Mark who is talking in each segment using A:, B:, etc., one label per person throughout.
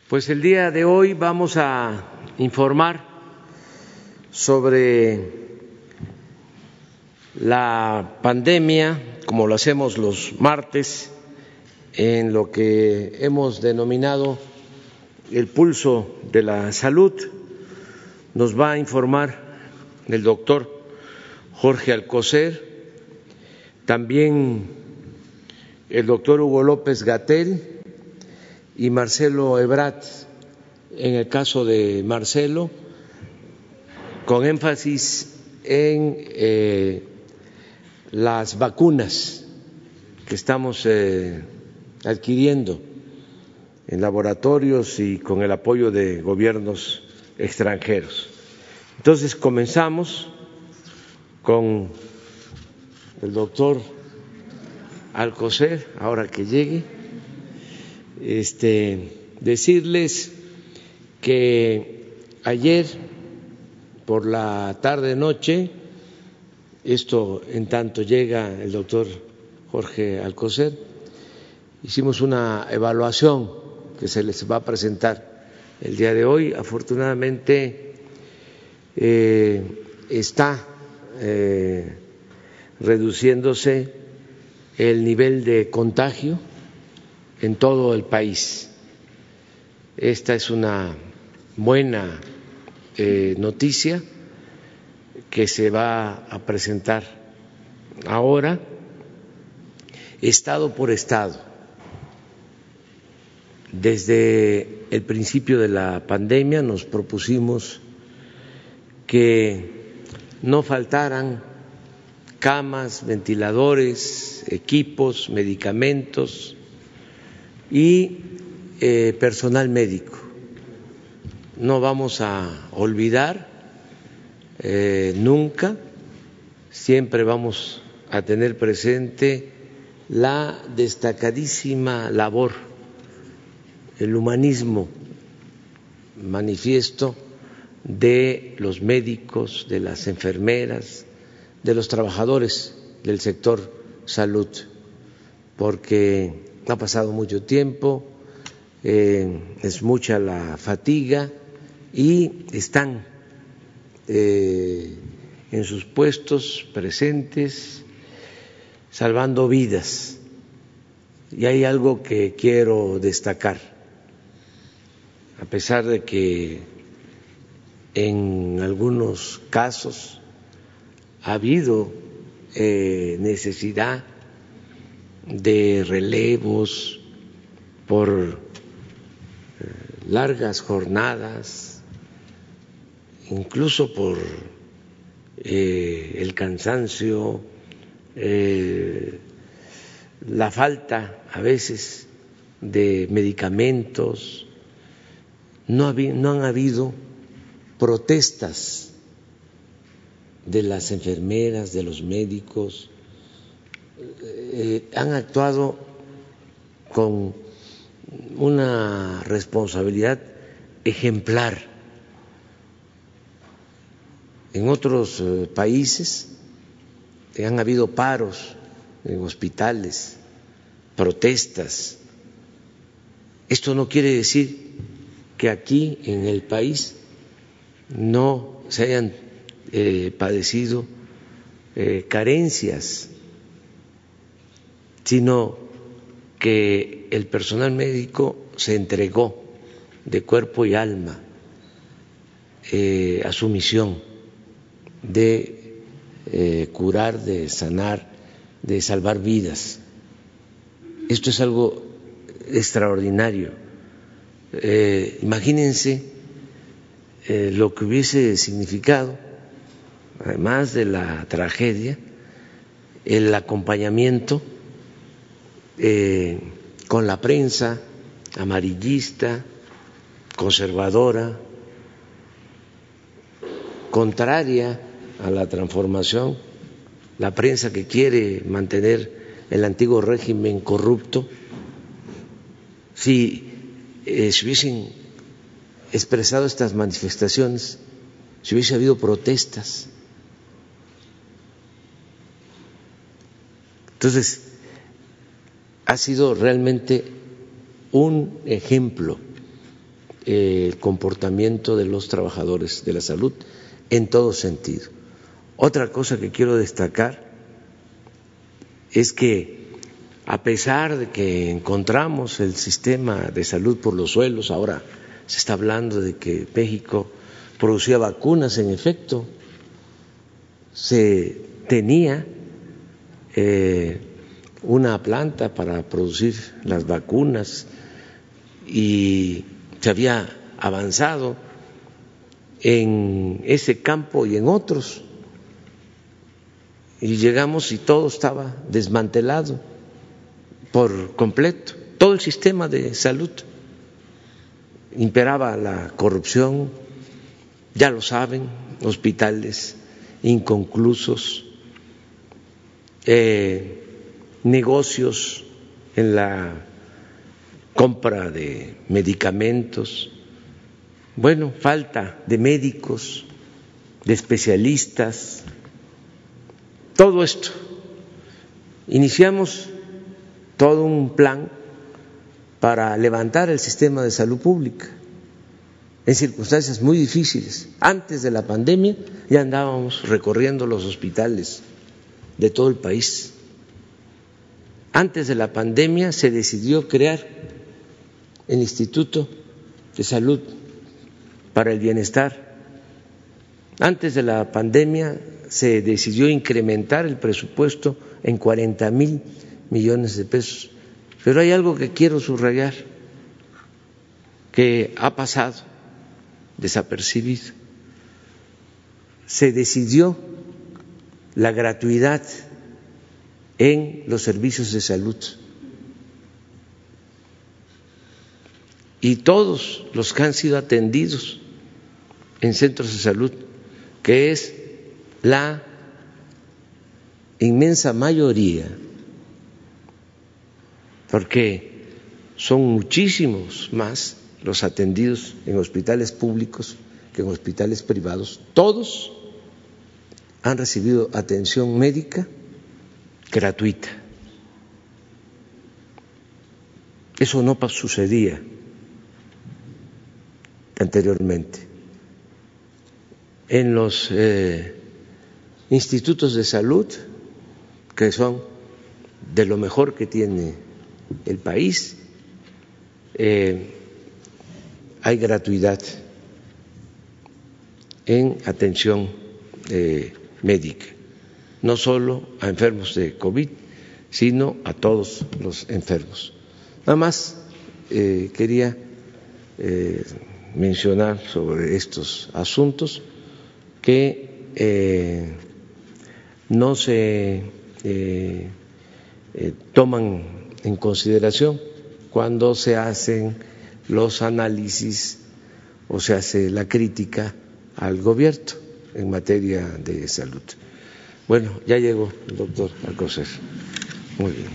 A: Pues el día de hoy vamos a informar sobre la pandemia, como lo hacemos los martes, en lo que hemos denominado el pulso de la salud. Nos va a informar el doctor Jorge Alcocer, también el doctor Hugo López-Gatell y Marcelo Ebrard, en el caso de Marcelo, con énfasis en las vacunas que estamos adquiriendo en laboratorios y con el apoyo de gobiernos extranjeros. Entonces comenzamos con el doctor Alcocer, ahora que llegue. Decirles que ayer por la tarde-noche, esto en tanto llega el doctor Jorge Alcocer, hicimos una evaluación que se les va a presentar el día de hoy. Afortunadamente está reduciéndose el nivel de contagio en todo el país. Esta es una buena noticia que se va a presentar ahora, estado por estado. Desde el principio de la pandemia nos propusimos que no faltaran camas, ventiladores, equipos, medicamentos y personal médico. No vamos a olvidar nunca, siempre vamos a tener presente la destacadísima labor, el humanismo manifiesto de los médicos, de las enfermeras, de los trabajadores del sector salud, porque ha pasado mucho tiempo, es mucha la fatiga y están en sus puestos presentes salvando vidas. Y hay algo que quiero destacar, a pesar de que en algunos casos ha habido necesidad de relevos por largas jornadas, incluso por el cansancio, la falta a veces de medicamentos. No han habido protestas de las enfermeras, de los médicos, han actuado con una responsabilidad ejemplar. En otros países han habido paros en hospitales, protestas. Esto no quiere decir que aquí en el país no se hayan padecido carencias, sino que el personal médico se entregó de cuerpo y alma a su misión de curar, de sanar, de salvar vidas. Esto es algo extraordinario. Imagínense lo que hubiese significado, además de la tragedia, el acompañamiento con la prensa amarillista, conservadora, contraria a la transformación, la prensa que quiere mantener el antiguo régimen corrupto. Si se hubiesen expresado estas manifestaciones, si hubiese habido protestas. Entonces, ha sido realmente un ejemplo el comportamiento de los trabajadores de la salud en todo sentido. Otra cosa que quiero destacar es que a pesar de que encontramos el sistema de salud por los suelos, ahora se está hablando de que México producía vacunas, en efecto, se tenía una planta para producir las vacunas y se había avanzado en ese campo y en otros, y llegamos y todo estaba desmantelado por completo, todo el sistema de salud. Imperaba la corrupción, ya lo saben, hospitales inconclusos, negocios en la compra de medicamentos, bueno, falta de médicos, de especialistas, todo esto. Iniciamos todo un plan para levantar el sistema de salud pública en circunstancias muy difíciles. Antes de la pandemia ya andábamos recorriendo los hospitales de todo el país. Antes de la pandemia se decidió crear el Instituto de Salud para el Bienestar. Antes de la pandemia se decidió incrementar el presupuesto en 40,000 millones de pesos. Pero hay algo que quiero subrayar, que ha pasado desapercibido. Se decidió la gratuidad en los servicios de salud. Y todos los que han sido atendidos en centros de salud, que es la inmensa mayoría, porque son muchísimos más los atendidos en hospitales públicos que en hospitales privados, todos han recibido atención médica gratuita. Eso no sucedía anteriormente. En los institutos de salud, que son de lo mejor que tiene el país, hay gratuidad en atención médica, no solo a enfermos de COVID, sino a todos los enfermos. Nada más quería mencionar sobre estos asuntos que no se toman en consideración cuando se hacen los análisis o se hace la crítica al gobierno en materia de salud. Bueno, ya llegó el doctor Alcocer. Muy bien.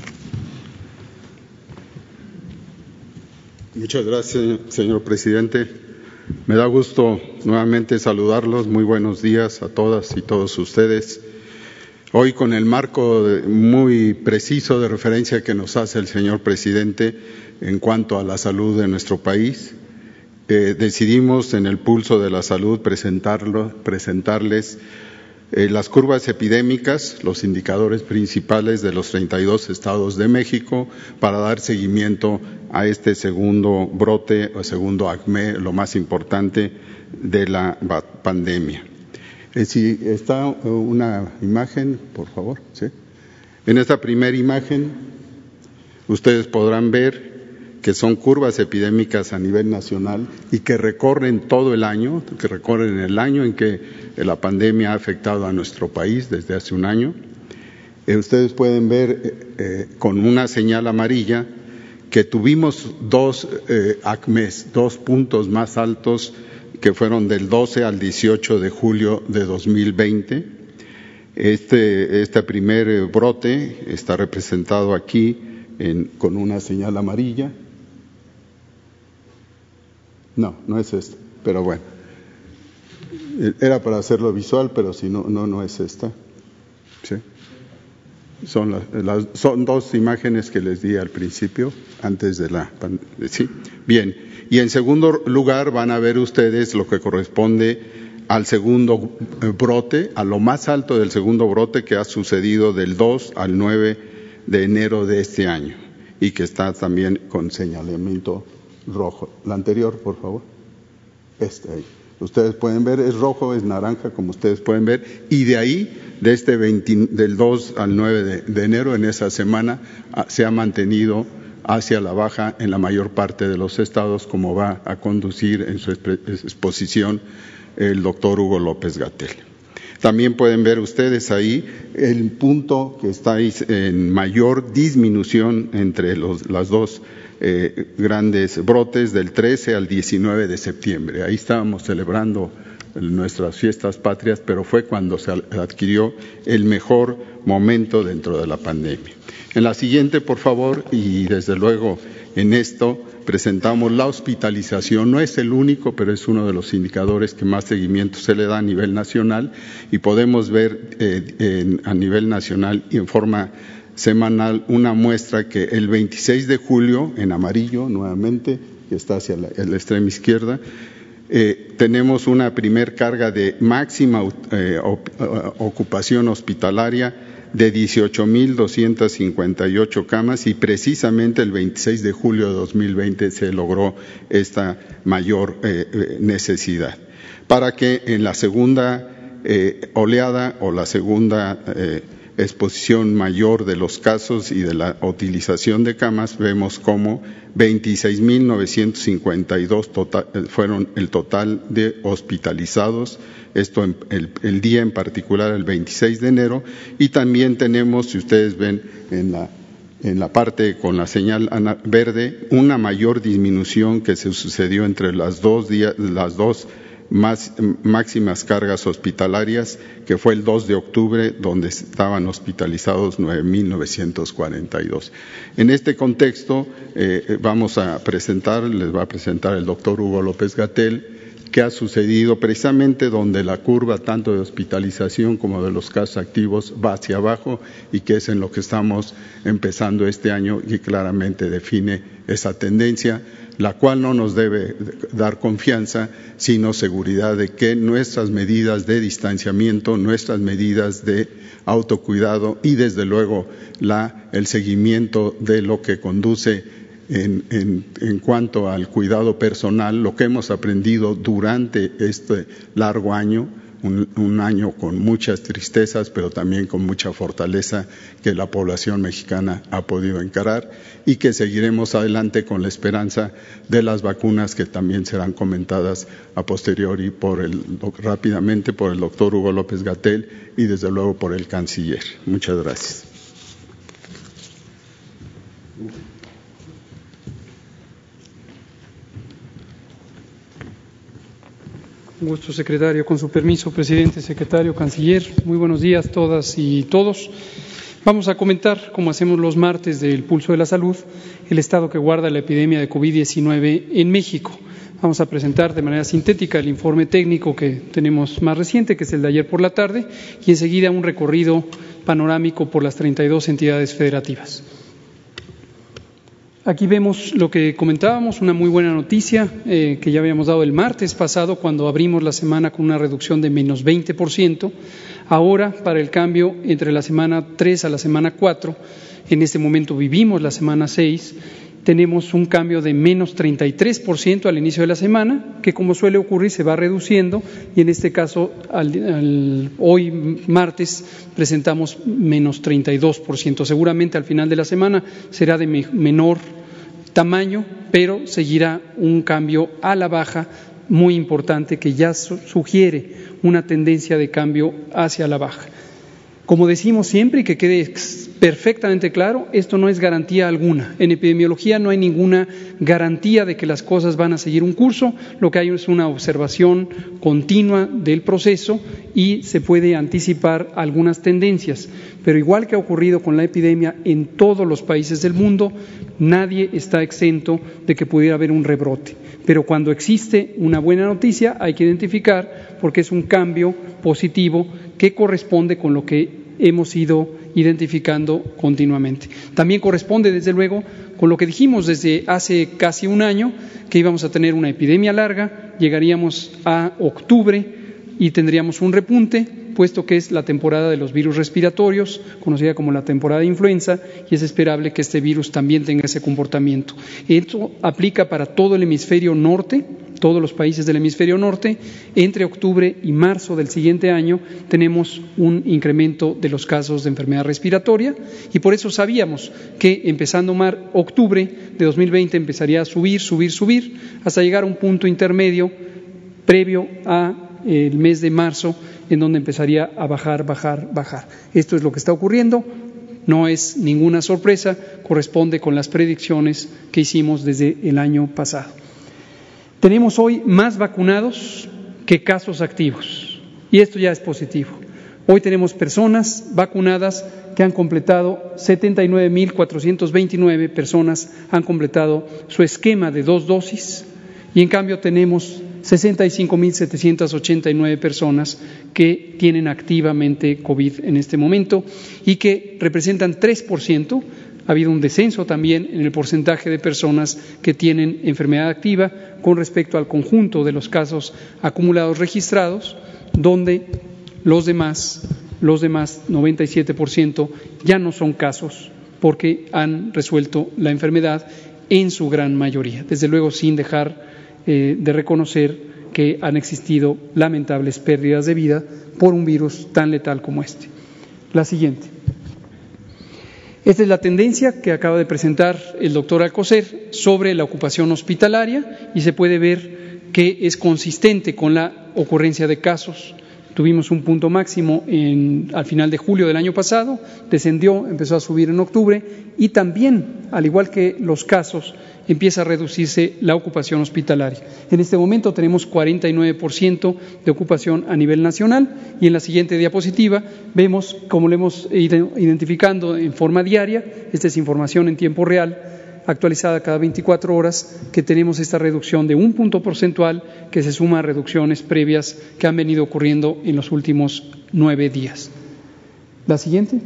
B: Muchas gracias, señor presidente. Me da gusto nuevamente saludarlos. Muy buenos días a todas y todos ustedes. Hoy, con el marco muy preciso de referencia que nos hace el señor presidente en cuanto a la salud de nuestro país, decidimos en el Pulso de la Salud presentarles las curvas epidémicas, los indicadores principales de los 32 estados de México para dar seguimiento a este segundo brote o segundo acme, lo más importante de la pandemia. Si está una imagen, por favor. ¿Sí? En esta primera imagen ustedes podrán ver que son curvas epidémicas a nivel nacional y que recorren todo el año, que recorren el año en que la pandemia ha afectado a nuestro país desde hace un año. Ustedes pueden ver con una señal amarilla que tuvimos dos acmes, 2 puntos más altos que fueron del 12 al 18 de julio de 2020. Este primer brote está representado aquí con una señal amarilla. No es esta, pero bueno. Era para hacerlo visual, pero si no es esta. ¿Sí? son dos imágenes que les di al principio, antes de la pandemia. ¿Sí? Bien. Y en segundo lugar van a ver ustedes lo que corresponde al segundo brote, a lo más alto del segundo brote que ha sucedido del 2 al 9 de enero de este año y que está también con señalamiento rojo. La anterior, por favor. Ahí. Ustedes pueden ver, es rojo, es naranja, como ustedes pueden ver, y de ahí, del 2 al 9 de enero, en esa semana, se ha mantenido hacia la baja en la mayor parte de los estados, como va a conducir en su exposición el doctor Hugo López-Gatell. También pueden ver ustedes ahí el punto que está ahí en mayor disminución entre las dos grandes brotes del 13 al 19 de septiembre. Ahí estábamos celebrando nuestras fiestas patrias, pero fue cuando se adquirió el mejor momento dentro de la pandemia. En la siguiente, por favor, y desde luego en esto presentamos la hospitalización. No es el único, pero es uno de los indicadores que más seguimiento se le da a nivel nacional y podemos ver a nivel nacional y en forma semanal una muestra que el 26 de julio, en amarillo nuevamente, que está hacia la extrema izquierda, tenemos una primer carga de máxima ocupación hospitalaria de 18,258 camas y precisamente el 26 de julio de 2020 se logró esta mayor necesidad. Para que en la segunda oleada o la segunda exposición mayor de los casos y de la utilización de camas, vemos como 26,952 fueron el total de hospitalizados, esto el día en particular, el 26 de enero, y también tenemos, si ustedes ven en la parte con la señal verde, una mayor disminución que se sucedió entre las dos máximas cargas hospitalarias, que fue el 2 de octubre, donde estaban hospitalizados 9,942. En este contexto, les va a presentar el doctor Hugo López-Gatell, qué ha sucedido precisamente donde la curva tanto de hospitalización como de los casos activos va hacia abajo y que es en lo que estamos empezando este año y claramente define esa tendencia, la cual no nos debe dar confianza, sino seguridad de que nuestras medidas de distanciamiento, nuestras medidas de autocuidado y desde luego el seguimiento de lo que conduce en cuanto al cuidado personal, lo que hemos aprendido durante este largo año, un año con muchas tristezas, pero también con mucha fortaleza que la población mexicana ha podido encarar y que seguiremos adelante con la esperanza de las vacunas que también serán comentadas a posteriori rápidamente por el doctor Hugo López-Gatell y desde luego por el canciller. Muchas gracias.
C: Un gusto, secretario. Con su permiso, presidente, secretario, canciller, muy buenos días todas y todos. Vamos a comentar, como hacemos los martes del Pulso de la Salud, el estado que guarda la epidemia de COVID-19 en México. Vamos a presentar de manera sintética el informe técnico que tenemos más reciente, que es el de ayer por la tarde, y enseguida un recorrido panorámico por las 32 entidades federativas. Aquí vemos lo que comentábamos, una muy buena noticia que ya habíamos dado el martes pasado cuando abrimos la semana con una reducción de menos 20%. Ahora, para el cambio entre la semana 3 a la semana 4, en este momento vivimos la semana 6, tenemos un cambio de menos 33% al inicio de la semana, que como suele ocurrir se va reduciendo y en este caso hoy martes presentamos menos 32%. Seguramente al final de la semana será de menor tamaño, pero seguirá un cambio a la baja muy importante que ya sugiere una tendencia de cambio hacia la baja. Como decimos siempre y que quede perfectamente claro, esto no es garantía alguna. En epidemiología no hay ninguna garantía de que las cosas van a seguir un curso, lo que hay es una observación continua del proceso y se puede anticipar algunas tendencias. Pero igual que ha ocurrido con la epidemia en todos los países del mundo, nadie está exento de que pudiera haber un rebrote. Pero cuando existe una buena noticia hay que identificar porque es un cambio positivo que corresponde con lo que hemos ido identificando continuamente. También corresponde, desde luego, con lo que dijimos desde hace casi un año, que íbamos a tener una epidemia larga, llegaríamos a octubre y tendríamos un repunte, puesto que es la temporada de los virus respiratorios, conocida como la temporada de influenza, y es esperable que este virus también tenga ese comportamiento. Esto aplica para todo el hemisferio norte, todos los países del hemisferio norte. Entre octubre y marzo del siguiente año tenemos un incremento de los casos de enfermedad respiratoria, y por eso sabíamos que empezando octubre de 2020 empezaría a subir, hasta llegar a un punto intermedio previo a el mes de marzo, en donde empezaría a bajar. Esto es lo que está ocurriendo, no es ninguna sorpresa, corresponde con las predicciones que hicimos desde el año pasado. Tenemos hoy más vacunados que casos activos, y esto ya es positivo. Hoy tenemos personas vacunadas que han completado, 79.429 personas han completado su esquema de 2 dosis, y en cambio tenemos 65.789 personas que tienen activamente COVID en este momento y que representan 3%. Ha habido un descenso también en el porcentaje de personas que tienen enfermedad activa con respecto al conjunto de los casos acumulados registrados, donde los demás 97% ya no son casos porque han resuelto la enfermedad en su gran mayoría, desde luego sin dejar de reconocer que han existido lamentables pérdidas de vida por un virus tan letal como este. La siguiente. Esta es la tendencia que acaba de presentar el doctor Alcocer sobre la ocupación hospitalaria, y se puede ver que es consistente con la ocurrencia de casos. Tuvimos un punto máximo al final de julio del año pasado, descendió, empezó a subir en octubre, y también, al igual que los casos, empieza a reducirse la ocupación hospitalaria. En este momento tenemos 49% de ocupación a nivel nacional, y en la siguiente diapositiva vemos cómo lo hemos ido identificando en forma diaria. Esta es información en tiempo real, actualizada cada 24 horas, que tenemos esta reducción de un punto porcentual que se suma a reducciones previas que han venido ocurriendo en los últimos 9 días. La siguiente.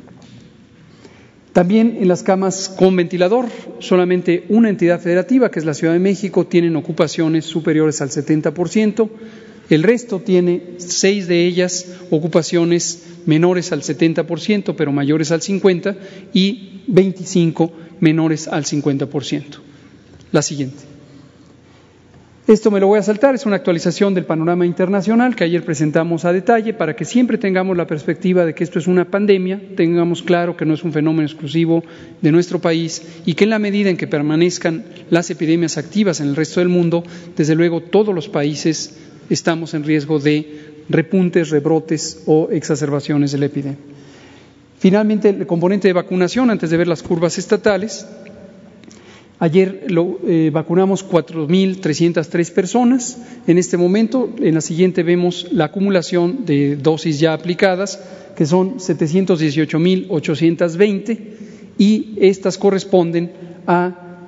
C: También en las camas con ventilador, solamente una entidad federativa, que es la Ciudad de México, tienen ocupaciones superiores al 70%. El resto tiene 6 de ellas ocupaciones menores al 70%, pero mayores al 50%, y 25 menores al 50%. La siguiente. Esto me lo voy a saltar, es una actualización del panorama internacional que ayer presentamos a detalle para que siempre tengamos la perspectiva de que esto es una pandemia, tengamos claro que no es un fenómeno exclusivo de nuestro país, y que en la medida en que permanezcan las epidemias activas en el resto del mundo, desde luego todos los países estamos en riesgo de repuntes, rebrotes o exacerbaciones de la epidemia. Finalmente, el componente de vacunación, antes de ver las curvas estatales. Ayer vacunamos 4.303 personas. En este momento, en la siguiente vemos la acumulación de dosis ya aplicadas, que son 718.820, y estas corresponden a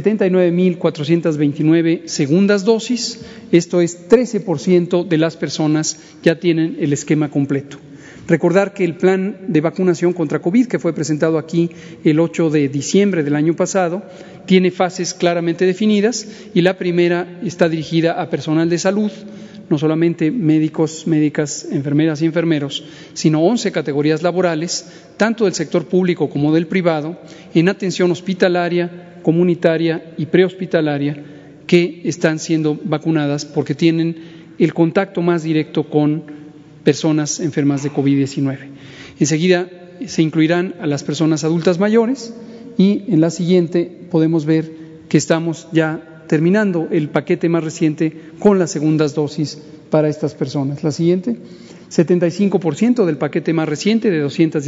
C: 79.429 segundas dosis. Esto es 13% de las personas ya tienen el esquema completo. Recordar que el plan de vacunación contra COVID, que fue presentado aquí el 8 de diciembre del año pasado, tiene fases claramente definidas, y la primera está dirigida a personal de salud, no solamente médicos, médicas, enfermeras y enfermeros, sino 11 categorías laborales, tanto del sector público como del privado, en atención hospitalaria, comunitaria y prehospitalaria, que están siendo vacunadas porque tienen el contacto más directo con personas enfermas de COVID-19. Enseguida se incluirán a las personas adultas mayores, y en la siguiente podemos ver que estamos ya terminando el paquete más reciente con las segundas dosis para estas personas. La siguiente. 75% del paquete más reciente de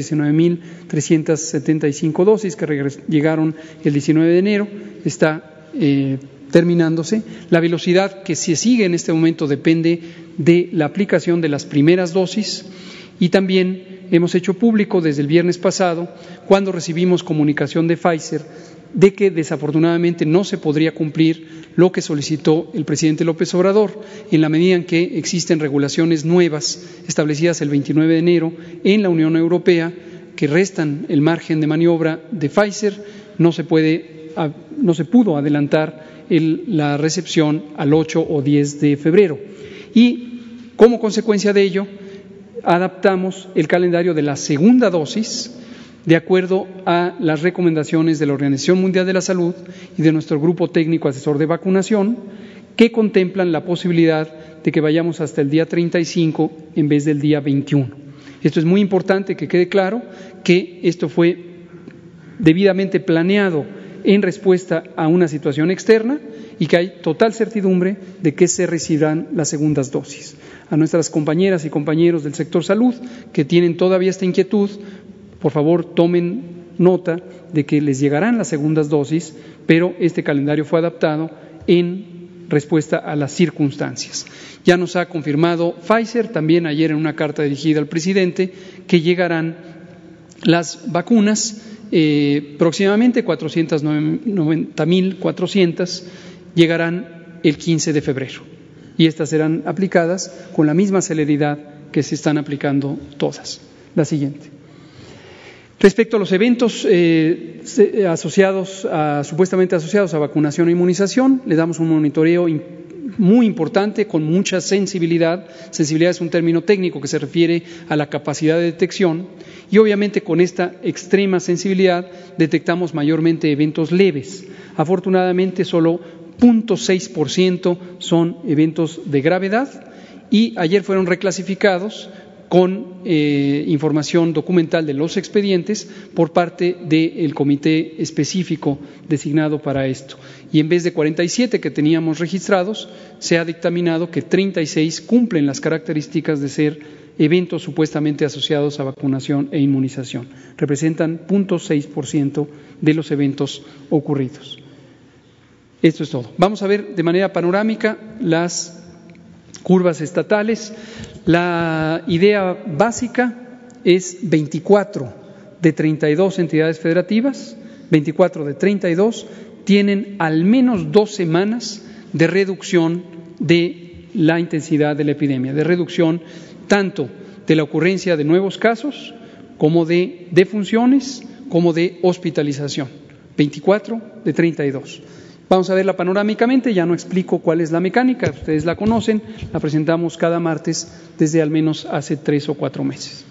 C: 219.375 dosis que llegaron el 19 de enero está terminándose. La velocidad que se sigue en este momento depende de la aplicación de las primeras dosis, y también hemos hecho público desde el viernes pasado, cuando recibimos comunicación de Pfizer, de que desafortunadamente no se podría cumplir lo que solicitó el presidente López Obrador, en la medida en que existen regulaciones nuevas establecidas el 29 de enero en la Unión Europea que restan el margen de maniobra de Pfizer, no se pudo adelantar la recepción al 8 o 10 de febrero. Y como consecuencia de ello, adaptamos el calendario de la segunda dosis de acuerdo a las recomendaciones de la Organización Mundial de la Salud y de nuestro grupo técnico asesor de vacunación, que contemplan la posibilidad de que vayamos hasta el día 35 en vez del día 21. Esto es muy importante que quede claro que esto fue debidamente planeado en respuesta a una situación externa y que hay total certidumbre de que se recibirán las segundas dosis. A nuestras compañeras y compañeros del sector salud que tienen todavía esta inquietud, por favor tomen nota de que les llegarán las segundas dosis, pero este calendario fue adaptado en respuesta a las circunstancias. Ya nos ha confirmado Pfizer, también ayer en una carta dirigida al presidente, que llegarán las vacunas, próximamente 490.400 llegarán el 15 de febrero y estas serán aplicadas con la misma celeridad que se están aplicando todas. La siguiente. Respecto a los eventos supuestamente asociados a vacunación e inmunización, le damos un monitoreo muy importante con mucha sensibilidad. Sensibilidad es un término técnico que se refiere a la capacidad de detección y obviamente con esta extrema sensibilidad detectamos mayormente eventos leves. Afortunadamente solo 0.6% son eventos de gravedad y ayer fueron reclasificados con información documental de los expedientes por parte del comité específico designado para esto. Y en vez de 47 que teníamos registrados, se ha dictaminado que 36 cumplen las características de ser eventos supuestamente asociados a vacunación e inmunización. Representan 0.6% de los eventos ocurridos. Esto es todo. Vamos a ver de manera panorámica las curvas estatales. La idea básica es 24 de 32 entidades federativas, 24 de 32 tienen al menos 2 semanas de reducción de la intensidad de la epidemia, de reducción tanto de la ocurrencia de nuevos casos como de defunciones, como de hospitalización. 24 de 32. Vamos a verla panorámicamente, ya no explico cuál es la mecánica, ustedes la conocen, la presentamos cada martes desde al menos hace 3 o 4 meses.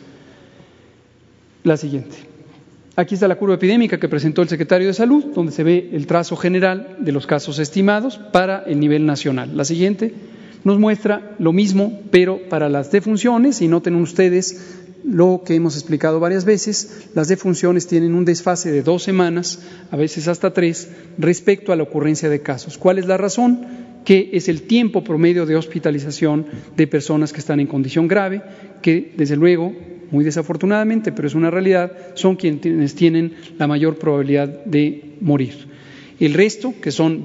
C: La siguiente. Aquí está la curva epidémica que presentó el secretario de Salud, donde se ve el trazo general de los casos estimados para el nivel nacional. La siguiente nos muestra lo mismo, pero para las defunciones, y noten ustedes lo que hemos explicado varias veces, las defunciones tienen un desfase de 2 semanas, a veces hasta 3, respecto a la ocurrencia de casos. ¿Cuál es la razón? Que es el tiempo promedio de hospitalización de personas que están en condición grave, que desde luego, muy desafortunadamente, pero es una realidad, son quienes tienen la mayor probabilidad de morir. El resto, que son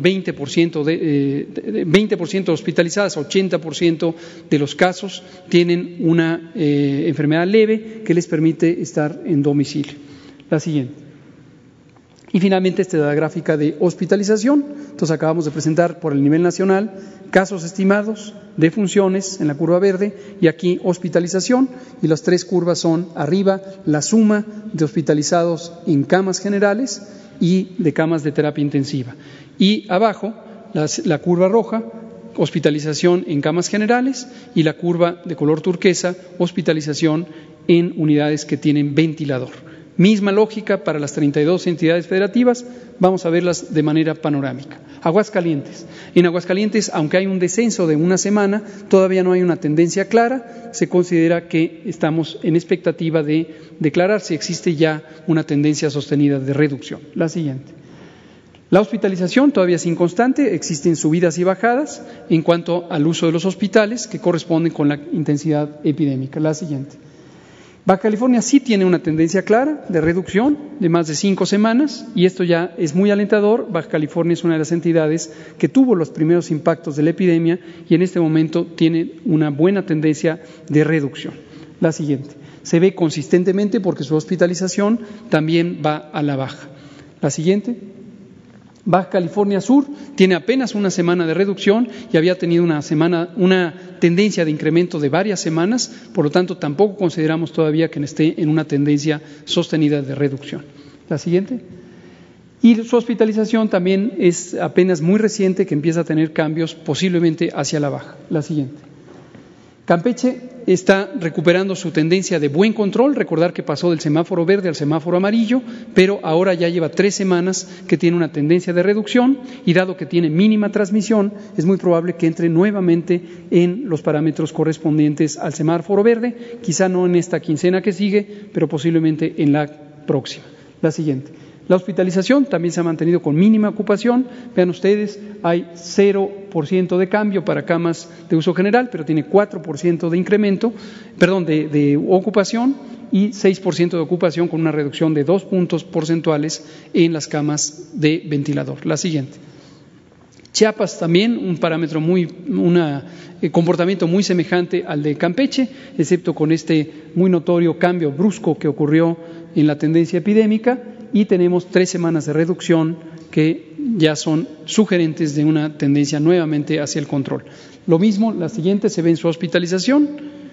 C: 20% hospitalizadas, 80% de los casos tienen una enfermedad leve que les permite estar en domicilio. La siguiente. Y finalmente esta es la gráfica de hospitalización. Entonces acabamos de presentar por el nivel nacional casos estimados, defunciones en la curva verde y aquí hospitalización, y las 3 curvas son arriba la suma de hospitalizados en camas generales y de camas de terapia intensiva. Y abajo, la curva roja, hospitalización en camas generales, y la curva de color turquesa, hospitalización en unidades que tienen ventilador. Misma lógica para las 32 entidades federativas, vamos a verlas de manera panorámica. Aguascalientes. En Aguascalientes, aunque hay un descenso de 1 semana, todavía no hay una tendencia clara. Se considera que estamos en expectativa de declarar si existe ya una tendencia sostenida de reducción. La siguiente. La hospitalización todavía es inconstante, existen subidas y bajadas en cuanto al uso de los hospitales que corresponden con la intensidad epidémica. La siguiente. Baja California sí tiene una tendencia clara de reducción de más de 5 semanas y esto ya es muy alentador. Baja California es una de las entidades que tuvo los primeros impactos de la epidemia y en este momento tiene una buena tendencia de reducción. La siguiente. Se ve consistentemente porque su hospitalización también va a la baja. La siguiente. Baja California Sur tiene apenas una semana de reducción y había tenido una tendencia de incremento de varias semanas, por lo tanto tampoco consideramos todavía que esté en una tendencia sostenida de reducción. La siguiente. Y su hospitalización también es apenas muy reciente, que empieza a tener cambios posiblemente hacia la baja. La siguiente. Campeche está recuperando su tendencia de buen control, recordar que pasó del semáforo verde al semáforo amarillo, pero ahora ya lleva 3 semanas que tiene una tendencia de reducción y dado que tiene mínima transmisión, es muy probable que entre nuevamente en los parámetros correspondientes al semáforo verde, quizá no en esta quincena que sigue, pero posiblemente en la próxima. La siguiente. La hospitalización también se ha mantenido con mínima ocupación. Vean ustedes, hay 0% de cambio para camas de uso general, pero tiene 4% de incremento, de ocupación y 6% de ocupación con una reducción de 2 puntos porcentuales en las camas de ventilador. La siguiente. Chiapas también, un parámetro comportamiento muy semejante al de Campeche, excepto con este muy notorio cambio brusco que ocurrió en la tendencia epidémica, y tenemos 3 semanas de reducción que ya son sugerentes de una tendencia nuevamente hacia el control. Lo mismo, la siguiente se ve en su hospitalización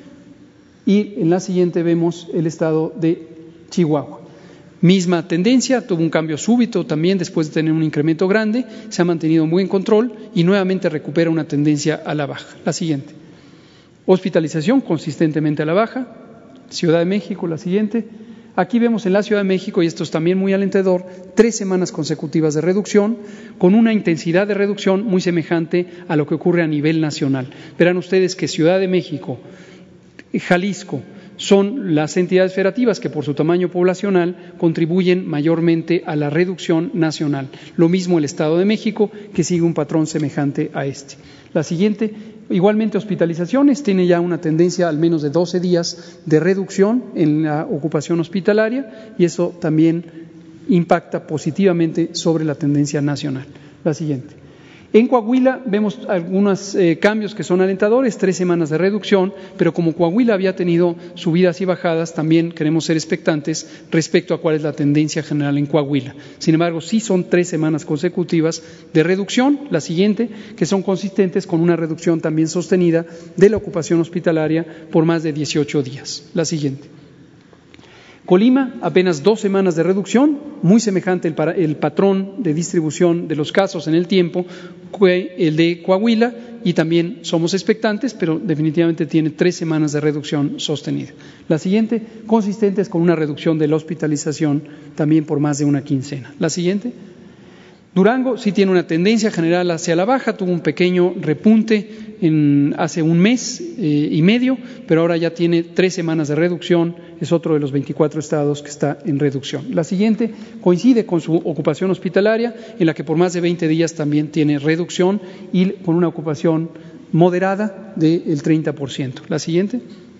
C: y en la siguiente vemos el estado de Chihuahua. Misma tendencia, tuvo un cambio súbito también después de tener un incremento grande, se ha mantenido muy en control y nuevamente recupera una tendencia a la baja. La siguiente. Hospitalización consistentemente a la baja. Ciudad de México, la siguiente. Aquí vemos en la Ciudad de México, y esto es también muy alentador, 3 semanas consecutivas de reducción, con una intensidad de reducción muy semejante a lo que ocurre a nivel nacional. Verán ustedes que Ciudad de México, Jalisco, son las entidades federativas que por su tamaño poblacional contribuyen mayormente a la reducción nacional. Lo mismo el Estado de México, que sigue un patrón semejante a este. La siguiente, igualmente hospitalizaciones, tiene ya una tendencia al menos de 12 días de reducción en la ocupación hospitalaria y eso también impacta positivamente sobre la tendencia nacional. La siguiente. En Coahuila vemos algunos cambios que son alentadores, 3 semanas de reducción, pero como Coahuila había tenido subidas y bajadas, también queremos ser expectantes respecto a cuál es la tendencia general en Coahuila. Sin embargo, sí son 3 semanas consecutivas de reducción, la siguiente, que son consistentes con una reducción también sostenida de la ocupación hospitalaria por más de 18 días. La siguiente. Colima, apenas 2 semanas de reducción, muy semejante el patrón de distribución de los casos en el tiempo, el de Coahuila, y también somos expectantes, pero definitivamente tiene 3 semanas de reducción sostenida. La siguiente, consistentes con una reducción de la hospitalización también por más de una quincena. La siguiente. Durango sí tiene una tendencia general hacia la baja, tuvo un pequeño repunte hace un mes y medio, pero ahora ya tiene 3 semanas de reducción, es otro de los 24 estados que está en reducción. La siguiente coincide con su ocupación hospitalaria, en la que por más de 20 días también tiene reducción y con una ocupación moderada del 30%. La siguiente.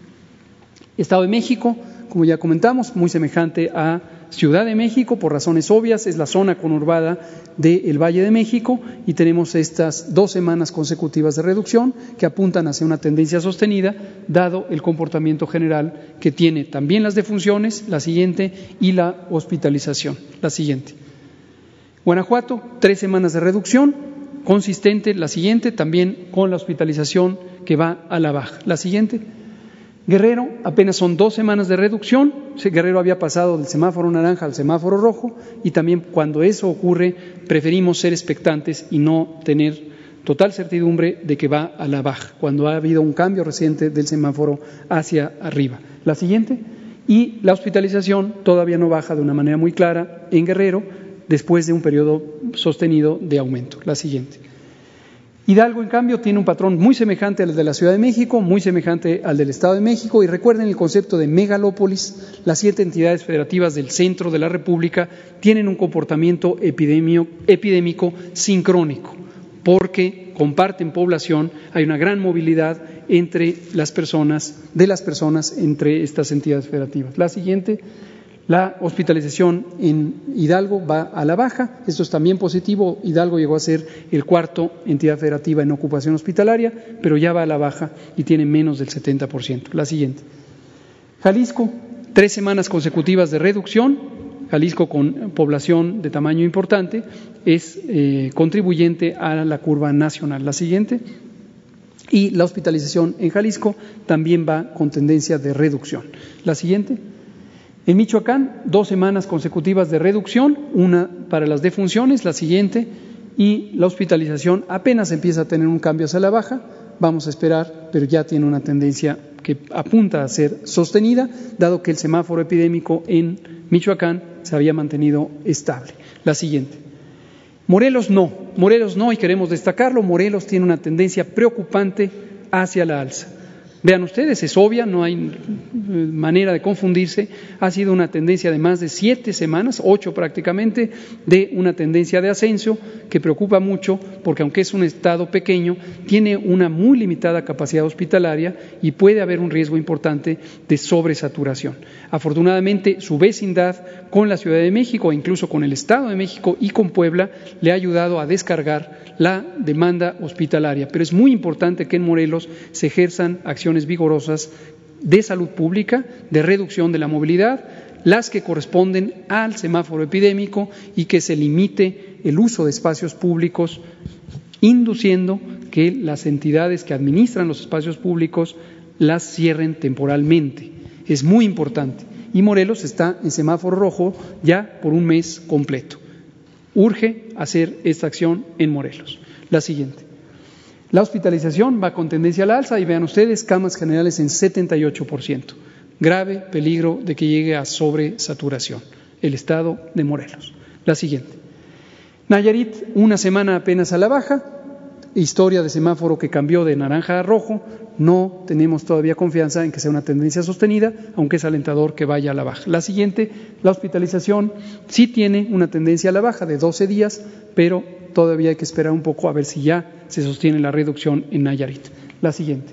C: Estado de México, como ya comentamos, muy semejante a Ciudad de México, por razones obvias, es la zona conurbada del Valle de México y tenemos estas 2 semanas consecutivas de reducción que apuntan hacia una tendencia sostenida, dado el comportamiento general que tiene también las defunciones, la siguiente, y la hospitalización, la siguiente. Guanajuato, 3 semanas de reducción, consistente, la siguiente, también con la hospitalización que va a la baja, la siguiente. Guerrero, apenas son 2 semanas de reducción. Guerrero había pasado del semáforo naranja al semáforo rojo y también cuando eso ocurre preferimos ser expectantes y no tener total certidumbre de que va a la baja, cuando ha habido un cambio reciente del semáforo hacia arriba. La siguiente, y la hospitalización todavía no baja de una manera muy clara en Guerrero después de un periodo sostenido de aumento. La siguiente. Hidalgo, en cambio, tiene un patrón muy semejante al de la Ciudad de México, muy semejante al del Estado de México, y recuerden el concepto de megalópolis. Las 7 entidades federativas del centro de la República tienen un comportamiento epidémico sincrónico, porque comparten población, hay una gran movilidad entre las personas entre estas entidades federativas. La siguiente. La hospitalización en Hidalgo va a la baja, esto es también positivo. Hidalgo llegó a ser el 4º entidad federativa en ocupación hospitalaria, pero ya va a la baja y tiene menos del 70%. La siguiente. Jalisco, 3 semanas consecutivas de reducción Jalisco, con población de tamaño importante, es contribuyente a la curva nacional. La siguiente. Y la hospitalización en Jalisco también va con tendencia de reducción. La siguiente. En Michoacán, 2 semanas consecutivas de reducción, una para las defunciones, la siguiente, y la hospitalización apenas empieza a tener un cambio hacia la baja. Vamos a esperar, pero ya tiene una tendencia que apunta a ser sostenida, dado que el semáforo epidémico en Michoacán se había mantenido estable. La siguiente. Morelos no, y queremos destacarlo. Morelos tiene una tendencia preocupante hacia la alza. Vean ustedes, es obvia, no hay manera de confundirse. Ha sido una tendencia de más de 7 semanas, 8 prácticamente, de una tendencia de ascenso que preocupa mucho porque aunque es un estado pequeño, tiene una muy limitada capacidad hospitalaria y puede haber un riesgo importante de sobresaturación. Afortunadamente, su vecindad con la Ciudad de México, incluso con el Estado de México y con Puebla, le ha ayudado a descargar la demanda hospitalaria. Pero es muy importante que en Morelos se ejerzan acciones vigorosas de salud pública, de reducción de la movilidad, las que corresponden al semáforo epidémico y que se limite el uso de espacios públicos, induciendo que las entidades que administran los espacios públicos las cierren temporalmente. Es muy importante. Y Morelos está en semáforo rojo ya por un mes completo. Urge hacer esta acción en Morelos. La siguiente. La hospitalización va con tendencia al alza y vean ustedes, camas generales en 78%. Grave peligro de que llegue a sobresaturación. El estado de Morelos. La siguiente. Nayarit, 1 semana apenas a la baja. Historia de semáforo que cambió de naranja a rojo. No tenemos todavía confianza en que sea una tendencia sostenida, aunque es alentador que vaya a la baja. La siguiente, la hospitalización sí tiene una tendencia a la baja de 12 días, pero todavía hay que esperar un poco a ver si ya se sostiene la reducción en Nayarit. La siguiente.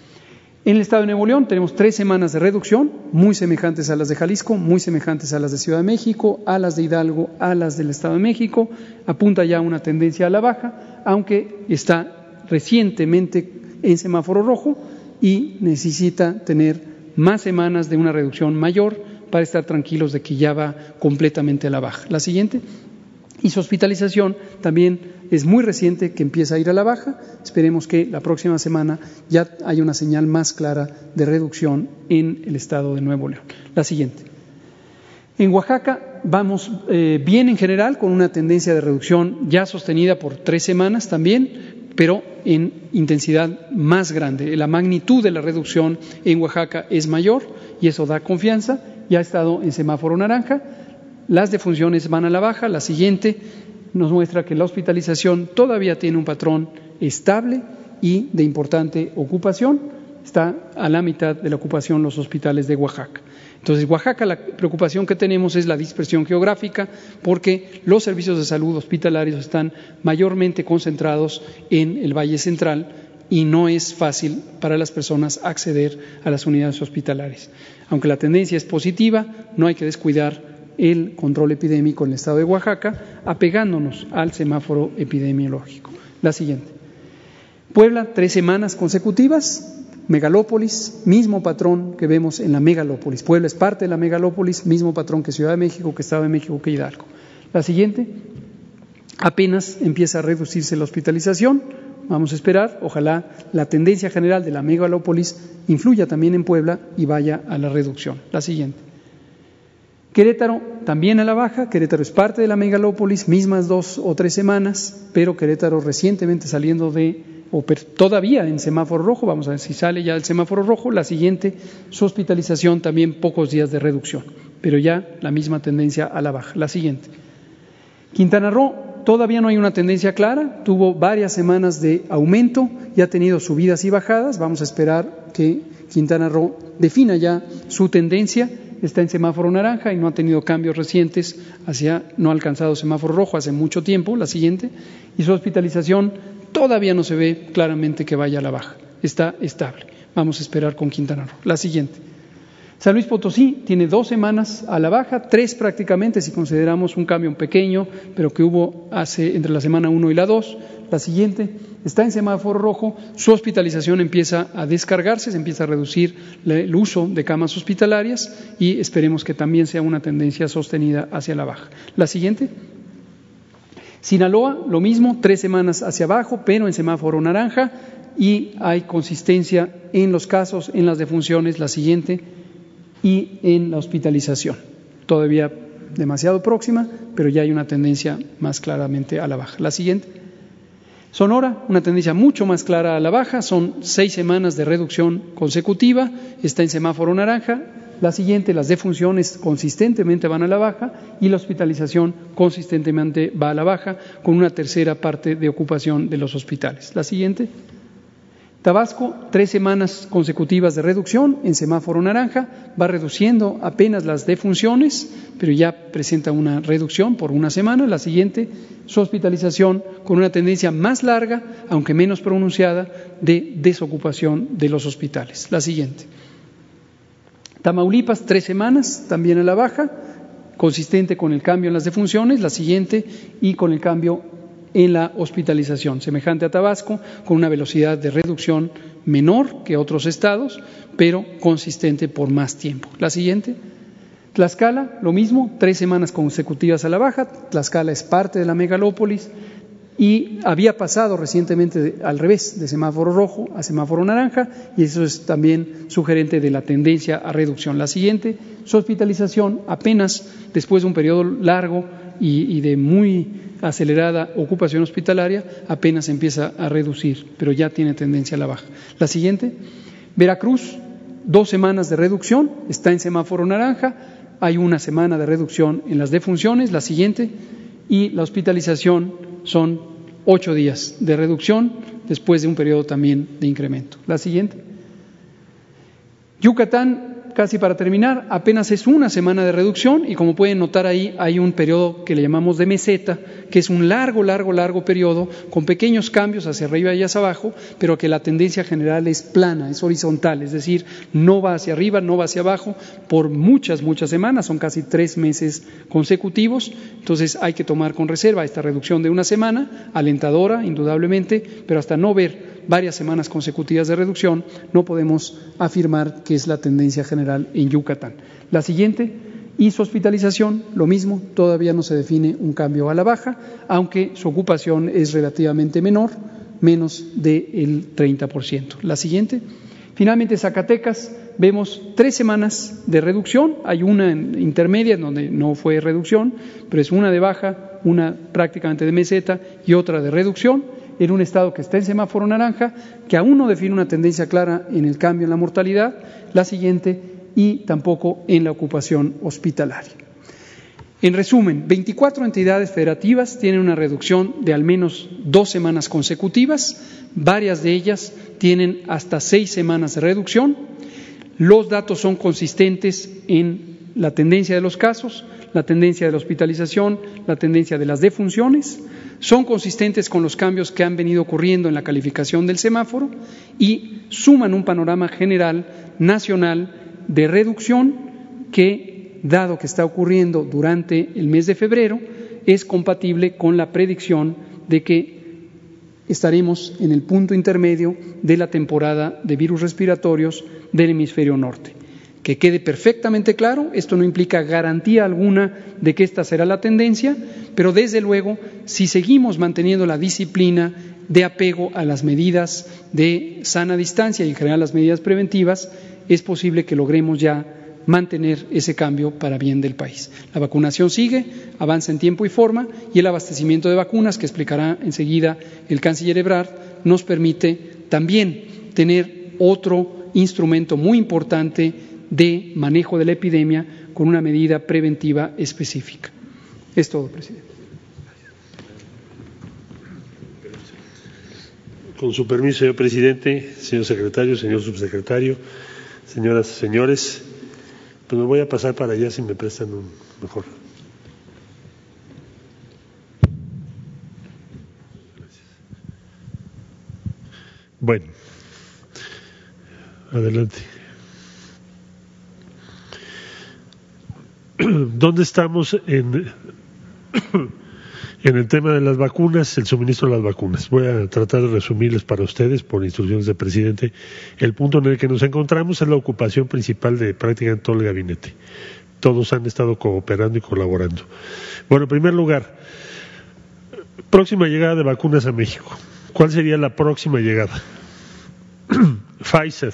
C: En el estado de Nuevo León tenemos 3 semanas de reducción, muy semejantes a las de Jalisco, muy semejantes a las de Ciudad de México, a las de Hidalgo, a las del Estado de México. Apunta ya una tendencia a la baja, aunque está recientemente en semáforo rojo y necesita tener más semanas de una reducción mayor para estar tranquilos de que ya va completamente a la baja. La siguiente. Y su hospitalización también es muy reciente que empieza a ir a la baja. Esperemos que la próxima semana ya haya una señal más clara de reducción en el estado de Nuevo León. La siguiente. En Oaxaca vamos bien en general, con una tendencia de reducción ya sostenida por 3 semanas también, pero en intensidad más grande. La magnitud de la reducción en Oaxaca es mayor y eso da confianza. Ya ha estado en semáforo naranja. Las defunciones van a la baja. La siguiente nos muestra que la hospitalización todavía tiene un patrón estable y de importante ocupación. Está a la mitad de la ocupación los hospitales de Oaxaca. Entonces, Oaxaca, la preocupación que tenemos es la dispersión geográfica, porque los servicios de salud hospitalarios están mayormente concentrados en el Valle Central y no es fácil para las personas acceder a las unidades hospitalarias. Aunque la tendencia es positiva, no hay que descuidar el control epidémico en el estado de Oaxaca, apegándonos al semáforo epidemiológico. La siguiente. Puebla, 3 semanas consecutivas. Megalópolis, mismo patrón que vemos en la megalópolis. Puebla es parte de la megalópolis, mismo patrón que Ciudad de México, que Estado de México, que Hidalgo. La siguiente. Apenas empieza a reducirse la hospitalización. Vamos a esperar. Ojalá la tendencia general de la megalópolis influya también en Puebla y vaya a la reducción. La siguiente. Querétaro también a la baja. Querétaro es parte de la megalópolis, mismas 2 o 3 semanas, pero Querétaro recientemente saliendo todavía en semáforo rojo. Vamos a ver si sale ya el semáforo rojo. La siguiente, su hospitalización también pocos días de reducción, pero ya la misma tendencia a la baja. La siguiente. Quintana Roo, todavía no hay una tendencia clara, tuvo varias semanas de aumento y ha tenido subidas y bajadas. Vamos a esperar que Quintana Roo defina ya su tendencia. Está en semáforo naranja y no ha tenido cambios recientes no ha alcanzado semáforo rojo hace mucho tiempo. La siguiente. Y su hospitalización todavía no se ve claramente que vaya a la baja, está estable. Vamos a esperar con Quintana Roo. La siguiente. San Luis Potosí tiene 2 semanas a la baja, 3 prácticamente si consideramos un cambio pequeño, pero que hubo entre la semana 1 y la 2. La siguiente. está en semáforo rojo, su hospitalización empieza a descargarse, se empieza a reducir el uso de camas hospitalarias y esperemos que también sea una tendencia sostenida hacia la baja. La siguiente. Sinaloa, lo mismo, 3 semanas hacia abajo, pero en semáforo naranja y hay consistencia en los casos, en las defunciones, la siguiente, y en la hospitalización. Todavía demasiado próxima, pero ya hay una tendencia más claramente a la baja. La siguiente. Sonora, una tendencia mucho más clara a la baja, son 6 semanas de reducción consecutiva, está en semáforo naranja. La siguiente, las defunciones consistentemente van a la baja y la hospitalización consistentemente va a la baja, con una tercera parte de ocupación de los hospitales. La siguiente. Tabasco, 3 semanas consecutivas de reducción en semáforo naranja, va reduciendo apenas las defunciones, pero ya presenta una reducción por una semana. La siguiente, su hospitalización con una tendencia más larga, aunque menos pronunciada, de desocupación de los hospitales. La siguiente. Tamaulipas, 3 semanas, también a la baja, consistente con el cambio en las defunciones, la siguiente, y con el cambio en la hospitalización, semejante a Tabasco, con una velocidad de reducción menor que otros estados, pero consistente por más tiempo. La siguiente. Tlaxcala, lo mismo, 3 semanas consecutivas a la baja. Tlaxcala es parte de la megalópolis y había pasado recientemente al revés, de semáforo rojo a semáforo naranja, y eso es también sugerente de la tendencia a reducción. La siguiente, su hospitalización apenas después de un periodo largo y de muy acelerada ocupación hospitalaria, apenas empieza a reducir, pero ya tiene tendencia a la baja. La siguiente, Veracruz, 2 semanas de reducción, está en semáforo naranja, hay una semana de reducción en las defunciones. La siguiente, y la hospitalización son 8 días de reducción después de un periodo también de incremento. La siguiente. Yucatán, casi para terminar, apenas es una semana de reducción y como pueden notar ahí hay un periodo que le llamamos de meseta, que es un largo periodo con pequeños cambios hacia arriba y hacia abajo, pero que la tendencia general es plana, es horizontal, es decir, no va hacia arriba, no va hacia abajo por muchas semanas, son casi 3 meses consecutivos. Entonces hay que tomar con reserva esta reducción de una semana, alentadora indudablemente, pero hasta no ver varias semanas consecutivas de reducción, no podemos afirmar que es la tendencia general en Yucatán. La siguiente, y su hospitalización, lo mismo, todavía no se define un cambio a la baja, aunque su ocupación es relativamente menor, menos del 30%. La siguiente. Finalmente, Zacatecas, vemos 3 semanas de reducción, hay una intermedia en donde no fue reducción, pero es una de baja, una prácticamente de meseta y otra de reducción, en un estado que está en semáforo naranja, que aún no define una tendencia clara en el cambio en la mortalidad, la siguiente, y tampoco en la ocupación hospitalaria. En resumen, 24 entidades federativas tienen una reducción de al menos 2 semanas consecutivas, varias de ellas tienen hasta 6 semanas de reducción. Los datos son consistentes en la tendencia de los casos, la tendencia de la hospitalización, la tendencia de las defunciones, son consistentes con los cambios que han venido ocurriendo en la calificación del semáforo y suman un panorama general nacional de reducción que, dado que está ocurriendo durante el mes de febrero, es compatible con la predicción de que estaremos en el punto intermedio de la temporada de virus respiratorios del hemisferio norte. Que quede perfectamente claro, esto no implica garantía alguna de que esta será la tendencia, pero desde luego, si seguimos manteniendo la disciplina de apego a las medidas de sana distancia y en general las medidas preventivas, es posible que logremos ya mantener ese cambio para bien del país. La vacunación sigue, avanza en tiempo y forma, y el abastecimiento de vacunas, que explicará enseguida el canciller Ebrard, nos permite también tener otro instrumento muy importante de manejo de la epidemia con una medida preventiva específica. Es todo, presidente.
D: Con su permiso, señor presidente, señor secretario, señor subsecretario, señoras y señores, pues me voy a pasar para allá si me prestan un mejor. Gracias. Bueno, adelante. ¿Dónde estamos en En el tema de las vacunas, el suministro de las vacunas. Voy a tratar de resumirles para ustedes, por instrucciones del presidente. El punto en el que nos encontramos es la ocupación principal de prácticamente todo el gabinete. Todos han estado cooperando y colaborando. Bueno, en primer lugar, próxima llegada de vacunas a México. ¿Cuál sería la próxima llegada? Pfizer.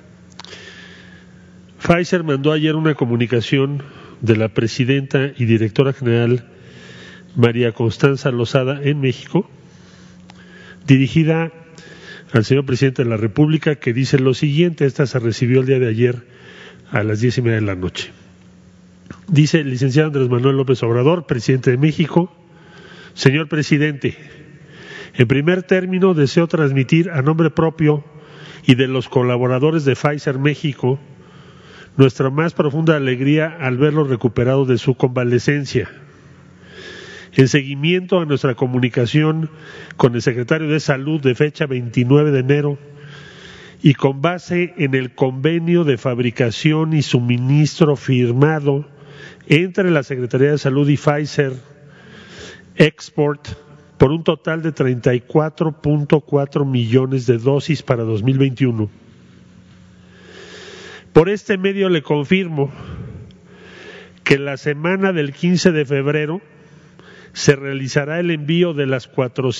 D: Pfizer mandó ayer una comunicación de la presidenta y directora general María Constanza Lozada en México, dirigida al señor presidente de la República, que dice lo siguiente. Esta se recibió el día de ayer a las 10:30 de la noche. Dice el licenciado Andrés Manuel López Obrador, presidente de México: señor presidente, en primer término deseo transmitir a nombre propio y de los colaboradores de Pfizer México nuestra más profunda alegría al verlo recuperado de su convalecencia. En seguimiento a nuestra comunicación con el secretario de Salud de fecha 29 de enero y con base en el convenio de fabricación y suministro firmado entre la Secretaría de Salud y Pfizer Export por un total de 34.4 millones de dosis para 2021. Por este medio le confirmo que la semana del 15 de febrero se realizará el envío de las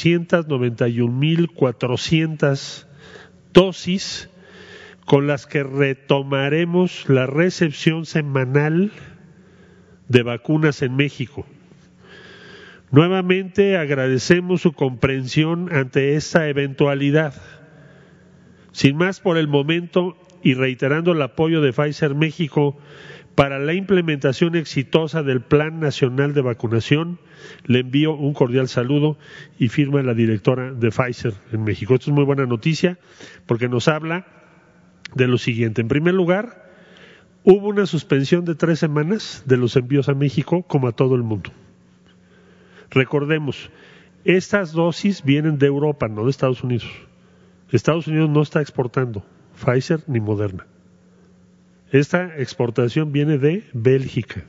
D: 491.400 dosis con las que retomaremos la recepción semanal de vacunas en México. Nuevamente agradecemos su comprensión ante esta eventualidad. Sin más por el momento, y reiterando el apoyo de Pfizer México para la implementación exitosa del Plan Nacional de Vacunación, le envío un cordial saludo y firma la directora de Pfizer en México. Esto es muy buena noticia porque nos habla de lo siguiente. En primer lugar, hubo una suspensión de 3 semanas de los envíos a México como a todo el mundo. Recordemos, estas dosis vienen de Europa, no de Estados Unidos. Estados Unidos no está exportando Pfizer ni Moderna. Esta exportación viene de Bélgica.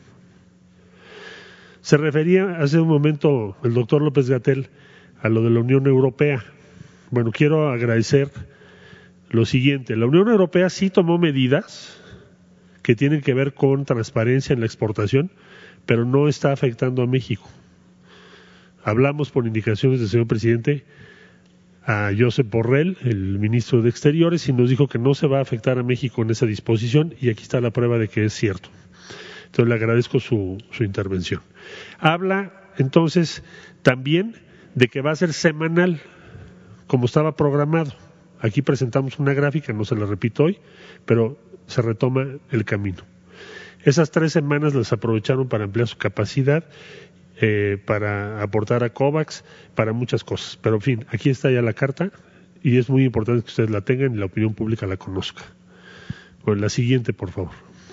D: Se refería hace un momento el doctor López-Gatell a lo de la Unión Europea. Bueno, quiero agradecer lo siguiente. La Unión Europea sí tomó medidas que tienen que ver con transparencia en la exportación, pero no está afectando a México. Hablamos por indicaciones del señor presidente a Josep Borrell, el ministro de Exteriores, y nos dijo que no se va a afectar a México en esa disposición, y aquí está la prueba de que es cierto. Entonces le agradezco su intervención. Habla entonces también de que va a ser semanal, como estaba programado. Aquí presentamos una gráfica, no se la repito hoy, pero se retoma el camino. Esas 3 semanas las aprovecharon para ampliar su capacidad, para aportar a COVAX, para muchas cosas. Pero en fin, aquí está ya la carta y es muy importante que ustedes la tengan y la opinión pública la conozca. Bueno, la siguiente, por favor.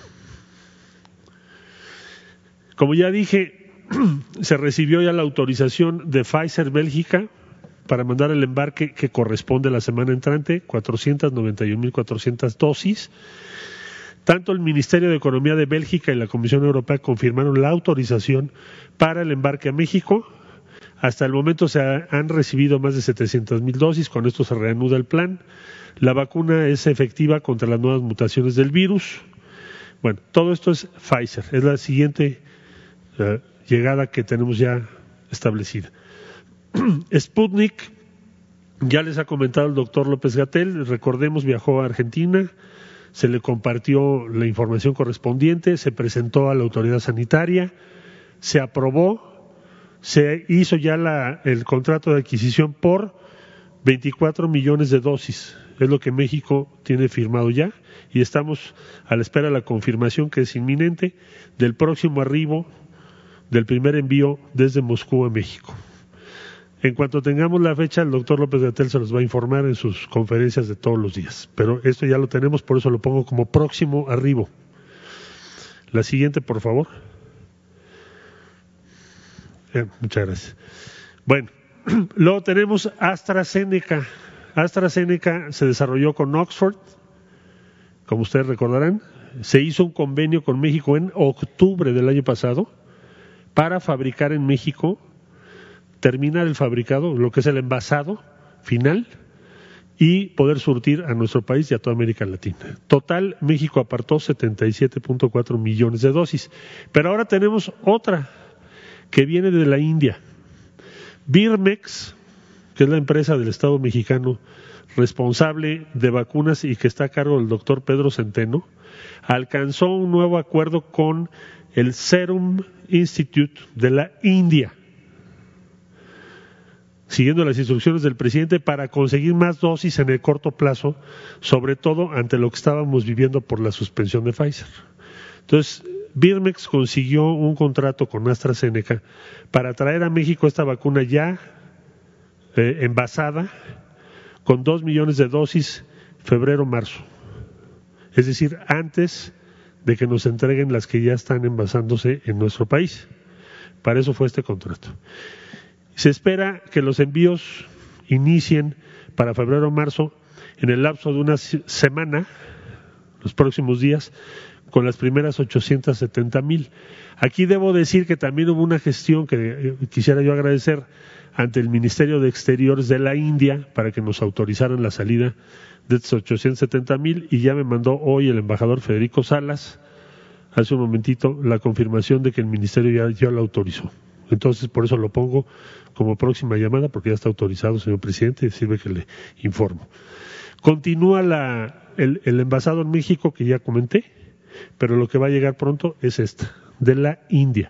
D: Como ya dije, se recibió ya la autorización de Pfizer Bélgica para mandar el embarque que corresponde a la semana entrante, 491.400 dosis. Tanto el Ministerio de Economía de Bélgica y la Comisión Europea confirmaron la autorización para el embarque a México. Hasta el momento se han recibido más de 700,000 dosis, con esto se reanuda el plan. La vacuna es efectiva contra las nuevas mutaciones del virus. Bueno, todo esto es Pfizer, es la siguiente llegada que tenemos ya establecida. Sputnik, ya les ha comentado el doctor López-Gatell, recordemos, viajó a Argentina, se le compartió la información correspondiente, se presentó a la autoridad sanitaria, se aprobó, se hizo ya el contrato de adquisición por 24 millones de dosis, es lo que México tiene firmado ya, y estamos a la espera de la confirmación, que es inminente, del próximo arribo del primer envío desde Moscú a México. En cuanto tengamos la fecha, el doctor López-Gatell se los va a informar en sus conferencias de todos los días. Pero esto ya lo tenemos, por eso lo pongo como próximo arribo. La siguiente, por favor. Muchas gracias. Bueno, luego tenemos AstraZeneca. AstraZeneca se desarrolló con Oxford, como ustedes recordarán. Se hizo un convenio con México en octubre del año pasado para fabricar en México terminar el fabricado, lo que es el envasado final, y poder surtir a nuestro país y a toda América Latina. Total, México apartó 77.4 millones de dosis. Pero ahora tenemos otra que viene de la India. Birmex, que es la empresa del Estado mexicano responsable de vacunas y que está a cargo del doctor Pedro Centeno, alcanzó un nuevo acuerdo con el Serum Institute de la India, siguiendo las instrucciones del presidente para conseguir más dosis en el corto plazo, sobre todo ante lo que estábamos viviendo por la suspensión de Pfizer. Entonces, Birmex consiguió un contrato con AstraZeneca para traer a México esta vacuna ya envasada con 2 millones de dosis febrero-marzo. Es decir, antes de que nos entreguen las que ya están envasándose en nuestro país. Para eso fue este contrato. Se espera que los envíos inicien para febrero-marzo en el lapso de una semana, los próximos días, con las primeras 870,000. Aquí debo decir que también hubo una gestión que quisiera yo agradecer ante el Ministerio de Exteriores de la India para que nos autorizaran la salida de estos 870,000, y ya me mandó hoy el embajador Federico Salas, hace un momentito, la confirmación de que el Ministerio ya lo autorizó. Entonces, por eso lo pongo como próxima llamada, porque ya está autorizado, señor presidente, y sirve que le informo. Continúa el envasado en México, que ya comenté, pero lo que va a llegar pronto es esta, de la India.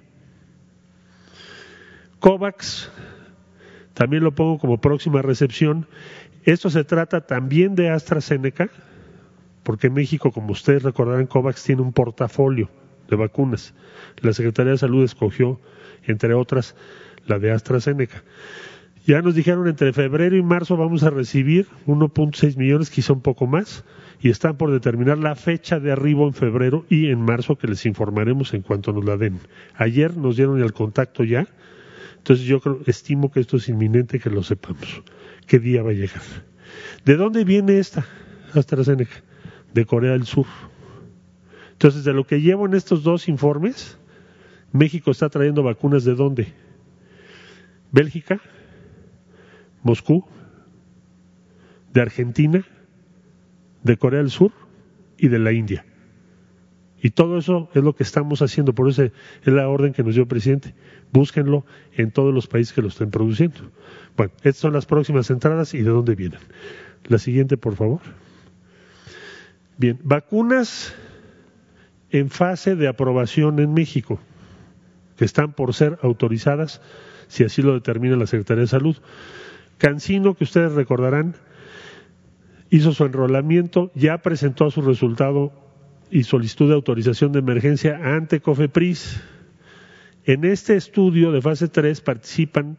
D: COVAX, también lo pongo como próxima recepción. Esto se trata también de AstraZeneca, porque México, como ustedes recordarán, COVAX tiene un portafolio de vacunas. La Secretaría de Salud escogió, entre otras, la de AstraZeneca. Ya nos dijeron entre febrero y marzo vamos a recibir 1.6 millones, quizá un poco más, y están por determinar la fecha de arribo en febrero y en marzo, que les informaremos en cuanto nos la den. Ayer nos dieron el contacto ya, entonces yo estimo que esto es inminente, que lo sepamos, qué día va a llegar. ¿De dónde viene esta AstraZeneca? De Corea del Sur. Entonces, de lo que llevo en estos dos informes, México está trayendo vacunas ¿de dónde? Bélgica, Moscú, de Argentina, de Corea del Sur y de la India. Y todo eso es lo que estamos haciendo, por eso es la orden que nos dio el presidente. Búsquenlo en todos los países que lo estén produciendo. Bueno, estas son las próximas entradas y de dónde vienen. La siguiente, por favor. Bien, vacunas en fase de aprobación en México, que están por ser autorizadas, si así lo determina la Secretaría de Salud. CanSino, que ustedes recordarán, hizo su enrolamiento, ya presentó su resultado y solicitud de autorización de emergencia ante COFEPRIS. En este estudio de fase 3 participan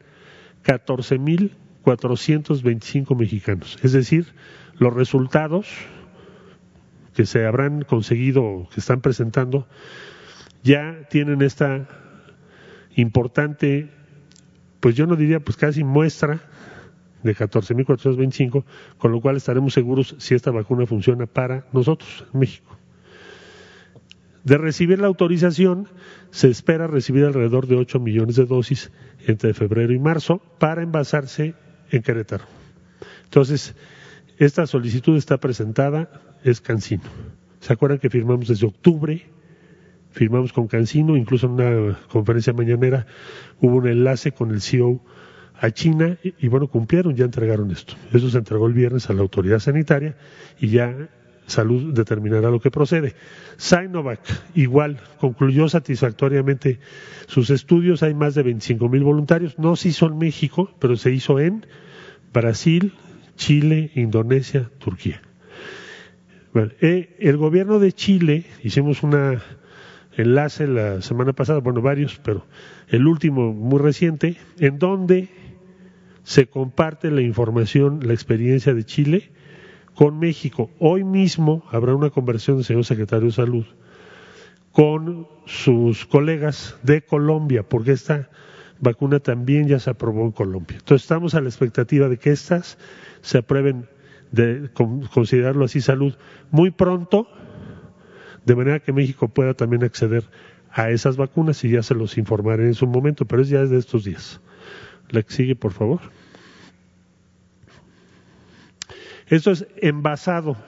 D: 14,425 mexicanos, es decir, los resultados que se habrán conseguido, que están presentando, ya tienen esta importante, pues yo no diría, pues casi muestra de 14,425, con lo cual estaremos seguros si esta vacuna funciona para nosotros en México. De recibir la autorización, se espera recibir alrededor de 8 millones de dosis entre febrero y marzo para envasarse en Querétaro. Entonces, esta solicitud está presentada, es CanSino. ¿Se acuerdan que firmamos desde octubre? Firmamos con CanSino, incluso en una conferencia mañanera hubo un enlace con el CEO a China y bueno, cumplieron, ya entregaron esto. Eso se entregó el viernes a la autoridad sanitaria y ya Salud determinará lo que procede. Sinovac, igual, concluyó satisfactoriamente sus estudios, hay más de 25,000 voluntarios, no se hizo en México, pero se hizo en Brasil, Chile, Indonesia, Turquía. Bueno, el gobierno de Chile, hicimos un enlace la semana pasada, bueno, varios, pero el último muy reciente, en donde se comparte la información, la experiencia de Chile con México. Hoy mismo habrá una conversación del señor secretario de Salud con sus colegas de Colombia, porque esta vacuna también ya se aprobó en Colombia. Entonces estamos a la expectativa de que estas se aprueben, de considerarlo así, Salud, muy pronto, de manera que México pueda también acceder a esas vacunas y ya se los informaré en su momento, pero es ya desde estos días. La que sigue, por favor. Esto es envasado.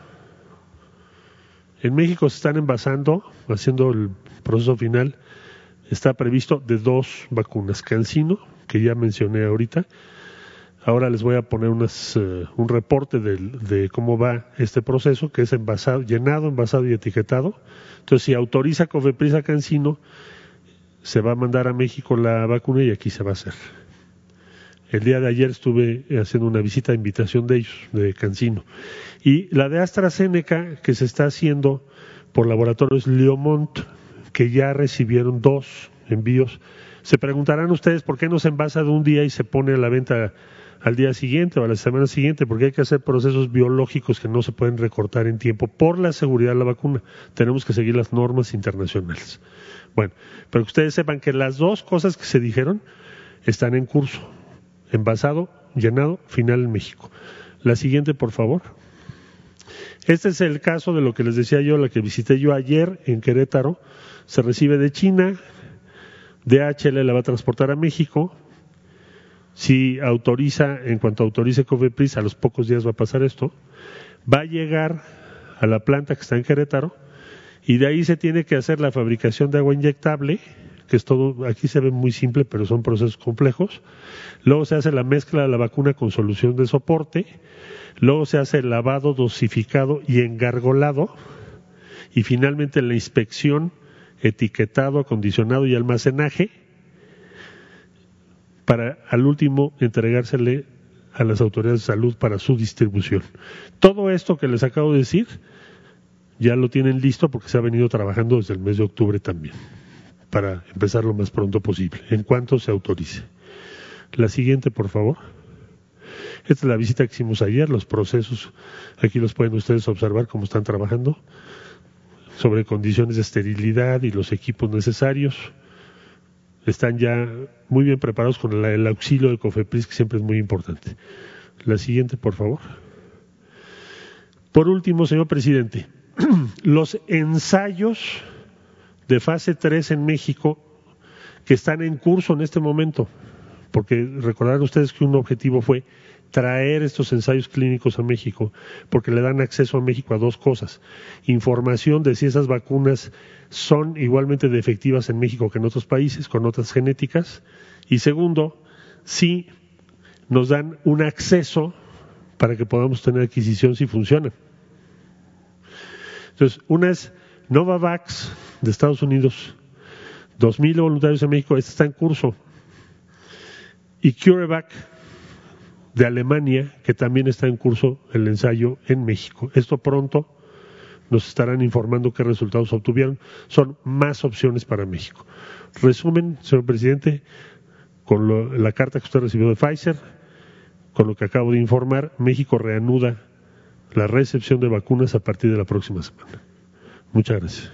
D: En México se están envasando, haciendo el proceso final. Está previsto de 2 vacunas. CanSino, que ya mencioné ahorita. Ahora les voy a poner un reporte de cómo va este proceso, que es envasado, llenado, envasado y etiquetado. Entonces, si autoriza COFEPRIS a CanSino, se va a mandar a México la vacuna y aquí se va a hacer. El día de ayer estuve haciendo una visita a invitación de ellos, de CanSino. Y la de AstraZeneca, que se está haciendo por laboratorios Leomont, que ya recibieron 2 envíos. Se preguntarán ustedes por qué no se envasa de un día y se pone a la venta al día siguiente o a la semana siguiente, porque hay que hacer procesos biológicos que no se pueden recortar en tiempo por la seguridad de la vacuna. Tenemos que seguir las normas internacionales. Bueno, pero que ustedes sepan que las 2 cosas que se dijeron están en curso. Envasado, llenado, final en México. La siguiente, por favor. Este es el caso de lo que les decía yo, la que visité yo ayer en Querétaro. Se recibe de China, DHL la va a transportar a México. Si autoriza, en cuanto autorice COFEPRIS, a los pocos días va a pasar esto, va a llegar a la planta que está en Querétaro y de ahí se tiene que hacer la fabricación de agua inyectable, que es todo, aquí se ve muy simple, pero son procesos complejos. Luego se hace la mezcla de la vacuna con solución de soporte, luego se hace el lavado dosificado y engargolado, y finalmente la inspección, etiquetado, acondicionado y almacenaje, para al último entregársele a las autoridades de salud para su distribución. Todo esto que les acabo de decir ya lo tienen listo porque se ha venido trabajando desde el mes de octubre también, para empezar lo más pronto posible, en cuanto se autorice. La siguiente, por favor. Esta es la visita que hicimos ayer, los procesos, aquí los pueden ustedes observar cómo están trabajando, sobre condiciones de esterilidad y los equipos necesarios. Están ya muy bien preparados con el auxilio de COFEPRIS, que siempre es muy importante. La siguiente, por favor. Por último, señor presidente, los ensayos de fase 3 en México que están en curso en este momento, porque recordarán ustedes que un objetivo fue traer estos ensayos clínicos a México, porque le dan acceso a México a 2 cosas: información de si esas vacunas son igualmente de efectivas en México que en otros países, con otras genéticas, y segundo, si nos dan un acceso para que podamos tener adquisición si funcionan. Entonces, una es Novavax de Estados Unidos, 2,000 voluntarios en México, esta está en curso, y CureVac de Alemania, que también está en curso el ensayo en México. Esto pronto nos estarán informando qué resultados obtuvieron. Son más opciones para México. Resumen, señor presidente, con la carta que usted recibió de Pfizer, con lo que acabo de informar, México reanuda la recepción de vacunas a partir de la próxima semana. Muchas gracias.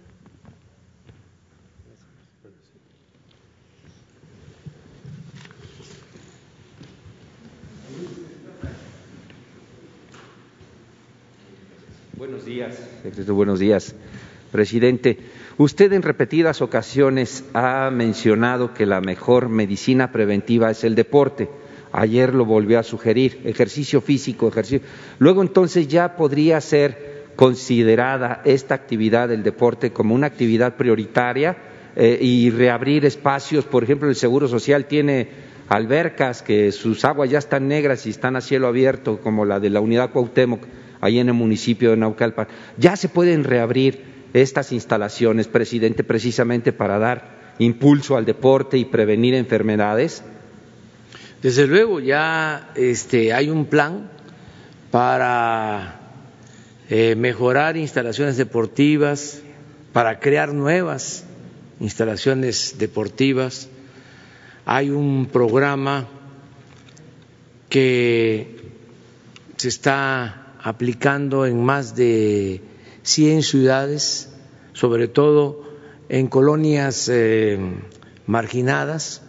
E: Buenos días, secretario. Buenos días, presidente. Usted en repetidas ocasiones ha mencionado que la mejor medicina preventiva es el deporte. Ayer lo volvió a sugerir, ejercicio físico, ejercicio. Luego entonces ya podría ser considerada esta actividad del deporte como una actividad prioritaria y reabrir espacios. Por ejemplo, el Seguro Social tiene albercas que sus aguas ya están negras y están a cielo abierto, como la de la Unidad Cuauhtémoc, ahí en el municipio de Naucalpan. Ya se pueden reabrir estas instalaciones, presidente, precisamente para dar impulso al deporte y prevenir enfermedades.
A: Desde luego, ya hay un plan para mejorar instalaciones deportivas, para crear nuevas instalaciones deportivas. Hay un programa que se está aplicando en más de 100 ciudades, sobre todo en colonias marginadas.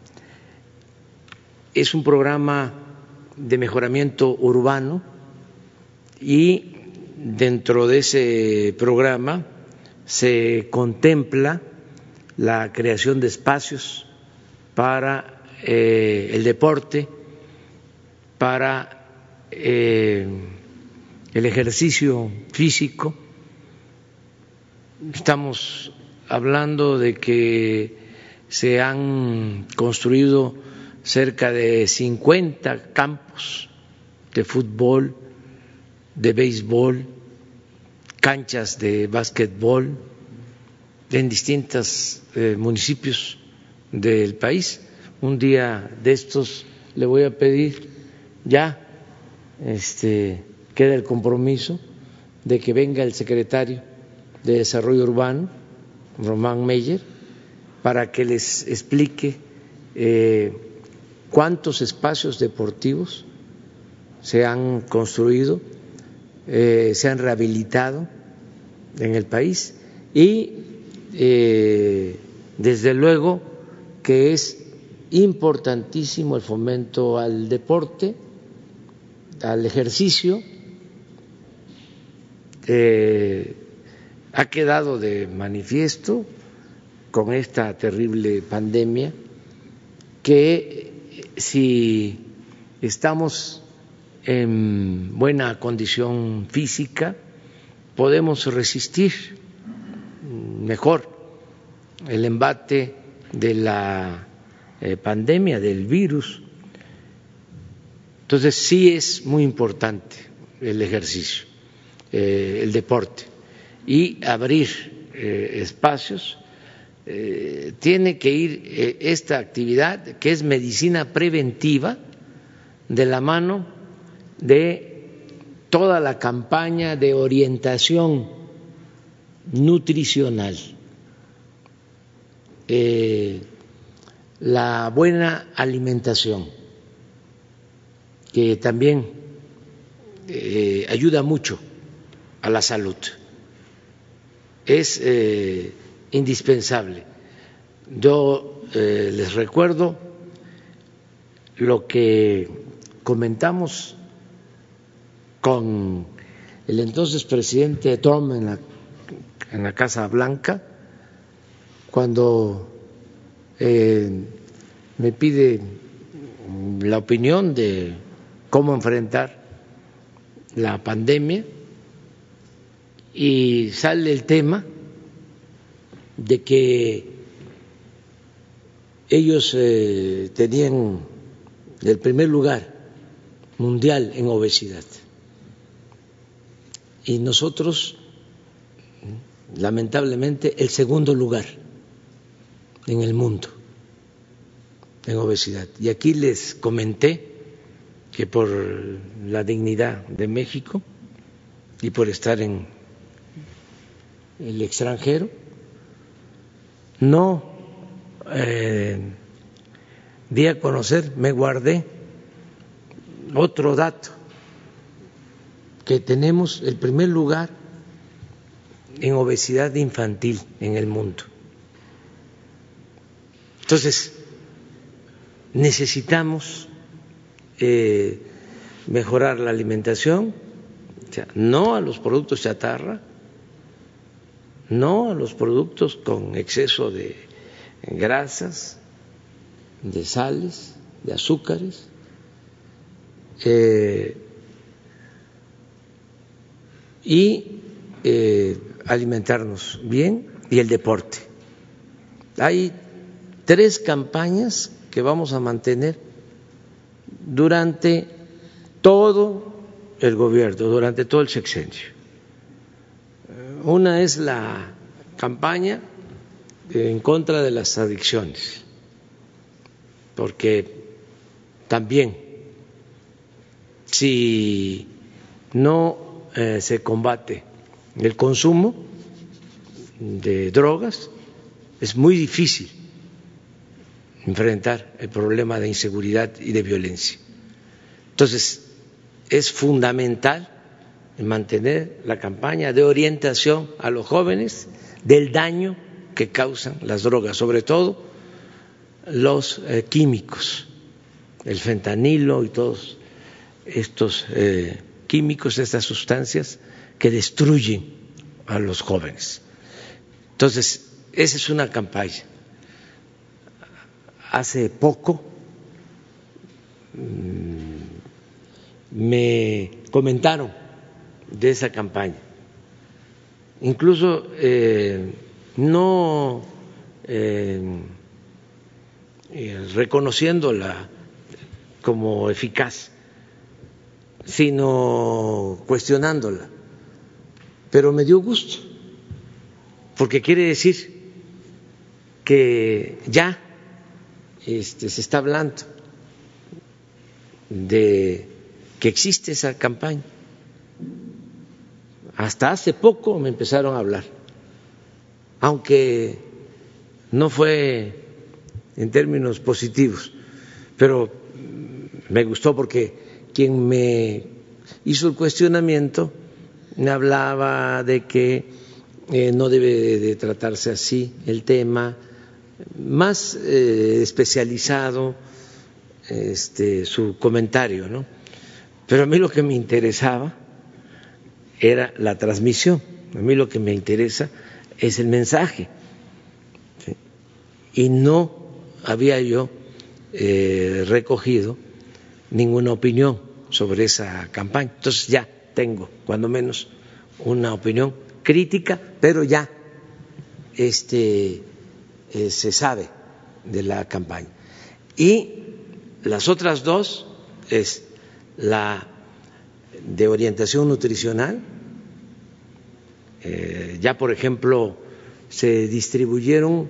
A: Es un programa de mejoramiento urbano y dentro de ese programa se contempla la creación de espacios para el deporte, para el ejercicio físico. Estamos hablando de que se han construido cerca de 50 campos de fútbol, de béisbol, canchas de básquetbol en distintos municipios del país. Un día de estos le voy a pedir, ya queda el compromiso de que venga el secretario de Desarrollo Urbano, Román Meyer, para que les explique cuántos espacios deportivos se han construido, se han rehabilitado en el país y desde luego que es importantísimo el fomento al deporte, al ejercicio. Ha quedado de manifiesto con esta terrible pandemia que si estamos en buena condición física podemos resistir mejor el embate de la pandemia, del virus. Entonces sí es muy importante el ejercicio, el deporte, y abrir espacios. Tiene que ir esta actividad, que es medicina preventiva, de la mano de toda la campaña de orientación nutricional, la buena alimentación, que también ayuda mucho a la salud. Es indispensable. Yo les recuerdo lo que comentamos con el entonces presidente Trump en la Casa Blanca, cuando me pide la opinión de cómo enfrentar la pandemia, y sale el tema de que ellos tenían el primer lugar mundial en obesidad y nosotros lamentablemente el segundo lugar en el mundo en obesidad. Y aquí les comenté que por la dignidad de México y por estar en el extranjero no di a conocer, me guardé otro dato, que tenemos el primer lugar en obesidad infantil en el mundo. Entonces, necesitamos mejorar la alimentación, o sea, no a los productos chatarra, no a los productos con exceso de grasas, de sales, de azúcares, y alimentarnos bien, y el deporte. Hay 3 campañas que vamos a mantener durante todo el gobierno, durante todo el sexenio. Una es la campaña en contra de las adicciones, porque también si no se combate el consumo de drogas, es muy difícil enfrentar el problema de inseguridad y de violencia. Entonces, es fundamental mantener la campaña de orientación a los jóvenes del daño que causan las drogas, sobre todo los químicos, el fentanilo y todos estos químicos, estas sustancias que destruyen a los jóvenes. Entonces, esa es una campaña. Hace poco me comentaron de esa campaña, incluso no reconociéndola como eficaz, sino cuestionándola. Pero me dio gusto, porque quiere decir que ya se está hablando de que existe esa campaña. Hasta hace poco me empezaron a hablar, aunque no fue en términos positivos, pero me gustó porque quien me hizo el cuestionamiento me hablaba de que no debe de tratarse así el tema, más especializado su comentario, ¿no? Pero a mí lo que me interesaba era la transmisión, a mí lo que me interesa es el mensaje, ¿sí? Y no había yo recogido ninguna opinión sobre esa campaña. Entonces ya tengo cuando menos una opinión crítica, pero ya se sabe de la campaña. Y las otras dos es la de orientación nutricional. Ya, por ejemplo, se distribuyeron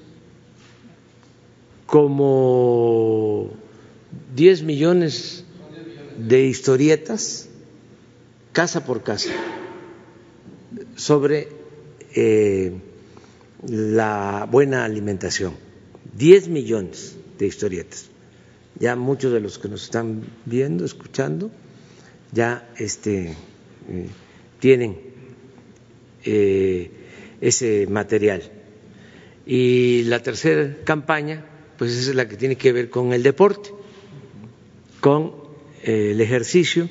A: como 10 millones de historietas, casa por casa, sobre la buena alimentación. 10 millones de historietas. Ya muchos de los que nos están viendo, escuchando, ya tienen ese material. Y la tercera campaña, pues esa es la que tiene que ver con el deporte, con el ejercicio,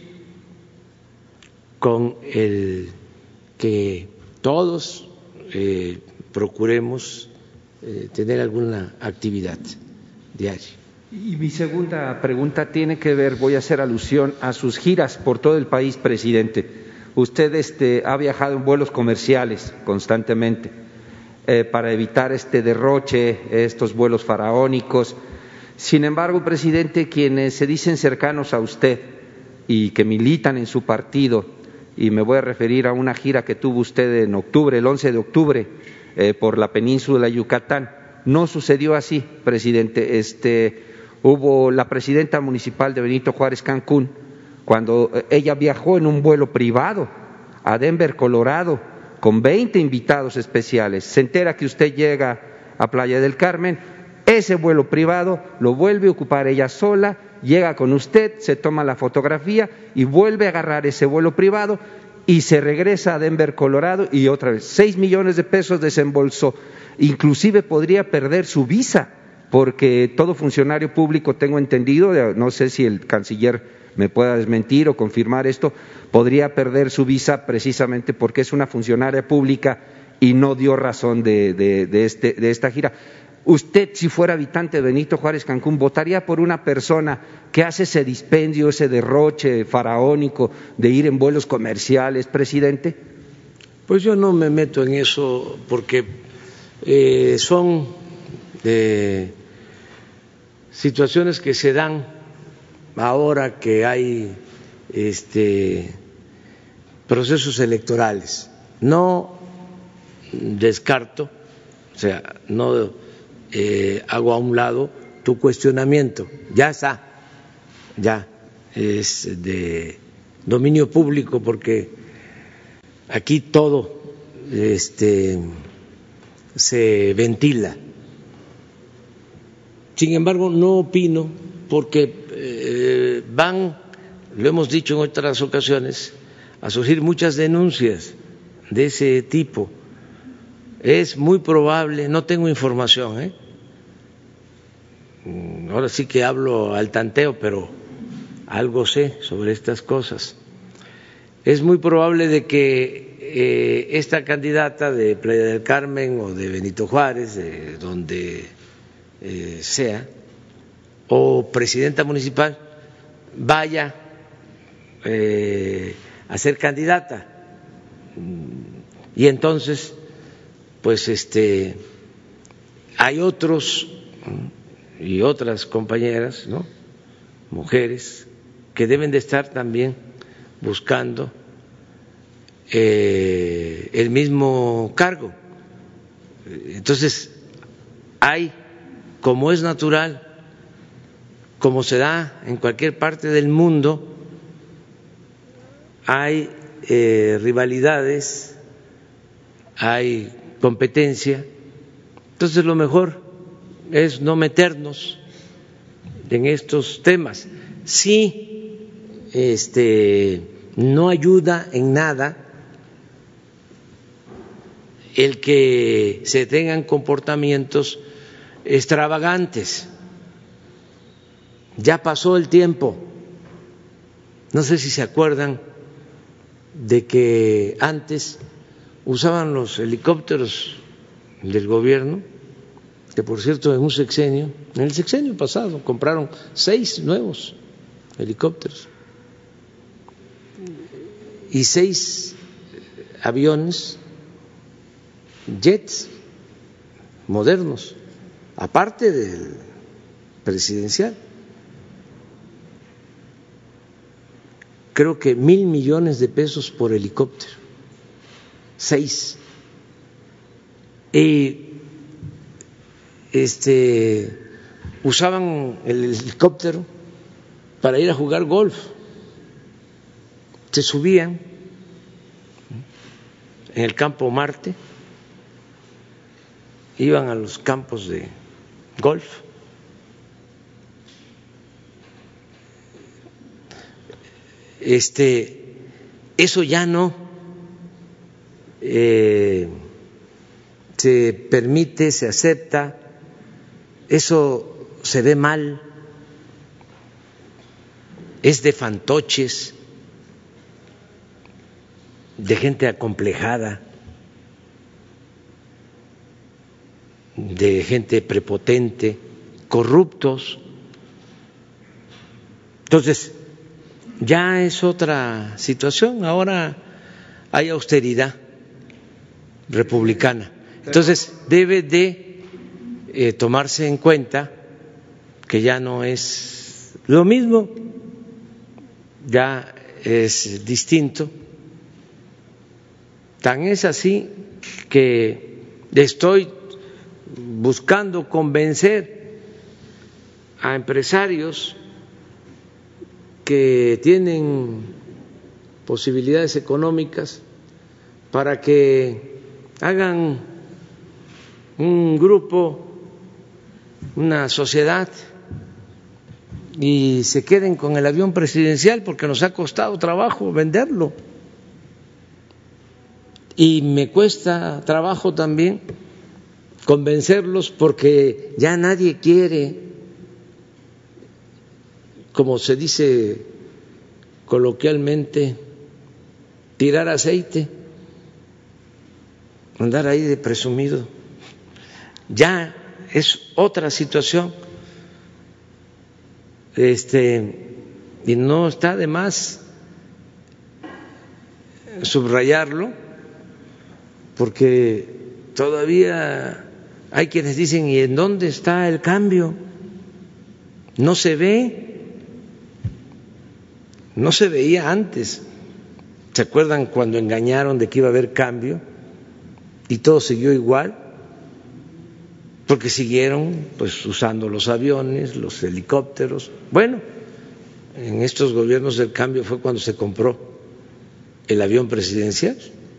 A: con el que todos procuremos tener alguna actividad diaria.
E: Y mi segunda pregunta tiene que ver, voy a hacer alusión a sus giras por todo el país, presidente. Usted ha viajado en vuelos comerciales constantemente para evitar este derroche, estos vuelos faraónicos. Sin embargo, presidente, quienes se dicen cercanos a usted y que militan en su partido, y me voy a referir a una gira que tuvo usted en octubre, el 11 de octubre, por la península de Yucatán, no sucedió así, presidente. Hubo la presidenta municipal de Benito Juárez, Cancún, cuando ella viajó en un vuelo privado a Denver, Colorado, con 20 invitados especiales. Se entera que usted llega a Playa del Carmen, ese vuelo privado lo vuelve a ocupar ella sola, llega con usted, se toma la fotografía y vuelve a agarrar ese vuelo privado y se regresa a Denver, Colorado, y otra vez 6 millones de pesos desembolsó. Inclusive podría perder su visa, porque todo funcionario público, tengo entendido, no sé si el canciller me pueda desmentir o confirmar esto, podría perder su visa precisamente porque es una funcionaria pública y no dio razón de esta gira. Usted, si fuera habitante de Benito Juárez, Cancún, ¿votaría por una persona que hace ese dispendio, ese derroche faraónico de ir en vuelos comerciales, presidente?
A: Pues yo no me meto en eso porque son situaciones que se dan ahora que hay procesos electorales. No descarto, o sea, no hago a un lado tu cuestionamiento, ya está, ya es de dominio público porque aquí todo se ventila. Sin embargo, no opino porque van, lo hemos dicho en otras ocasiones, a surgir muchas denuncias de ese tipo. Es muy probable, no tengo información, ahora sí que hablo al tanteo, pero algo sé sobre estas cosas. Es muy probable de que esta candidata de Playa del Carmen o de Benito Juárez, de donde sea, o presidenta municipal, vaya a ser candidata. Y entonces, pues hay otros y otras compañeras, ¿no?, mujeres, que deben de estar también buscando el mismo cargo. Entonces, hay, como es natural, como se da en cualquier parte del mundo, hay rivalidades, hay competencia. Entonces, lo mejor es no meternos en estos temas. Sí, no ayuda en nada el que se tengan comportamientos extravagantes. Ya pasó el tiempo. No sé si se acuerdan de que antes usaban los helicópteros del gobierno, que por cierto en el sexenio pasado compraron 6 nuevos helicópteros y 6 aviones, jets modernos, aparte del presidencial. Creo que 1,000 millones de pesos por helicóptero, 6. Y usaban el helicóptero para ir a jugar golf. Se subían en el campo Marte, iban a los campos de golf. Eso ya no se permite, se acepta, eso se ve mal, es de fantoches, de gente acomplejada, de gente prepotente, corruptos. Entonces, ya es otra situación, ahora hay austeridad republicana. Entonces, debe de tomarse en cuenta que ya no es lo mismo, ya es distinto. Tan es así que estoy buscando convencer a empresarios que tienen posibilidades económicas para que hagan un grupo, una sociedad y se queden con el avión presidencial, porque nos ha costado trabajo venderlo y me cuesta trabajo también convencerlos, porque ya nadie quiere, como se dice coloquialmente, tirar aceite, andar ahí de presumido. Ya es otra situación, y no está de más subrayarlo, porque todavía hay quienes dicen: ¿y en dónde está el cambio? No se ve, no se veía antes. ¿Se acuerdan cuando engañaron de que iba a haber cambio y todo siguió igual? Porque siguieron pues usando los aviones, los helicópteros. Bueno, en estos gobiernos del cambio fue cuando se compró el avión presidencial,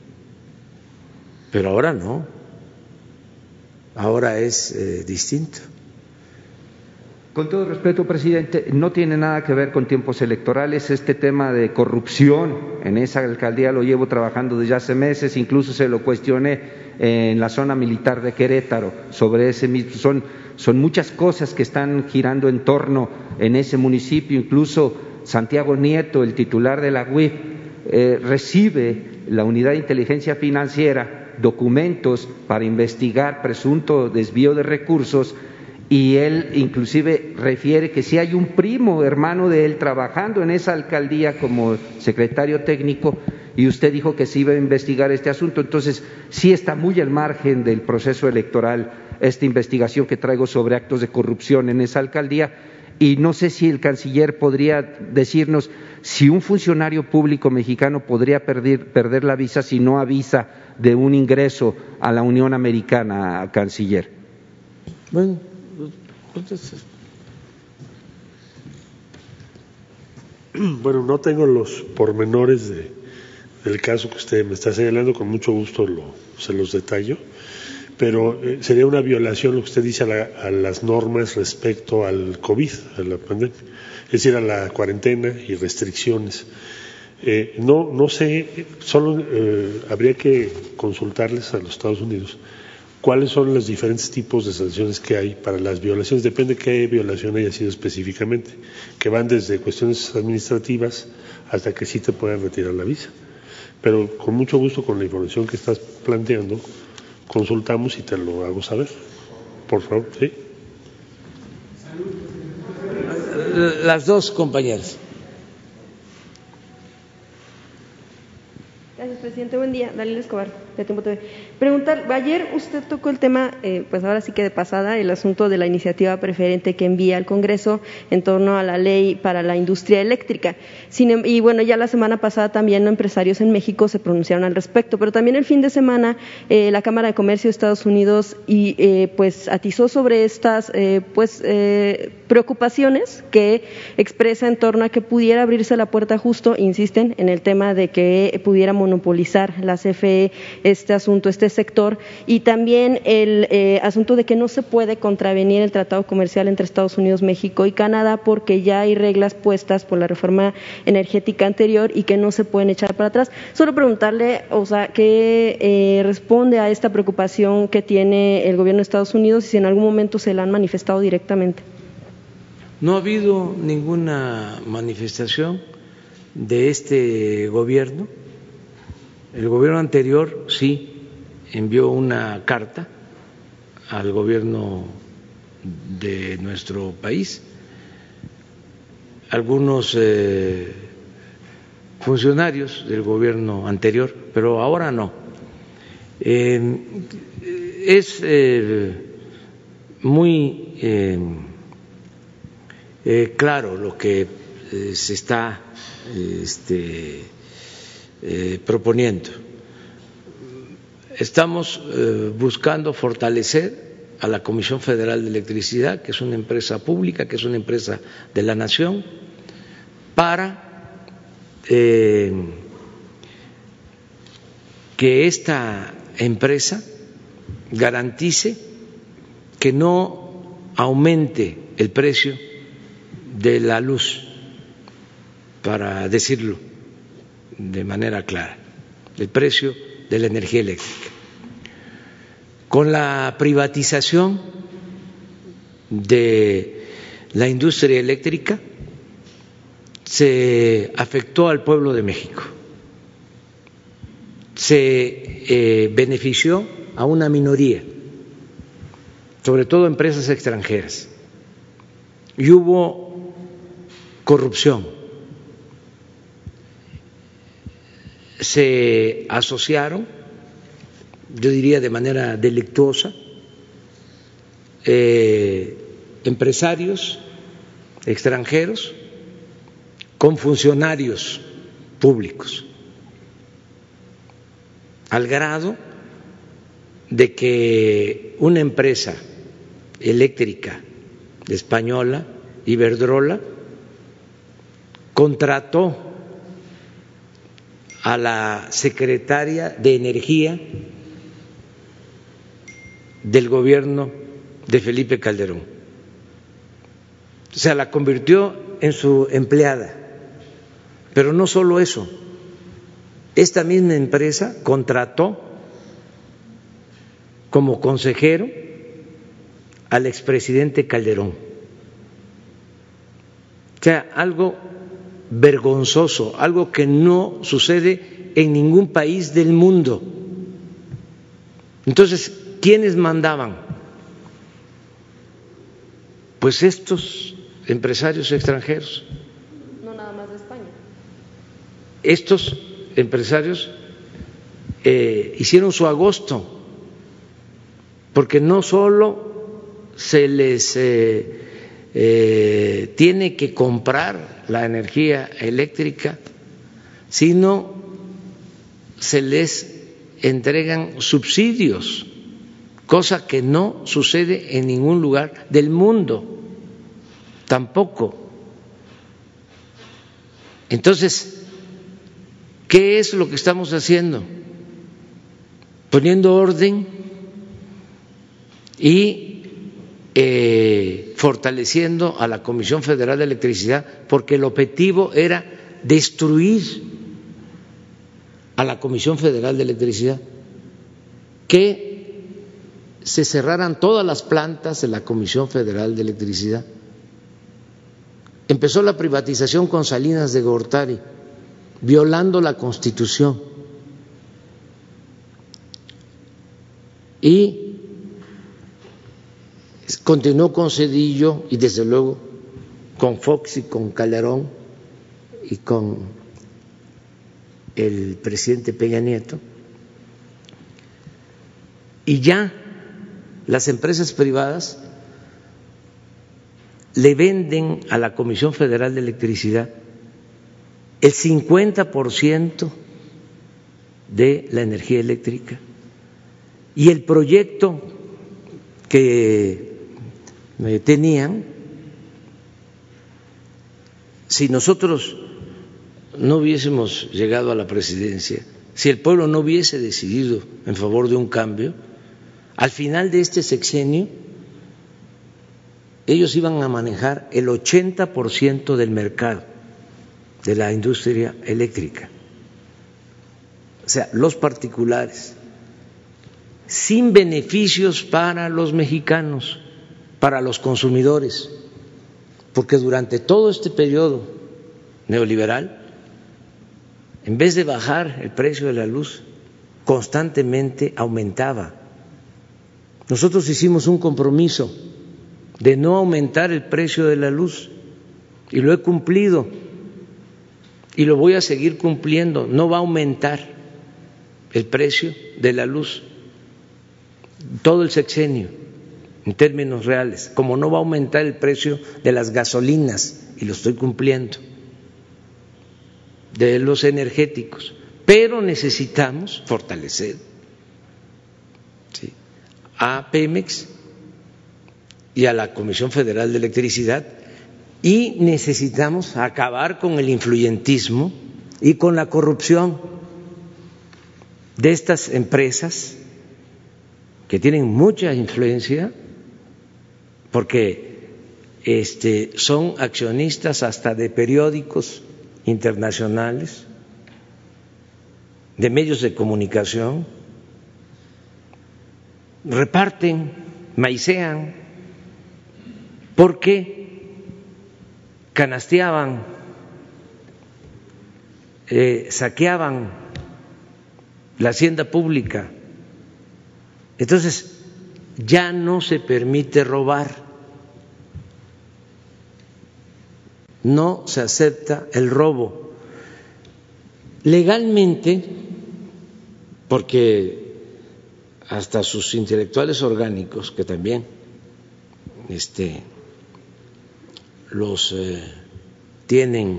A: pero ahora no, ahora es distinto.
E: Con todo respeto, presidente, no tiene nada que ver con tiempos electorales. Este tema de corrupción en esa alcaldía lo llevo trabajando desde hace meses, incluso se lo cuestioné en la zona militar de Querétaro sobre ese mismo. Son muchas cosas que están girando en torno en ese municipio. Incluso Santiago Nieto, el titular de la UIF, recibe la Unidad de Inteligencia Financiera documentos para investigar presunto desvío de recursos, y él inclusive refiere que si hay un primo hermano de él trabajando en esa alcaldía como secretario técnico, y usted dijo que se iba a investigar este asunto. Entonces, sí está muy al margen del proceso electoral esta investigación que traigo sobre actos de corrupción en esa alcaldía, y no sé si el canciller podría decirnos si un funcionario público mexicano podría perder la visa si no avisa de un ingreso a la Unión Americana, canciller.
A: Bueno, entonces...
D: Bueno, no tengo los pormenores del caso que usted me está señalando, con mucho gusto se los detallo, pero sería una violación lo que usted dice a las normas respecto al COVID, a la pandemia, es decir, a la cuarentena y restricciones. No sé, solo habría que consultarles a los Estados Unidos cuáles son los diferentes tipos de sanciones que hay para las violaciones. Depende de qué violación haya sido específicamente, que van desde cuestiones administrativas hasta que sí te puedan retirar la visa. Pero con mucho gusto, con la información que estás planteando, consultamos y te lo hago saber. Por favor, ¿sí?
A: Las dos compañeras.
F: Gracias, presidente. Buen día. Dalila Escobar, de Tiempo TV. Preguntar, ayer usted tocó el tema, pues ahora sí que de pasada, el asunto de la iniciativa preferente que envía al Congreso en torno a la ley para la industria eléctrica. Y bueno, ya la semana pasada también empresarios en México se pronunciaron al respecto, pero también el fin de semana la Cámara de Comercio de Estados Unidos pues atizó sobre estas preocupaciones que expresa en torno a que pudiera abrirse la puerta, justo insisten en el tema de que pudiera monopolizar la CFE este asunto, este sector, y también el asunto de que no se puede contravenir el tratado comercial entre Estados Unidos, México y Canadá porque ya hay reglas puestas por la reforma energética anterior y que no se pueden echar para atrás. Solo preguntarle, o sea, ¿qué responde a esta preocupación que tiene el gobierno de Estados Unidos y si en algún momento se la han manifestado directamente?
A: No ha habido ninguna manifestación de este gobierno. El gobierno anterior sí envió una carta al gobierno de nuestro país. Algunos funcionarios del gobierno anterior, pero ahora no. Es muy claro lo que se está proponiendo. Estamos buscando fortalecer a la Comisión Federal de Electricidad, que es una empresa pública, que es una empresa de la nación, para que esta empresa garantice que no aumente el precio de la luz, para decirlo de manera clara, el precio de la energía eléctrica. Con la privatización de la industria eléctrica se afectó al pueblo de México, se benefició a una minoría, sobre todo empresas extranjeras, y hubo corrupción. Se asociaron, yo diría de manera delictuosa, empresarios extranjeros con funcionarios públicos, al grado de que una empresa eléctrica española, Iberdrola, contrató a la secretaria de Energía del gobierno de Felipe Calderón. O sea, la convirtió en su empleada. Pero no solo eso, esta misma empresa contrató como consejero al expresidente Calderón. O sea, algo vergonzoso, algo que no sucede en ningún país del mundo. Entonces, ¿quiénes mandaban? pues estos empresarios extranjeros.
F: No nada más de España.
A: Estos empresarios hicieron su agosto, porque no solo se les tiene que comprar la energía eléctrica, sino se les entregan subsidios, cosa que no sucede en ningún lugar del mundo, tampoco. Entonces, ¿qué es lo que estamos haciendo? Poniendo orden y fortaleciendo a la Comisión Federal de Electricidad, porque el objetivo era destruir a la Comisión Federal de Electricidad, que se cerraran todas las plantas de la Comisión Federal de Electricidad. Empezó la privatización con Salinas de Gortari, violando la Constitución, y continuó con Zedillo y desde luego con Fox y con Calderón y con el presidente Peña Nieto, y ya las empresas privadas le venden a la Comisión Federal de Electricidad el 50% de la energía eléctrica, y el proyecto que tenían, si nosotros no hubiésemos llegado a la presidencia, si el pueblo no hubiese decidido en favor de un cambio, al final de este sexenio ellos iban a manejar el 80% del mercado de la industria eléctrica, o sea, los particulares, sin beneficios para los mexicanos, para los consumidores, porque durante todo este periodo neoliberal, en vez de bajar el precio de la luz, constantemente aumentaba. Nosotros hicimos un compromiso de no aumentar el precio de la luz y lo he cumplido y lo voy a seguir cumpliendo. No va a aumentar el precio de la luz todo el sexenio en términos reales, como no va a aumentar el precio de las gasolinas, y lo estoy cumpliendo, de los energéticos, pero necesitamos fortalecer a Pemex y a la Comisión Federal de Electricidad, y necesitamos acabar con el influyentismo y con la corrupción de estas empresas que tienen mucha influencia, porque son accionistas hasta de periódicos internacionales, de medios de comunicación, reparten, maicean, porque canasteaban, saqueaban la hacienda pública. Entonces, ya no se permite robar, no se acepta el robo. Legalmente, porque hasta sus intelectuales orgánicos, que también los tienen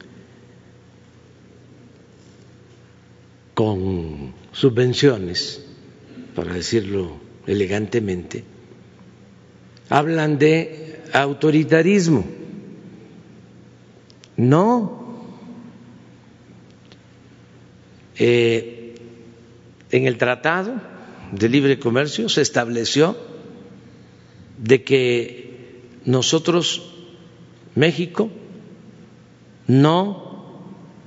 A: con subvenciones, para decirlo elegantemente, hablan de autoritarismo. No, en el Tratado de Libre Comercio se estableció de que nosotros, México, no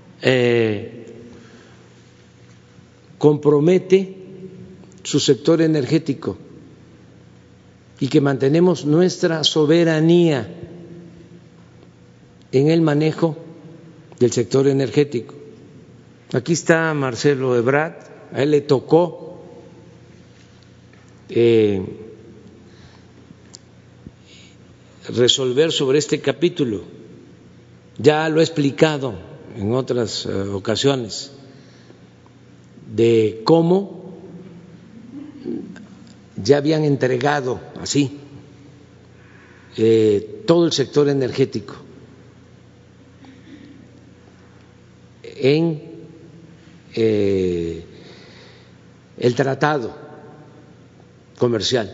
A: compromete su sector energético y que mantenemos nuestra soberanía en el manejo del sector energético. Aquí está Marcelo Ebrard, a él le tocó resolver sobre este capítulo. Ya lo he explicado en otras ocasiones de cómo ya habían entregado así todo el sector energético en el tratado comercial.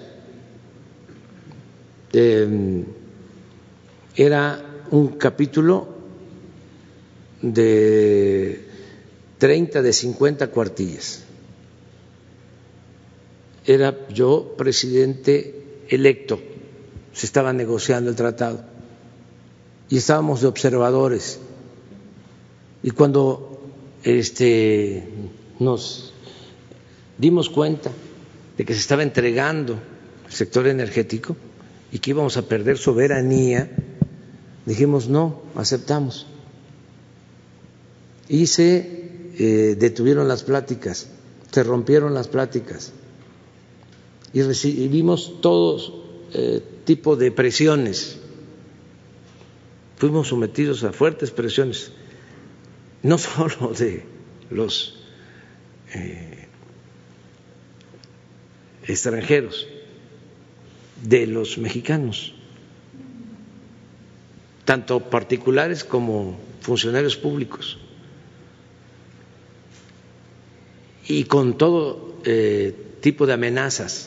A: Era un capítulo de 30, de 50 cuartillas. Era yo presidente electo, se estaba negociando el tratado y estábamos de observadores. Y cuando nos dimos cuenta de que se estaba entregando el sector energético y que íbamos a perder soberanía, dijimos no, aceptamos. Y se detuvieron las pláticas, se rompieron las pláticas y recibimos todo tipo de presiones. Fuimos sometidos a fuertes presiones, no solo de los extranjeros, de los mexicanos, tanto particulares como funcionarios públicos, y con todo tipo de amenazas.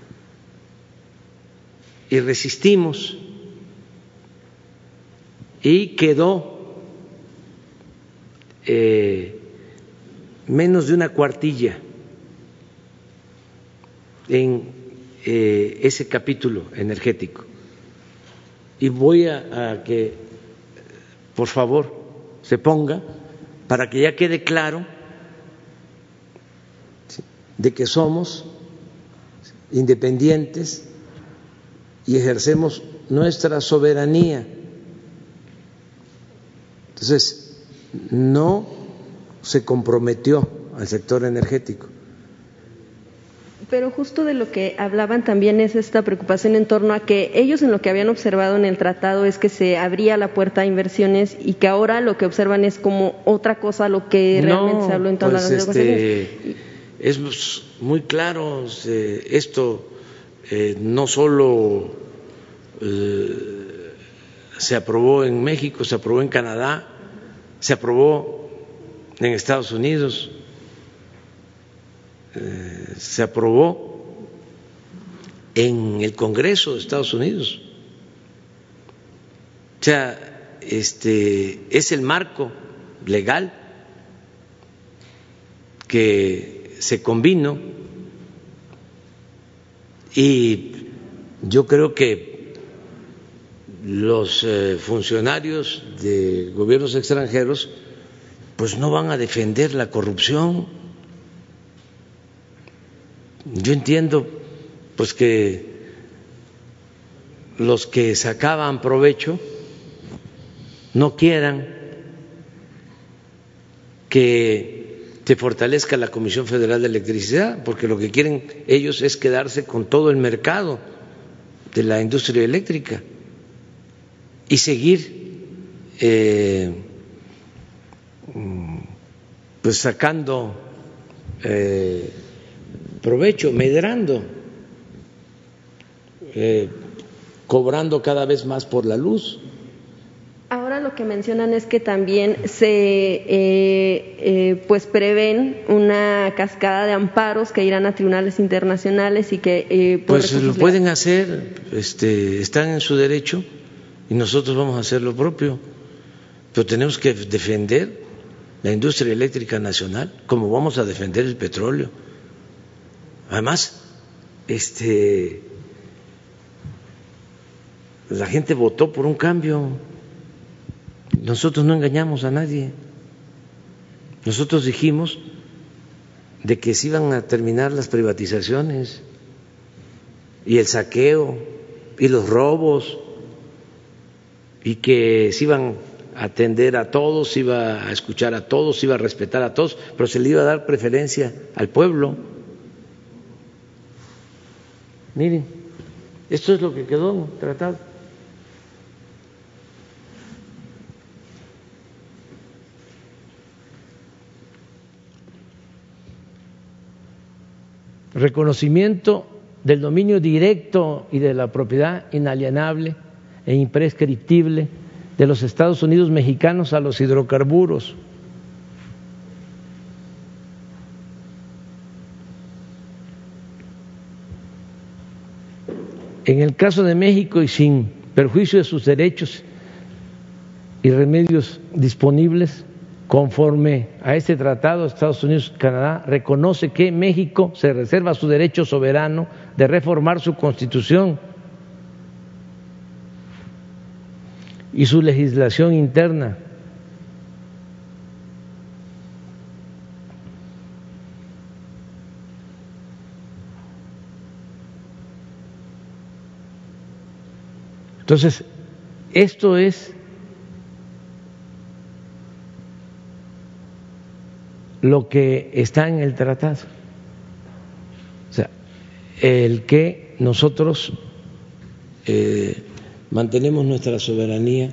A: Y resistimos y quedó menos de una cuartilla en ese capítulo energético. Y voy a que, por favor, se ponga para que ya quede claro de que somos independientes y ejercemos nuestra soberanía. Entonces, no se comprometió al sector energético.
F: Pero justo de lo que hablaban también es esta preocupación en torno a que ellos en lo que habían observado en el tratado es que se abría la puerta a inversiones y que ahora lo que observan es como otra cosa a lo que realmente se habló en todas las negociaciones.
A: Es muy claro, esto no solo se aprobó en México, se aprobó en Canadá, se aprobó en Estados Unidos, se aprobó en el Congreso de Estados Unidos. O sea, es el marco legal que se convino y yo creo que los funcionarios de gobiernos extranjeros pues no van a defender la corrupción. Yo entiendo pues que los que sacaban provecho no quieran que se fortalezca la Comisión Federal de Electricidad, porque lo que quieren ellos es quedarse con todo el mercado de la industria eléctrica y seguir pues sacando provecho, medrando, cobrando cada vez más por la luz.
F: Ahora lo que mencionan es que también se pues prevén una cascada de amparos que irán a tribunales internacionales y que
A: pues lo pueden hacer, están en su derecho y nosotros vamos a hacer lo propio, pero tenemos que defender la industria eléctrica nacional como vamos a defender el petróleo. Además, la gente votó por un cambio. Nosotros no engañamos a nadie. Nosotros dijimos de que se iban a terminar las privatizaciones y el saqueo y los robos y que se iban a atender a todos, se iba a escuchar a todos, se iba a respetar a todos, pero se le iba a dar preferencia al pueblo. Miren, esto es lo que quedó tratado. reconocimiento del dominio directo y de la propiedad inalienable e imprescriptible de los Estados Unidos mexicanos a los hidrocarburos. En el caso de México y sin perjuicio de sus derechos y remedios disponibles, conforme a este tratado, Estados Unidos y Canadá reconoce que México se reserva su derecho soberano de reformar su Constitución y su legislación interna. Entonces, esto es lo que está en el tratado. O sea, el que nosotros mantenemos nuestra soberanía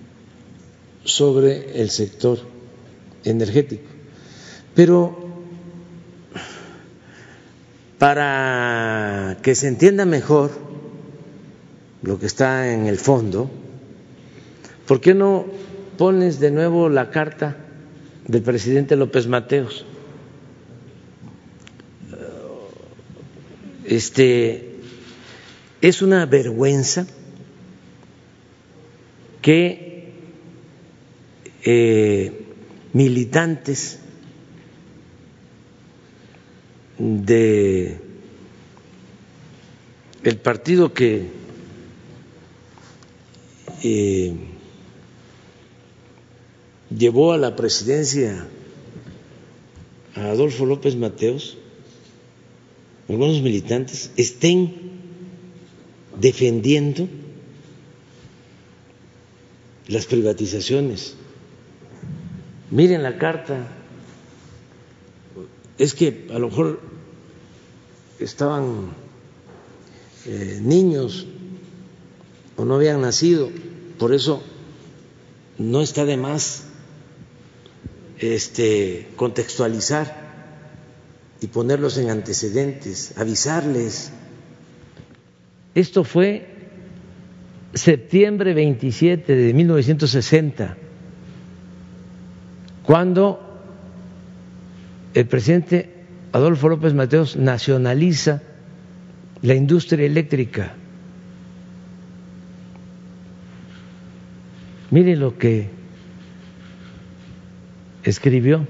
A: sobre el sector energético. Pero para que se entienda mejor lo que está en el fondo, ¿por qué no pones de nuevo la carta del presidente López Mateos? Es una vergüenza que militantes de el partido que llevó a la presidencia a Adolfo López Mateos, algunos militantes estén defendiendo las privatizaciones. Miren la carta, es que a lo mejor estaban niños o no habían nacido, por eso no está de más contextualizar y ponerlos en antecedentes, avisarles. Esto fue septiembre 27 de 1960, cuando el presidente Adolfo López Mateos nacionaliza la industria eléctrica. Mire lo que escribió.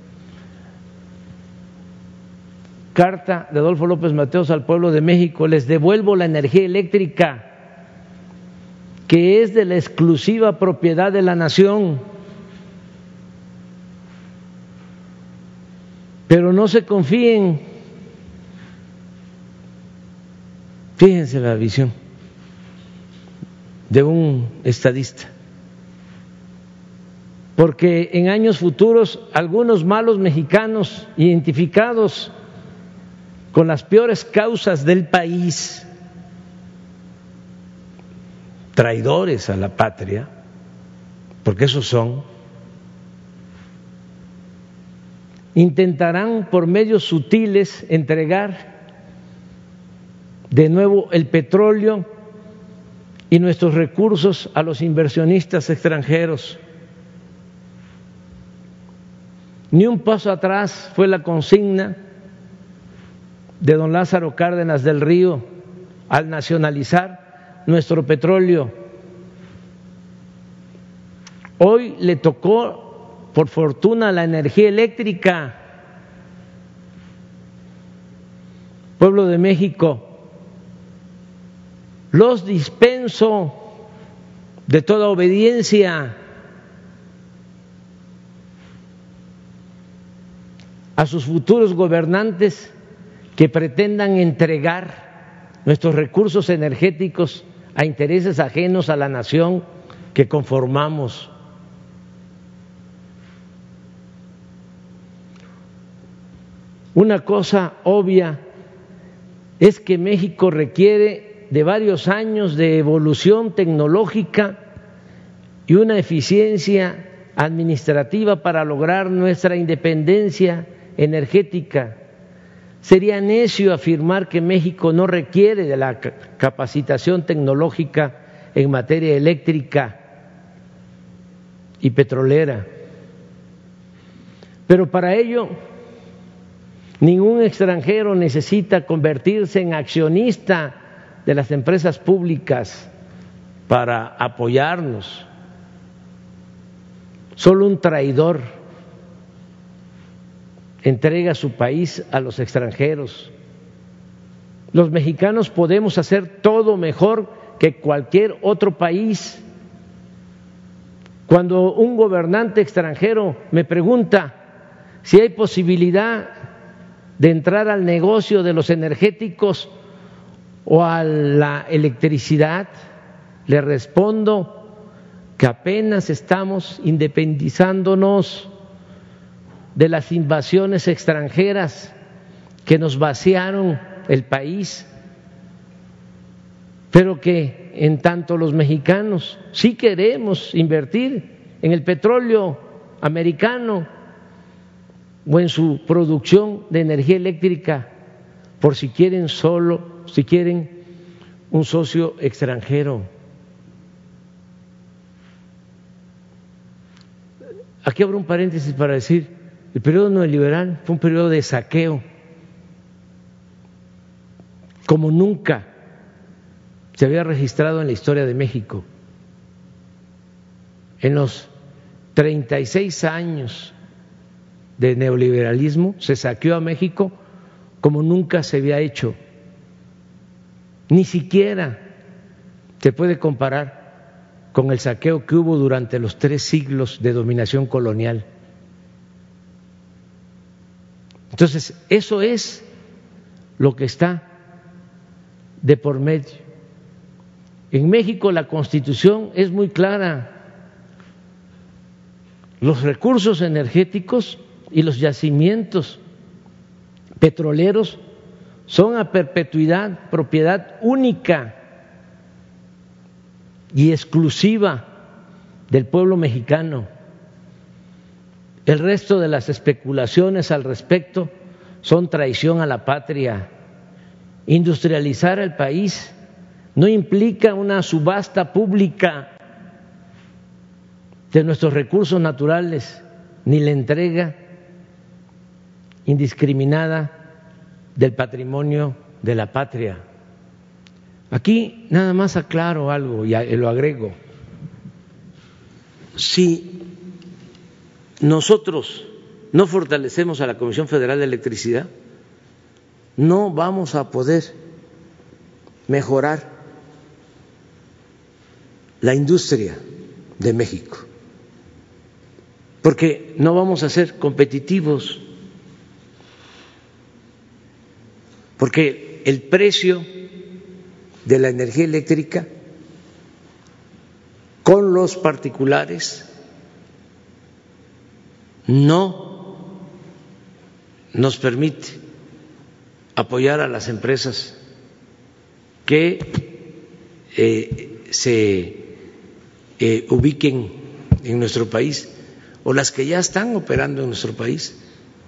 A: Carta de Adolfo López Mateos al pueblo de México: les devuelvo la energía eléctrica, que es de la exclusiva propiedad de la nación. Pero no se confíen. Fíjense la visión de un estadista. Porque en años futuros algunos malos mexicanos identificados con las peores causas del país, traidores a la patria, porque esos son, intentarán por medios sutiles entregar de nuevo el petróleo y nuestros recursos a los inversionistas extranjeros. Ni un paso atrás fue la consigna de don Lázaro Cárdenas del Río al nacionalizar nuestro petróleo. Hoy le tocó, por fortuna, la energía eléctrica. Pueblo de México, los dispenso de toda obediencia a sus futuros gobernantes que pretendan entregar nuestros recursos energéticos a intereses ajenos a la nación que conformamos. Una cosa obvia es que México requiere de varios años de evolución tecnológica y una eficiencia administrativa para lograr nuestra independencia energética. Sería necio afirmar que México no requiere de la capacitación tecnológica en materia eléctrica y petrolera. Pero para ello, ningún extranjero necesita convertirse en accionista de las empresas públicas para apoyarnos. Solo un traidor entrega su país a los extranjeros. Los mexicanos podemos hacer todo mejor que cualquier otro país. Cuando un gobernante extranjero me pregunta si hay posibilidad de entrar al negocio de los energéticos o a la electricidad, le respondo que apenas estamos independizándonos de las invasiones extranjeras que nos vaciaron el país, pero que en tanto los mexicanos sí queremos invertir en el petróleo americano o en su producción de energía eléctrica, por si quieren un socio extranjero. Aquí abro un paréntesis para decir, el periodo neoliberal fue un periodo de saqueo, como nunca se había registrado en la historia de México. En los 36 años de neoliberalismo se saqueó a México como nunca se había hecho. Ni siquiera se puede comparar con el saqueo que hubo durante los 3 siglos de dominación colonial. Entonces, eso es lo que está de por medio. En México la Constitución es muy clara. Los recursos energéticos y los yacimientos petroleros son a perpetuidad propiedad única y exclusiva del pueblo mexicano. El resto de las especulaciones al respecto son traición a la patria. Industrializar el país no implica una subasta pública de nuestros recursos naturales, ni la entrega indiscriminada del patrimonio de la patria. Aquí nada más aclaro algo y lo agrego. Si nosotros no fortalecemos a la Comisión Federal de Electricidad, no vamos a poder mejorar la industria de México, porque no vamos a ser competitivos, porque el precio de la energía eléctrica con los particulares no nos permite apoyar a las empresas que se ubiquen en nuestro país o las que ya están operando en nuestro país.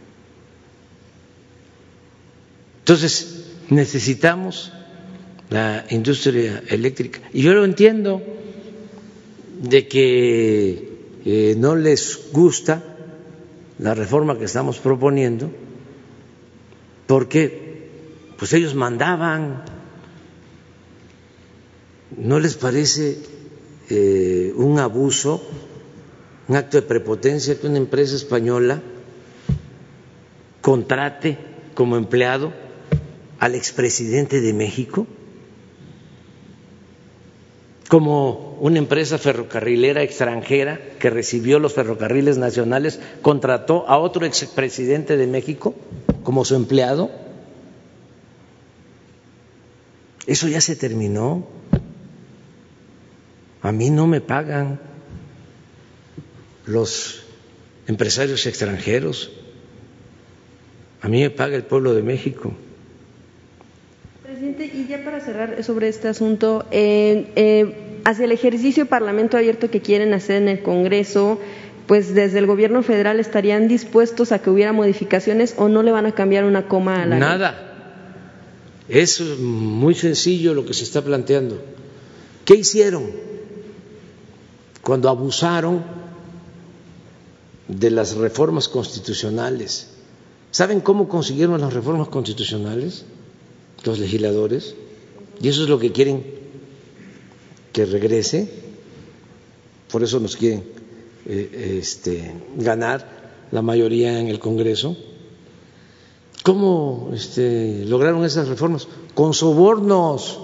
A: Entonces, necesitamos la industria eléctrica. Y yo lo entiendo de que no les gusta la reforma que estamos proponiendo, porque pues ellos mandaban. ¿No les parece un abuso, un acto de prepotencia que una empresa española contrate como empleado al expresidente de México? Como una empresa ferrocarrilera extranjera que recibió los ferrocarriles nacionales contrató a otro expresidente de México como su empleado. Eso ya se terminó. A mí no me pagan los empresarios extranjeros, a mí me paga el pueblo de México.
F: Presidente, y ya para cerrar sobre este asunto, hacia el ejercicio de Parlamento abierto que quieren hacer en el Congreso, pues desde el gobierno federal estarían dispuestos a que hubiera modificaciones o no le van a cambiar una coma a la ley.
A: Nada. Es muy sencillo lo que se está planteando. ¿Qué hicieron cuando abusaron de las reformas constitucionales? ¿Saben cómo consiguieron las reformas constitucionales los legisladores? Y eso es lo que quieren que regrese. Por eso nos quieren ganar la mayoría en el Congreso. ¿Cómo lograron esas reformas? Con sobornos.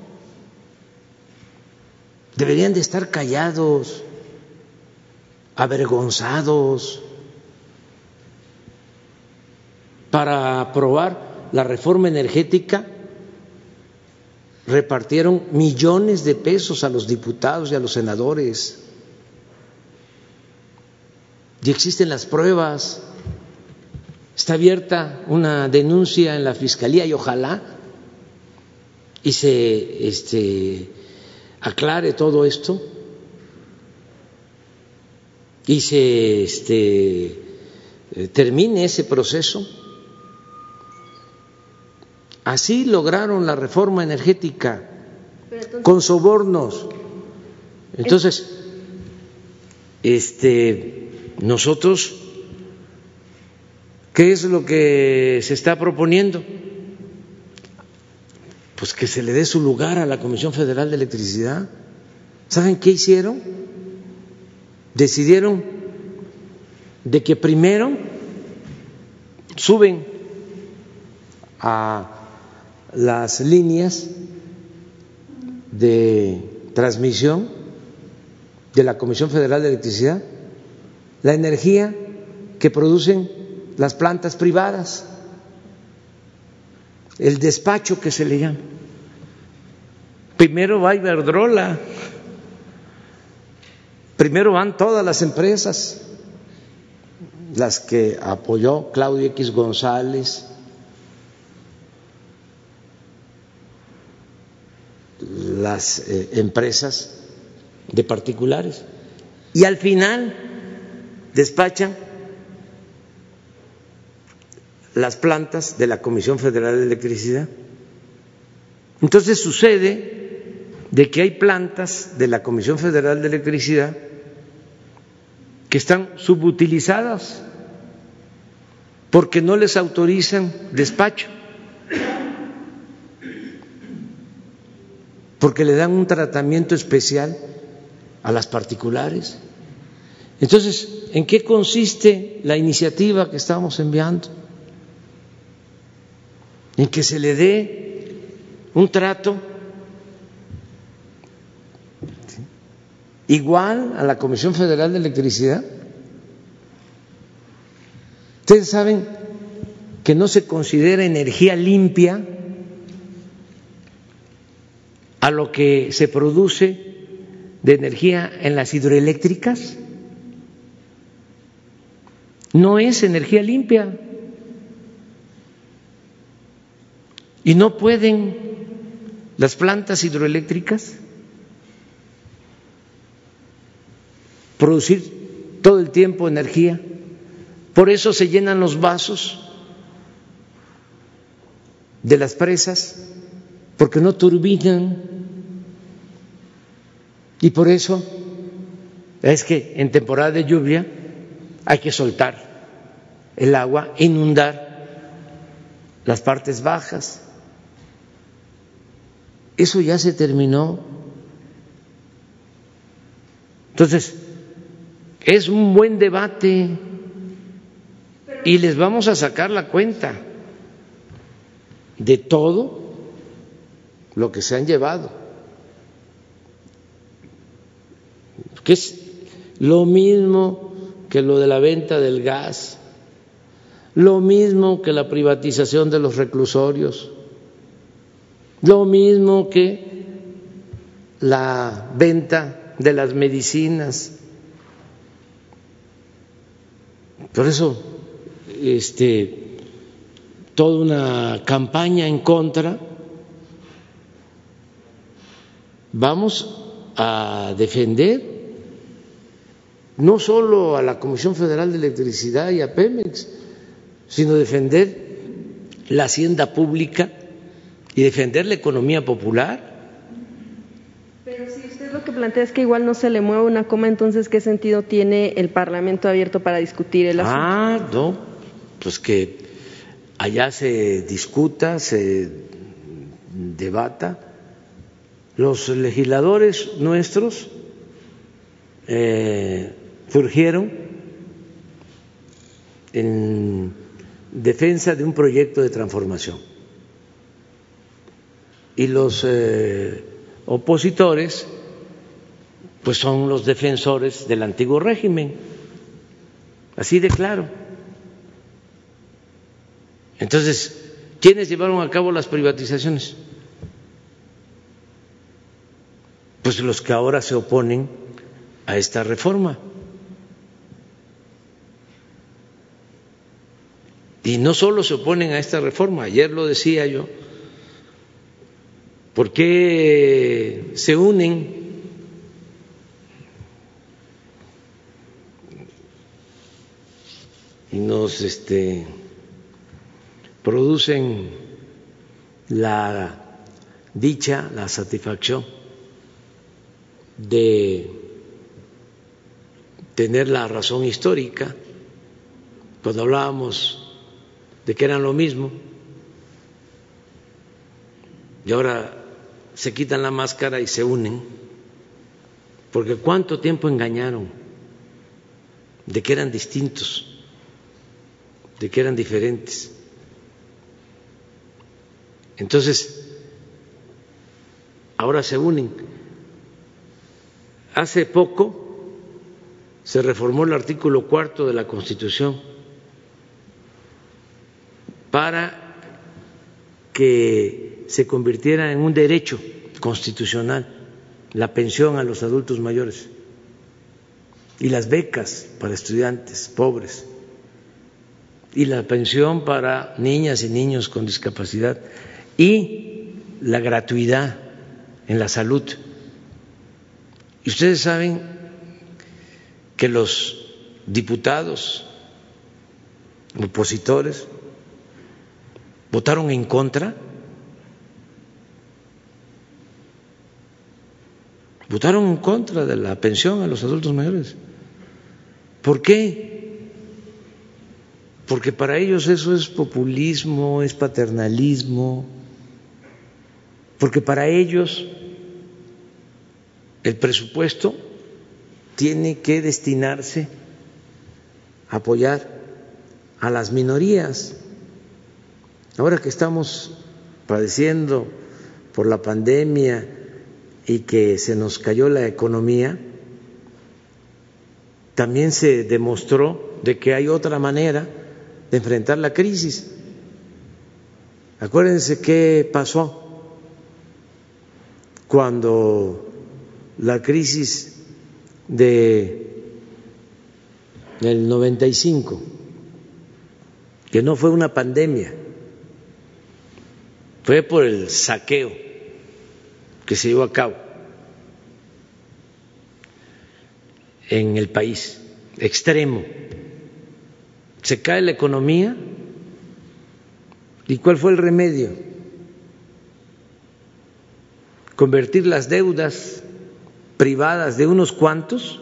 A: Deberían de estar callados, avergonzados. Para aprobar la reforma energética repartieron millones de pesos a los diputados y a los senadores. Y existen las pruebas. Está abierta una denuncia en la Fiscalía y ojalá y se aclare todo esto y se termine ese proceso. Así lograron la reforma energética, con sobornos. Entonces, nosotros, ¿qué es lo que se está proponiendo? Pues que se le dé su lugar a la Comisión Federal de Electricidad. ¿Saben qué hicieron? Decidieron de que primero suben a las líneas de transmisión de la Comisión Federal de Electricidad la energía que producen las plantas privadas, el despacho que se le llama. Primero va Iberdrola, primero van todas las empresas, las que apoyó Claudio X González, las empresas de particulares, y al final despachan las plantas de la Comisión Federal de Electricidad. Entonces sucede de que hay plantas de la Comisión Federal de Electricidad que están subutilizadas porque no les autorizan despacho, porque le dan un tratamiento especial a las particulares. Entonces, ¿en qué consiste la iniciativa que estamos enviando? En que se le dé un trato igual a la Comisión Federal de Electricidad. Ustedes saben que no se considera energía limpia a lo que se produce de energía en las hidroeléctricas. No es energía limpia. Y no pueden las plantas hidroeléctricas producir todo el tiempo energía. Por eso se llenan los vasos de las presas, porque no turbinan. Y por eso es que en temporada de lluvia hay que soltar el agua, inundar las partes bajas. Eso ya se terminó. Entonces, es un buen debate y les vamos a sacar la cuenta de todo lo que se han llevado, que es lo mismo que lo de la venta del gas, lo mismo que la privatización de los reclusorios, lo mismo que la venta de las medicinas. Por eso, toda una campaña en contra. Vamos a defender no solo a la Comisión Federal de Electricidad y a Pemex, sino defender la hacienda pública y defender la economía popular.
F: Pero si usted lo que plantea es que igual no se le mueve una coma, entonces ¿qué sentido tiene el Parlamento abierto para discutir el asunto?
A: No, pues que allá se discuta, se debata. Los legisladores nuestros surgieron en defensa de un proyecto de transformación y los opositores pues son los defensores del antiguo régimen, así de claro. Entonces, ¿quiénes llevaron a cabo las privatizaciones? Pues los que ahora se oponen a esta reforma. Y no solo se oponen a esta reforma, ayer lo decía yo, ¿por qué se unen y nos producen la dicha, la satisfacción de tener la razón histórica cuando hablábamos de que eran lo mismo y ahora se quitan la máscara y se unen? Porque ¿cuánto tiempo engañaron de que eran distintos, de que eran diferentes? Entonces, ahora se unen. Hace poco se reformó el artículo 4 de la Constitución para que se convirtiera en un derecho constitucional la pensión a los adultos mayores y las becas para estudiantes pobres y la pensión para niñas y niños con discapacidad y la gratuidad en la salud. Y ustedes saben que los diputados opositores votaron en contra, votaron en contra de la pensión a los adultos mayores. ¿Por qué? Porque para ellos eso es populismo, es paternalismo, porque para ellos el presupuesto tiene que destinarse a apoyar a las minorías. Ahora que estamos padeciendo por la pandemia y que se nos cayó la economía, también se demostró de que hay otra manera de enfrentar la crisis. Acuérdense qué pasó cuando la crisis del 95, que no fue una pandemia, fue por el saqueo que se llevó a cabo en el país, extremo. Se cae la economía, ¿y cuál fue el remedio? Convertir las deudas privadas de unos cuantos,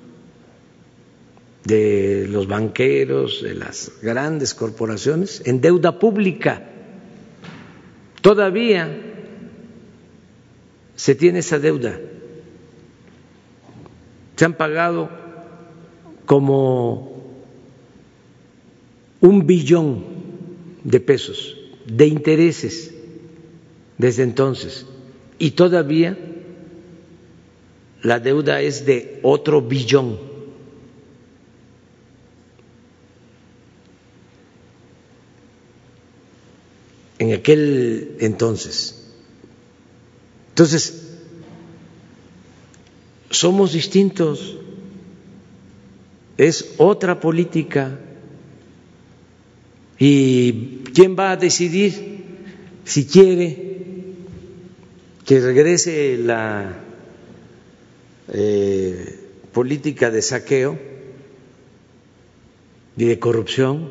A: de los banqueros, de las grandes corporaciones, en deuda pública. Todavía se tiene esa deuda. Se han pagado como 1 billón de pesos de intereses desde entonces, y todavía la deuda es de otro billón. En aquel entonces. Entonces, somos distintos, es otra política. ¿Y quién va a decidir si quiere que regrese la política de saqueo y de corrupción.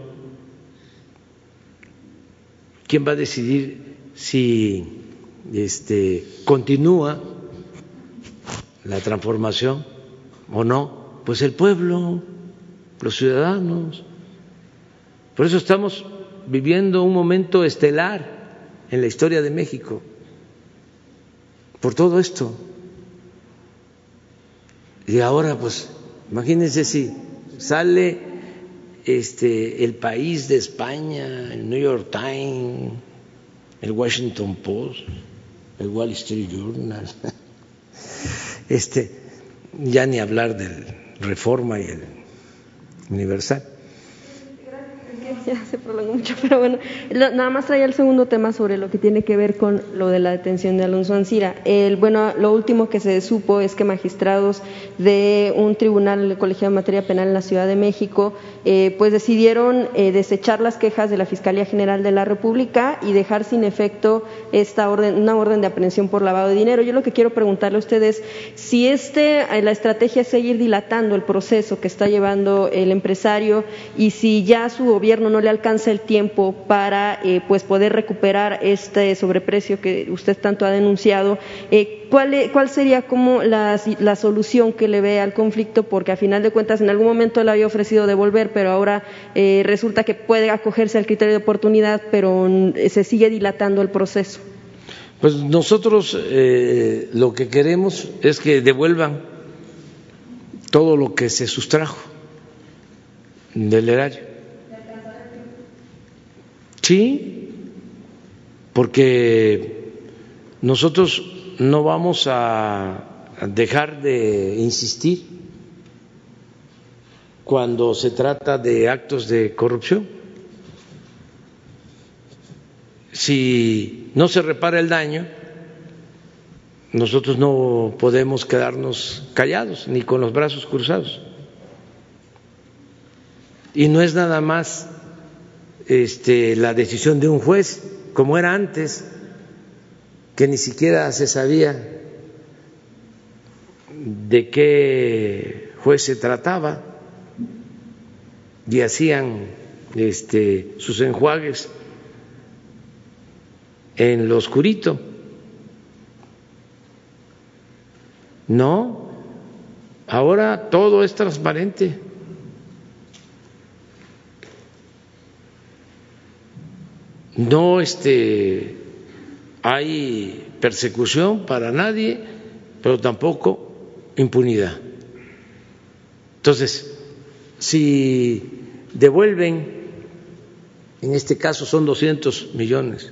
A: ¿Quién va a decidir si continúa la transformación o no? Pues el pueblo, los ciudadanos. Por eso estamos viviendo un momento estelar en la historia de México, por todo esto. Y ahora, pues, imagínense si sale El País de España, el New York Times, el Washington Post, el Wall Street Journal, ya ni hablar del Reforma y el Universal.
F: Ya se prolongó mucho, pero bueno, nada más traía el segundo tema sobre lo que tiene que ver con lo de la detención de Alonso Ancira. Bueno, lo último que se supo es que magistrados de un tribunal colegiado en materia penal en la Ciudad de México pues decidieron desechar las quejas de la Fiscalía General de la República y dejar sin efecto una orden de aprehensión por lavado de dinero. Yo lo que quiero preguntarle a ustedes si la estrategia es seguir dilatando el proceso que está llevando el empresario y si ya su gobierno no le alcanza el tiempo para pues poder recuperar este sobreprecio que usted tanto ha denunciado. ¿Cuál sería como la solución que le ve al conflicto? Porque a final de cuentas en algún momento le había ofrecido devolver, pero ahora resulta que puede acogerse al criterio de oportunidad, pero se sigue dilatando el proceso.
A: Pues nosotros lo que queremos es que devuelvan todo lo que se sustrajo del erario. Sí, porque nosotros no vamos a dejar de insistir cuando se trata de actos de corrupción. Si no se repara el daño, nosotros no podemos quedarnos callados ni con los brazos cruzados. Y no es nada más la decisión de un juez, como era antes, que ni siquiera se sabía de qué juez se trataba y hacían sus enjuagues en lo oscurito. No, ahora todo es transparente. No hay persecución para nadie, pero tampoco impunidad. Entonces, si devuelven, en este caso son $200 millones,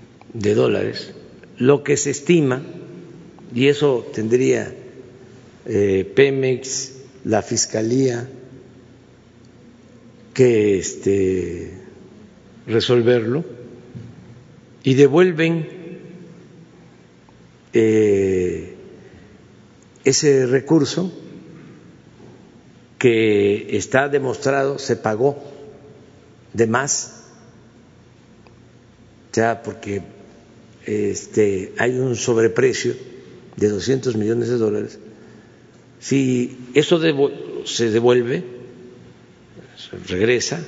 A: lo que se estima, y eso tendría Pemex, la Fiscalía, que resolverlo, y devuelven ese recurso que está demostrado se pagó de más, ya porque hay un sobreprecio de $200 millones. Si eso se devuelve, se regresa,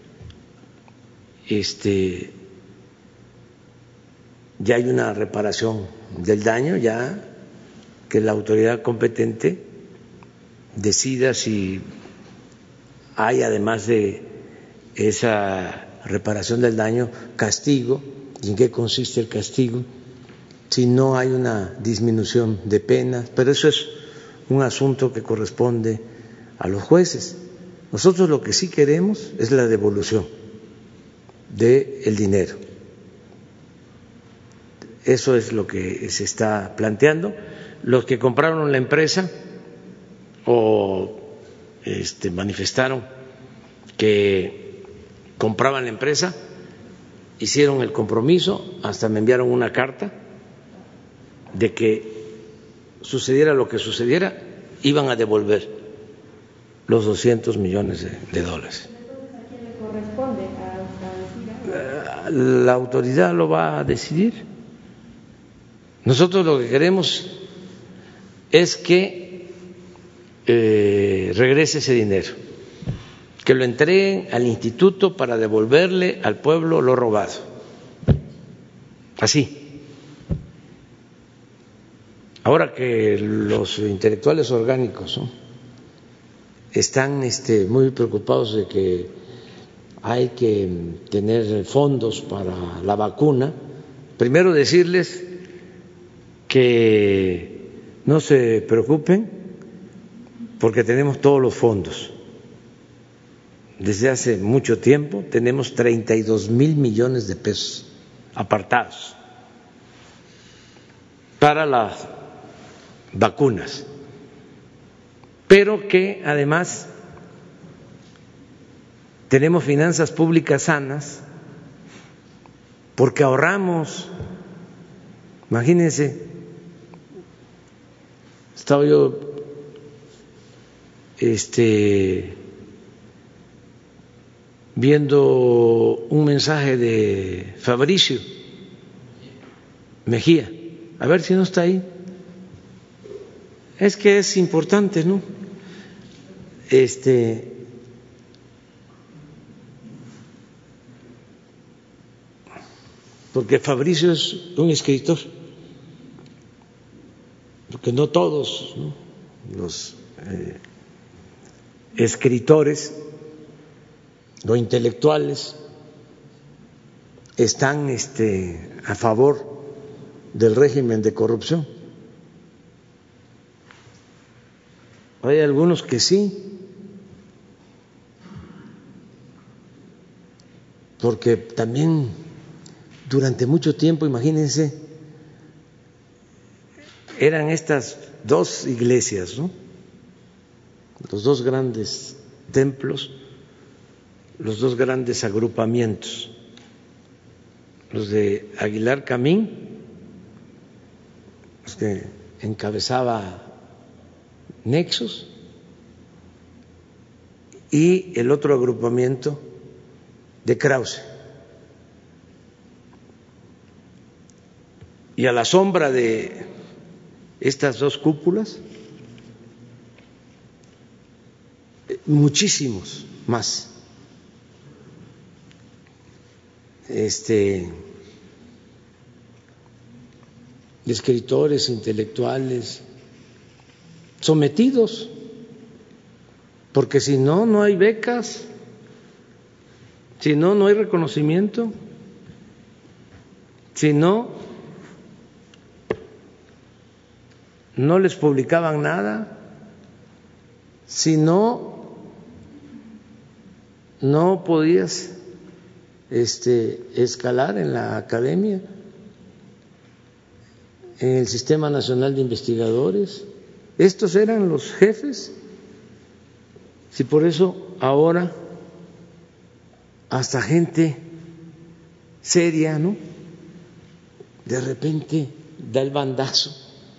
A: ya hay una reparación del daño, ya que la autoridad competente decida si hay, además de esa reparación del daño, castigo, y en qué consiste el castigo, si no hay una disminución de penas, pero eso es un asunto que corresponde a los jueces. Nosotros lo que sí queremos es la devolución del dinero. Eso es lo que se está planteando. Los que compraron la empresa o manifestaron que compraban la empresa, hicieron el compromiso, hasta me enviaron una carta de que sucediera lo que sucediera, iban a devolver los $200 millones.
F: Entonces, ¿a quién le corresponde? ¿A Ancira?
A: La autoridad lo va a decidir. Nosotros lo que queremos es que regrese ese dinero, que lo entreguen al instituto para devolverle al pueblo lo robado. Así. Ahora que los intelectuales orgánicos, ¿no?, están muy preocupados de que hay que tener fondos para la vacuna, primero decirles que no se preocupen porque tenemos todos los fondos. Desde hace mucho tiempo tenemos 32,000 millones de pesos apartados para las vacunas, pero que además tenemos finanzas públicas sanas porque ahorramos. Imagínense, estaba yo viendo un mensaje de Fabricio Mejía, a ver si no está ahí. Es que es importante, ¿no? Porque Fabricio es un escritor, porque no todos, ¿no?, los escritores o intelectuales están a favor del régimen de corrupción. Hay algunos que sí, porque también durante mucho tiempo, imagínense, eran estas dos iglesias, ¿no?, los dos grandes templos, los dos grandes agrupamientos, los de Aguilar Camín, los que encabezaba Nexos, y el otro agrupamiento de Krause. Y a la sombra de estas dos cúpulas, muchísimos más escritores, intelectuales, sometidos, porque si no, no hay becas, si no, no hay reconocimiento, si no, no les publicaban nada, si no, no podías escalar en la academia, en el Sistema Nacional de Investigadores. Estos eran los jefes. Si por eso ahora hasta gente seria, ¿no?, de repente da el bandazo,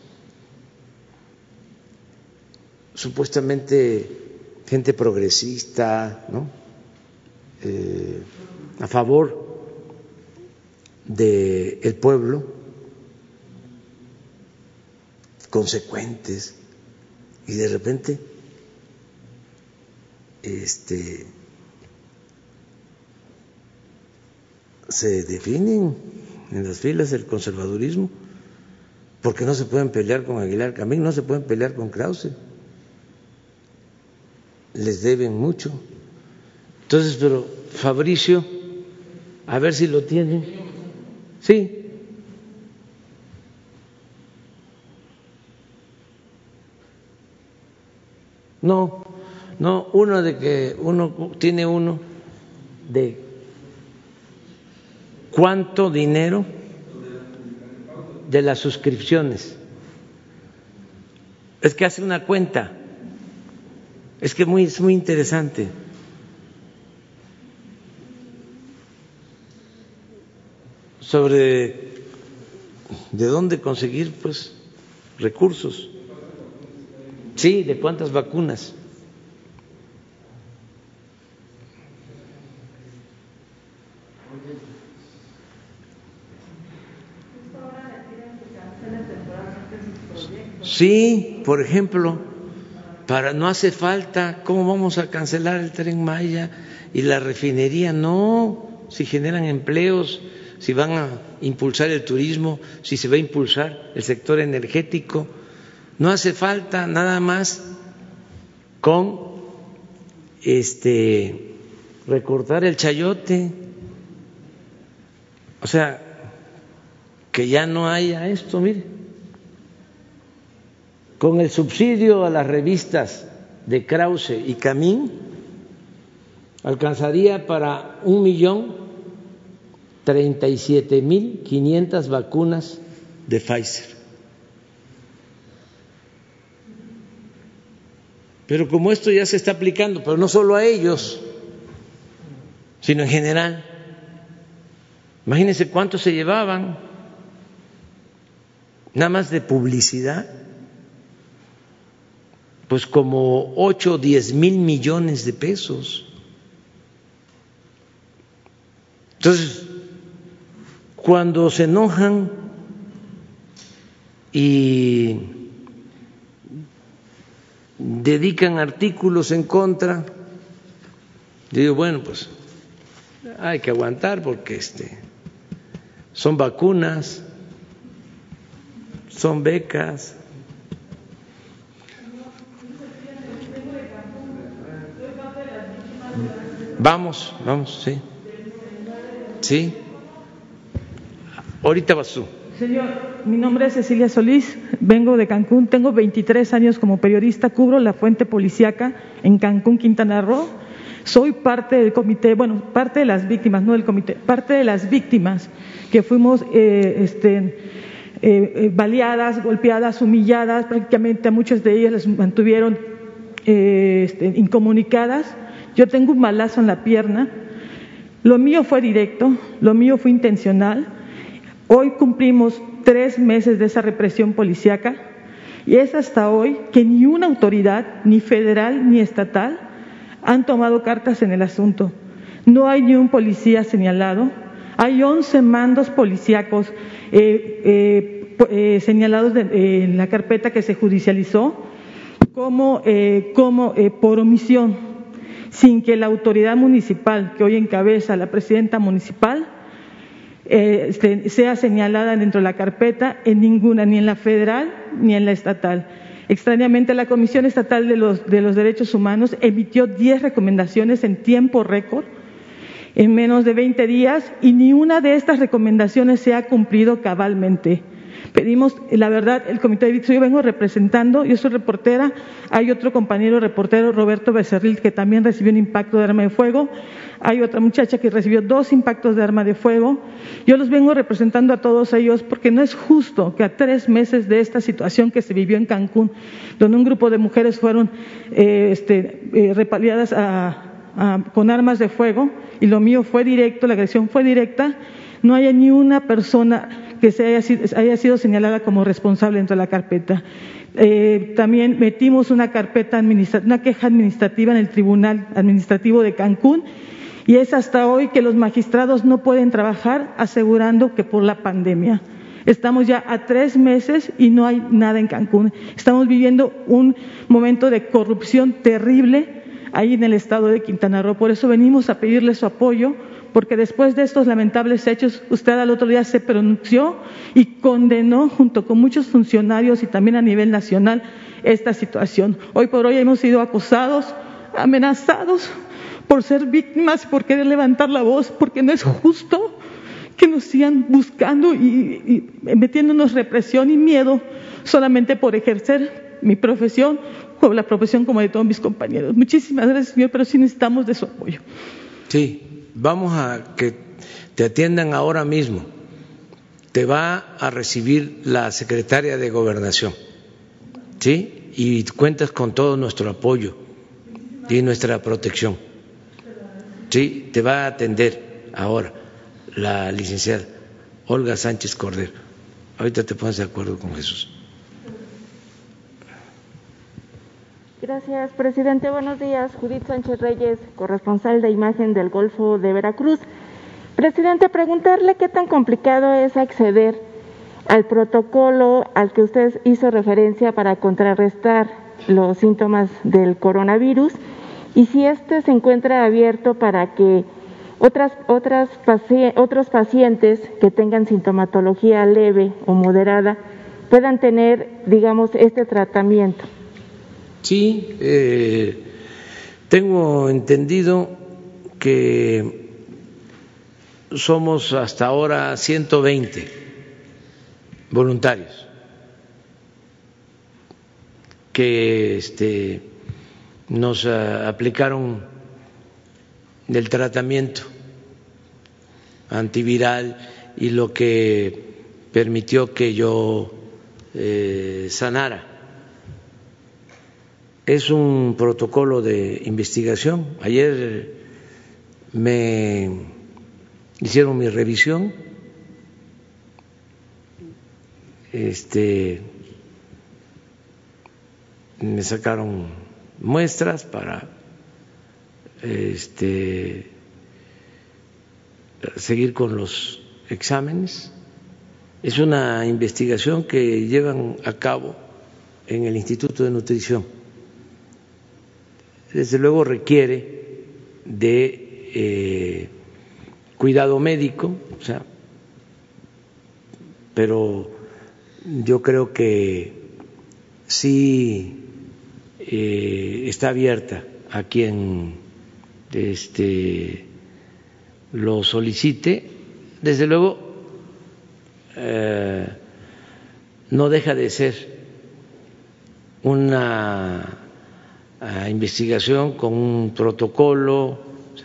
A: supuestamente gente progresista, ¿no?, a favor del pueblo, consecuentes, y de repente se definen en las filas del conservadurismo, porque no se pueden pelear con Aguilar Camín, no se pueden pelear con Krause, les deben mucho. Entonces, pero Fabricio, a ver si lo tienen. Sí. No, uno tiene uno de cuánto dinero de las suscripciones. Es que hace una cuenta, es que es muy interesante. Sobre de dónde conseguir, pues, recursos. Sí, de cuántas vacunas. Sí, por ejemplo, no hace falta, ¿cómo vamos a cancelar el Tren Maya y la refinería? No, si generan empleos, si van a impulsar el turismo, si se va a impulsar el sector energético, no hace falta nada más con recortar el chayote, o sea, que ya no haya esto, mire, con el subsidio a las revistas de Krause y Camín alcanzaría para 1.037.500 vacunas de Pfizer. Pero como esto ya se está aplicando, pero no solo a ellos, sino en general, imagínense cuánto se llevaban nada más de publicidad, pues como 8 o 10 mil millones de pesos. Entonces, cuando se enojan y dedican artículos en contra, yo digo, bueno, pues hay que aguantar porque son vacunas, son becas. Vamos, sí. Sí. Ahorita vas tú.
G: Señor, mi nombre es Cecilia Solís, vengo de Cancún, tengo 23 años como periodista, cubro la fuente policíaca en Cancún, Quintana Roo. Soy parte del comité, bueno, parte de las víctimas, no del comité, parte de las víctimas que fuimos baleadas, golpeadas, humilladas, prácticamente a muchas de ellas las mantuvieron incomunicadas. Yo tengo un balazo en la pierna, lo mío fue directo, lo mío fue intencional. Hoy cumplimos 3 meses de esa represión policíaca y es hasta hoy que ni una autoridad, ni federal ni estatal, han tomado cartas en el asunto. No hay ni un policía señalado, hay 11 mandos policíacos señalados en la carpeta que se judicializó como por omisión, sin que la autoridad municipal que hoy encabeza la presidenta municipal sea señalada dentro de la carpeta en ninguna, ni en la federal ni en la estatal. Extrañamente, la Comisión Estatal de los Derechos Humanos emitió 10 recomendaciones en tiempo récord, en menos de 20 días, y ni una de estas recomendaciones se ha cumplido cabalmente. Pedimos, la verdad, el comité de víctimas, yo vengo representando, yo soy reportera, hay otro compañero reportero, Roberto Becerril, que también recibió un impacto de arma de fuego, hay otra muchacha que recibió 2 impactos de arma de fuego. Yo los vengo representando a todos ellos porque no es justo que a 3 meses de esta situación que se vivió en Cancún, donde un grupo de mujeres fueron repaliadas con armas de fuego, y lo mío fue directo, la agresión fue directa, no haya ni una persona que haya sido señalada como responsable dentro de la carpeta. También metimos una queja administrativa en el Tribunal Administrativo de Cancún, y es hasta hoy que los magistrados no pueden trabajar, asegurando que por la pandemia. Estamos ya a 3 meses y no hay nada en Cancún. Estamos viviendo un momento de corrupción terrible ahí en el estado de Quintana Roo. Por eso venimos a pedirle su apoyo, porque después de estos lamentables hechos, usted al otro día se pronunció y condenó junto con muchos funcionarios y también a nivel nacional esta situación. Hoy por hoy hemos sido acosados, amenazados por ser víctimas, por querer levantar la voz, porque no es justo que nos sigan buscando y metiéndonos represión y miedo solamente por ejercer mi profesión o la profesión como de todos mis compañeros. Muchísimas gracias, señor, pero sí necesitamos de su apoyo.
A: Sí, vamos a que te atiendan ahora mismo. Te va a recibir la secretaria de Gobernación, ¿sí? Y cuentas con todo nuestro apoyo y nuestra protección. Sí, te va a atender ahora la licenciada Olga Sánchez Cordero. Ahorita te pones de acuerdo con Jesús.
H: Gracias, presidente. Buenos días. Judith Sánchez Reyes, corresponsal de Imagen del Golfo de Veracruz. Presidente, preguntarle qué tan complicado es acceder al protocolo al que usted hizo referencia para contrarrestar los síntomas del coronavirus y si este se encuentra abierto para que otros pacientes que tengan sintomatología leve o moderada puedan tener, digamos, este tratamiento.
A: Sí, tengo entendido que somos hasta ahora 120 voluntarios que nos aplicaron el tratamiento antiviral y lo que permitió que yo sanara. Es un protocolo de investigación. Ayer me hicieron mi revisión, me sacaron muestras para seguir con los exámenes. Es una investigación que llevan a cabo en el Instituto de Nutrición. Desde luego requiere de cuidado médico, pero yo creo que sí está abierta a quien lo solicite. Desde luego no deja de ser una investigación con un protocolo,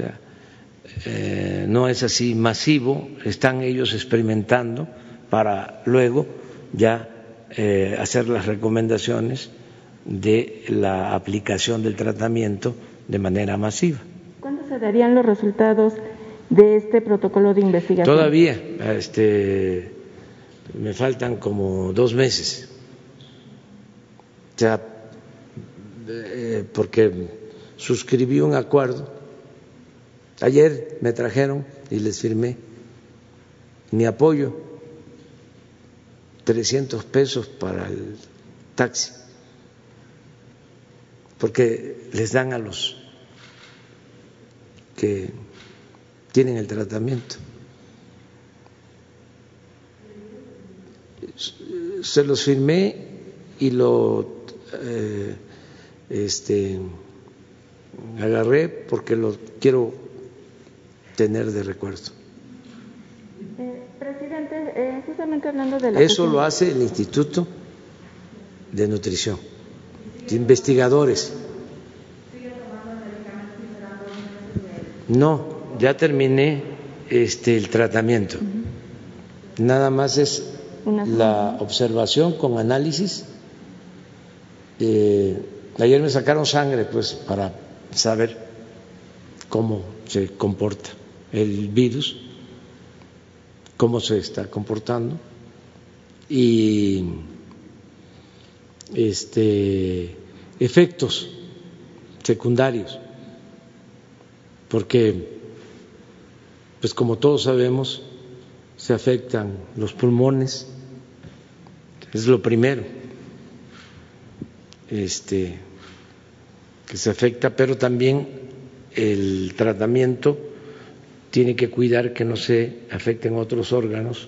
A: no es así masivo, están ellos experimentando para luego ya hacer las recomendaciones de la aplicación del tratamiento de manera masiva.
H: ¿Cuándo se darían los resultados de este protocolo de investigación?
A: Todavía, me faltan como 2 meses, porque suscribí un acuerdo. Ayer me trajeron y les firmé mi apoyo, 300 pesos para el taxi, porque les dan a los que tienen el tratamiento. Se los firmé y lo agarré porque lo quiero tener de recuerdo.
H: Presidente, justamente hablando de
A: eso lo hace el Instituto de Nutrición, de investigadores. No, ya terminé el tratamiento. Nada más es la observación con análisis. Ayer me sacaron sangre, pues, para saber cómo se comporta el virus, cómo se está comportando y efectos secundarios, porque, pues, como todos sabemos, se afectan los pulmones, es lo primero que se afecta, pero también el tratamiento tiene que cuidar que no se afecten otros órganos,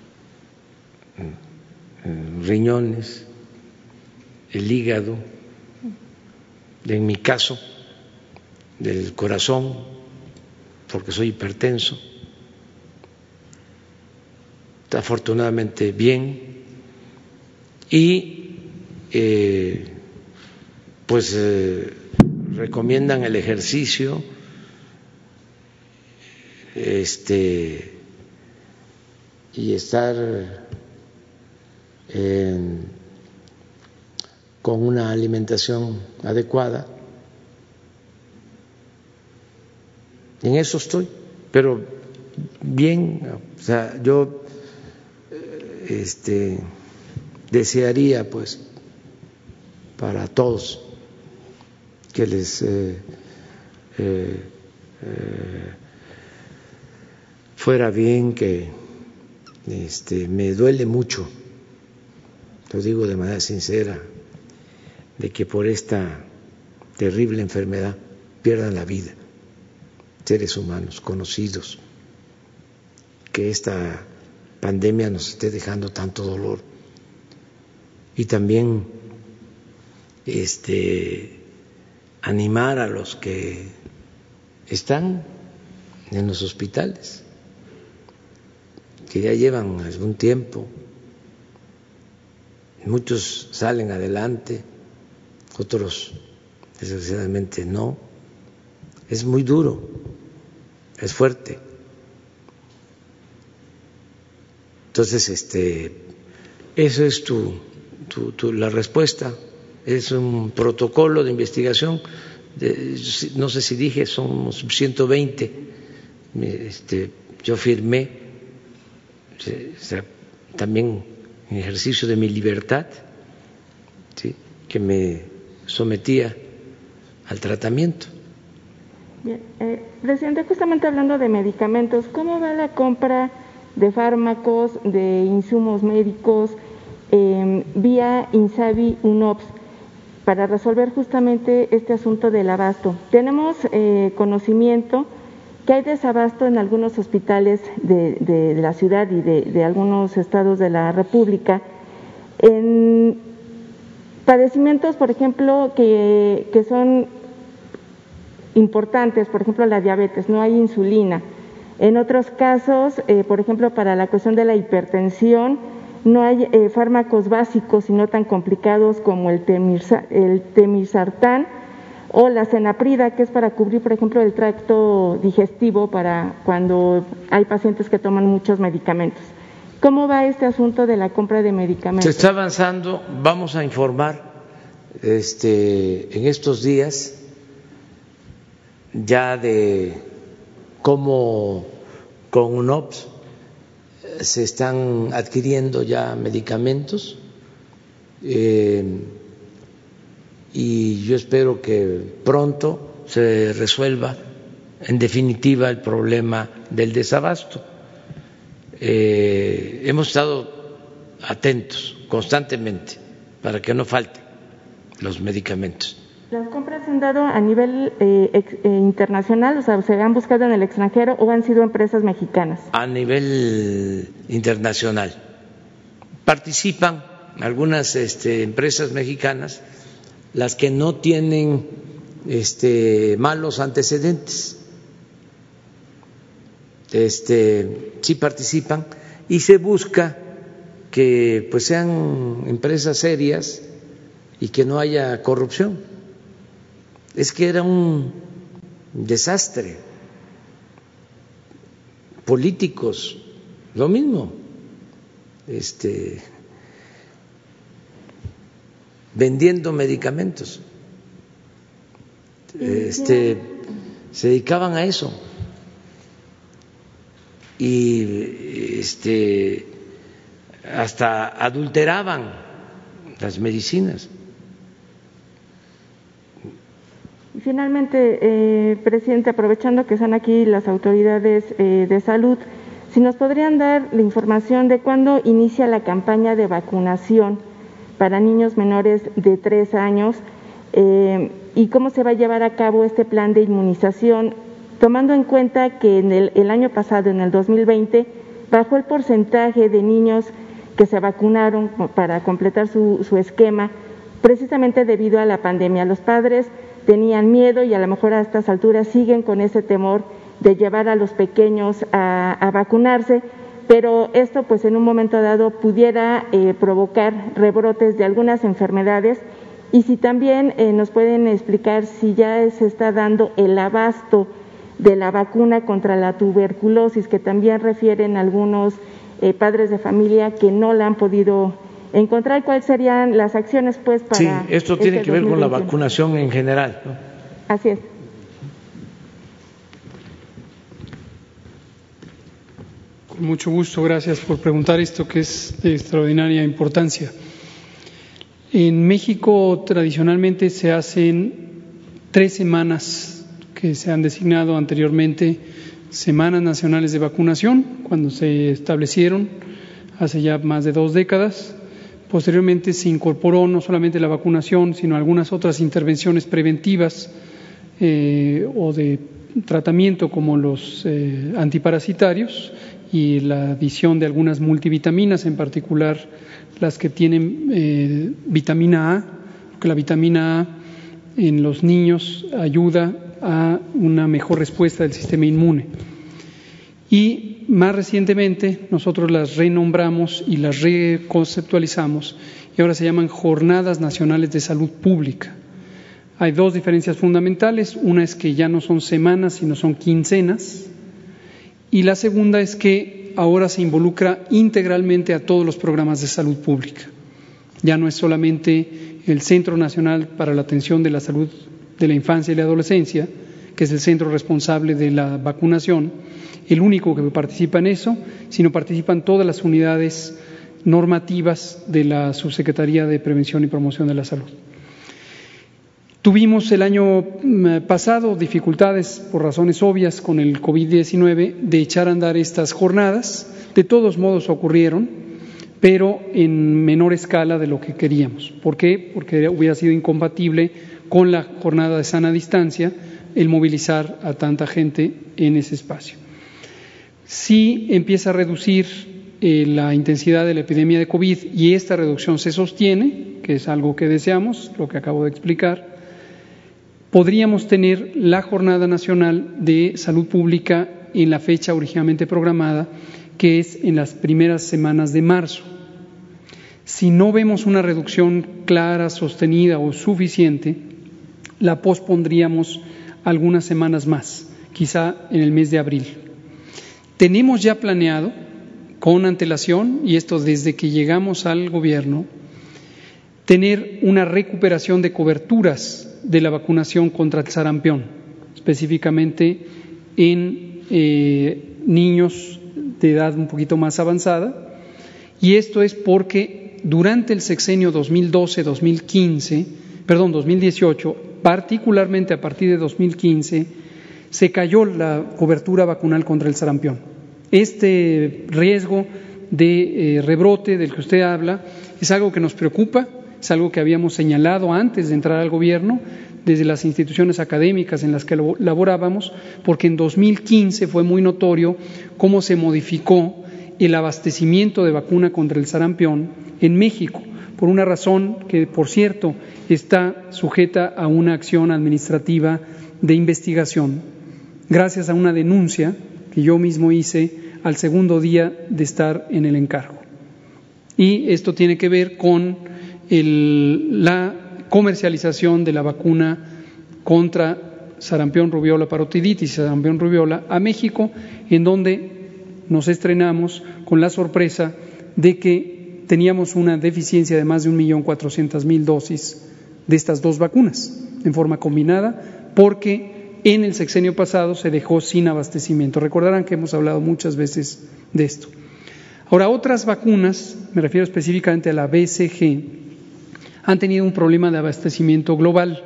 A: riñones, el hígado, en mi caso, del corazón, porque soy hipertenso. Afortunadamente bien, y recomiendan el ejercicio, y estar con una alimentación adecuada. En eso estoy, pero bien, yo desearía, pues, para todos que les fuera bien, que me duele mucho, lo digo de manera sincera, de que por esta terrible enfermedad pierdan la vida seres humanos conocidos, que esta pandemia nos esté dejando tanto dolor, y también animar a los que están en los hospitales, que ya llevan algún tiempo, muchos salen adelante, otros desgraciadamente no. Es muy duro, es fuerte. Entonces, eso es la respuesta. Es un protocolo de investigación. No sé si dije, somos 120. Yo firmé, también en ejercicio de mi libertad, ¿sí?, que me sometía al tratamiento.
H: Bien, presidente, justamente hablando de medicamentos, ¿cómo va la compra de fármacos, de insumos médicos vía INSABI UNOPS para resolver justamente este asunto del abasto? Tenemos conocimiento que hay desabasto en algunos hospitales de la ciudad y de algunos estados de la República en padecimientos, por ejemplo, que son importantes, por ejemplo, la diabetes, no hay insulina. En otros casos, por ejemplo, para la cuestión de la hipertensión, no hay fármacos básicos y no tan complicados como el temisartán o la cenaprida, que es para cubrir, por ejemplo, el tracto digestivo para cuando hay pacientes que toman muchos medicamentos. ¿Cómo va este asunto de la compra de medicamentos?
A: Se está avanzando, vamos a informar en estos días ya de cómo con UNOPS se están adquiriendo ya medicamentos, y yo espero que pronto se resuelva en definitiva el problema del desabasto. Hemos estado atentos constantemente para que no falten los medicamentos.
H: ¿Las compras se han dado a nivel internacional, o sea, se han buscado en el extranjero o han sido empresas mexicanas?
A: A nivel internacional. Participan algunas empresas mexicanas, las que no tienen malos antecedentes, sí participan, y se busca que pues sean empresas serias y que no haya corrupción. Es que era un desastre. Políticos, lo mismo, vendiendo medicamentos, se dedicaban a eso y hasta adulteraban las medicinas.
H: Finalmente, presidente, aprovechando que están aquí las autoridades de salud, si nos podrían dar la información de cuándo inicia la campaña de vacunación para niños menores de 3 años y cómo se va a llevar a cabo este plan de inmunización, tomando en cuenta que en el año pasado, en el 2020, bajó el porcentaje de niños que se vacunaron para completar su esquema, precisamente debido a la pandemia. Los padres tenían miedo y a lo mejor a estas alturas siguen con ese temor de llevar a los pequeños a vacunarse, pero esto pues en un momento dado pudiera provocar rebrotes de algunas enfermedades. Y si también nos pueden explicar si ya se está dando el abasto de la vacuna contra la tuberculosis, que también refieren algunos padres de familia que no la han podido encontrar. ¿Cuáles serían las acciones pues para...?
A: Sí, esto tiene que ver con la vacunación en general, ¿no?
H: Así es.
C: Con mucho gusto, gracias por preguntar esto que es de extraordinaria importancia. En México tradicionalmente se hacen 3 semanas que se han designado anteriormente Semanas Nacionales de Vacunación, cuando se establecieron hace ya más de 2 décadas, Posteriormente se incorporó no solamente la vacunación, sino algunas otras intervenciones preventivas o de tratamiento como los antiparasitarios y la adición de algunas multivitaminas, en particular las que tienen vitamina A, porque la vitamina A en los niños ayuda a una mejor respuesta del sistema inmune. Y más recientemente nosotros las renombramos y las reconceptualizamos y ahora se llaman Jornadas Nacionales de Salud Pública. Hay dos diferencias fundamentales, una es que ya no son semanas sino son quincenas y la segunda es que ahora se involucra integralmente a todos los programas de salud pública. Ya no es solamente el Centro Nacional para la Atención de la Salud de la Infancia y la Adolescencia, que es el centro responsable de la vacunación, el único que participa en eso, sino participan todas las unidades normativas de la Subsecretaría de Prevención y Promoción de la Salud. Tuvimos el año pasado dificultades, por razones obvias, con el COVID-19, de echar a andar estas jornadas. De todos modos ocurrieron, pero en menor escala de lo que queríamos. ¿Por qué? Porque hubiera sido incompatible con la jornada de sana distancia el movilizar a tanta gente en ese espacio. Sí empieza a reducir la intensidad de la epidemia de COVID y esta reducción se sostiene, que es algo que deseamos, lo que acabo de explicar. Podríamos tener la Jornada Nacional de Salud Pública en la fecha originalmente programada, que es en las primeras semanas de marzo. Si no vemos una reducción clara, sostenida o suficiente, la pospondríamos algunas semanas más, quizá en el mes de abril. Tenemos ya planeado con antelación, y esto desde que llegamos al gobierno, tener una recuperación de coberturas de la vacunación contra el sarampión, específicamente en niños de edad un poquito más avanzada, y esto es porque durante el sexenio 2018, particularmente a partir de 2015, se cayó la cobertura vacunal contra el sarampión. Este riesgo de rebrote del que usted habla es algo que nos preocupa, es algo que habíamos señalado antes de entrar al gobierno desde las instituciones académicas en las que laborábamos, porque en 2015 fue muy notorio cómo se modificó el abastecimiento de vacuna contra el sarampión en México, por una razón que, por cierto, está sujeta a una acción administrativa de investigación, gracias a una denuncia que yo mismo hice al segundo día de estar en el encargo. Y esto tiene que ver con la comercialización de la vacuna contra sarampión, rubiola, parotiditis y sarampión, rubiola a México, en donde nos estrenamos con la sorpresa de que teníamos una deficiencia de más de 1.400.000 dosis de estas dos vacunas en forma combinada, porque en el sexenio pasado se dejó sin abastecimiento. Recordarán que hemos hablado muchas veces de esto. Ahora, otras vacunas, me refiero específicamente a la BCG, han tenido un problema de abastecimiento global.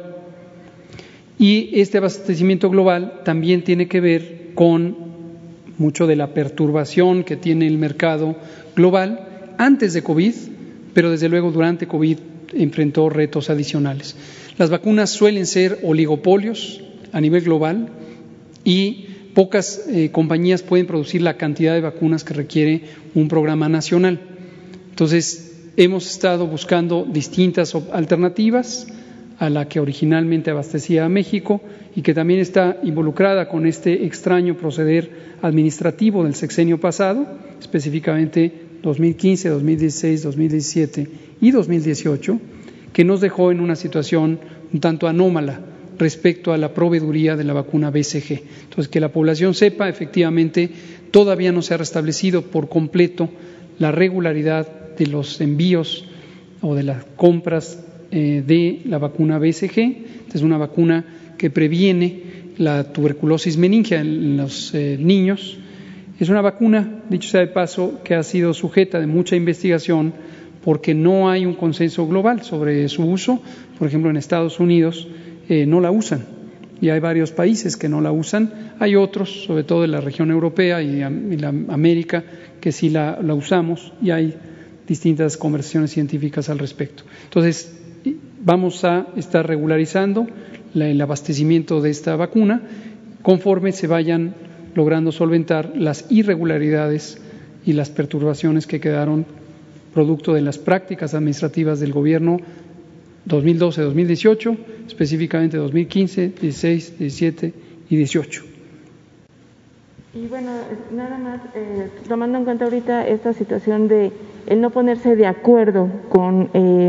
C: Y este abastecimiento global también tiene que ver con mucho de la perturbación que tiene el mercado global antes de COVID, pero desde luego durante COVID enfrentó retos adicionales. Las vacunas suelen ser oligopolios a nivel global y pocas compañías pueden producir la cantidad de vacunas que requiere un programa nacional. Entonces, hemos estado buscando distintas alternativas a la que originalmente abastecía a México y que también está involucrada con este extraño proceder administrativo del sexenio pasado, específicamente 2015, 2016, 2017 y 2018, que nos dejó en una situación un tanto anómala respecto a la proveeduría de la vacuna BCG. Entonces, que la población sepa, efectivamente, todavía no se ha restablecido por completo la regularidad de los envíos o de las compras de la vacuna BCG. Es una vacuna que previene la tuberculosis meningia en los niños. Es una vacuna, dicho sea de paso, que ha sido sujeta de mucha investigación porque no hay un consenso global sobre su uso. Por ejemplo, en Estados Unidos no la usan y hay varios países que no la usan. Hay otros, sobre todo de la región europea y la América, que sí la usamos, y hay distintas conversaciones científicas al respecto. Entonces, vamos a estar regularizando el abastecimiento de esta vacuna conforme se vayan logrando solventar las irregularidades y las perturbaciones que quedaron producto de las prácticas administrativas del gobierno 2012-2018, específicamente 2015, 16, 17 y 18.
H: Y bueno, nada más, tomando en cuenta ahorita esta situación de el no ponerse de acuerdo con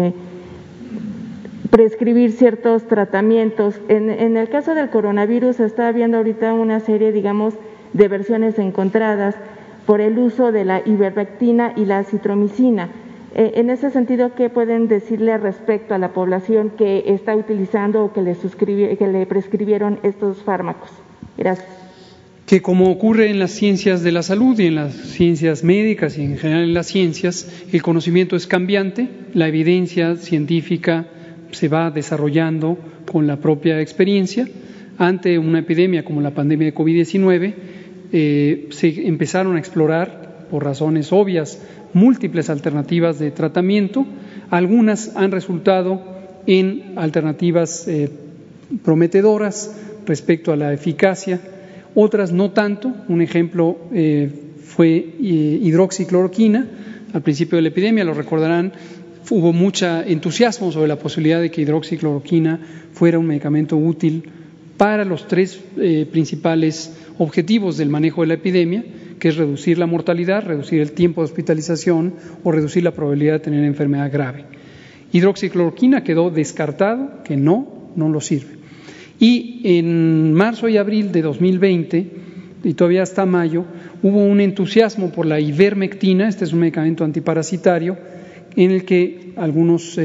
H: prescribir ciertos tratamientos, en el caso del coronavirus está habiendo ahorita una serie, digamos, de versiones encontradas por el uso de la ivermectina y la acitromicina. En ese sentido, ¿qué pueden decirle respecto a la población que está utilizando o que le prescribieron estos fármacos? Gracias.
C: Que como ocurre en las ciencias de la salud y en las ciencias médicas y en general en las ciencias, el conocimiento es cambiante, la evidencia científica se va desarrollando con la propia experiencia. Ante una epidemia como la pandemia de COVID-19, se empezaron a explorar, por razones obvias, múltiples alternativas de tratamiento. Algunas han resultado en alternativas prometedoras respecto a la eficacia, otras no tanto. Un ejemplo fue hidroxicloroquina. Al principio de la epidemia, lo recordarán, hubo mucho entusiasmo sobre la posibilidad de que hidroxicloroquina fuera un medicamento útil para los tres principales objetivos del manejo de la epidemia, que es reducir la mortalidad, reducir el tiempo de hospitalización o reducir la probabilidad de tener enfermedad grave. Hidroxicloroquina quedó descartado, que no lo sirve. Y en marzo y abril de 2020, y todavía hasta mayo, hubo un entusiasmo por la ivermectina. Este es un medicamento antiparasitario en el que algunos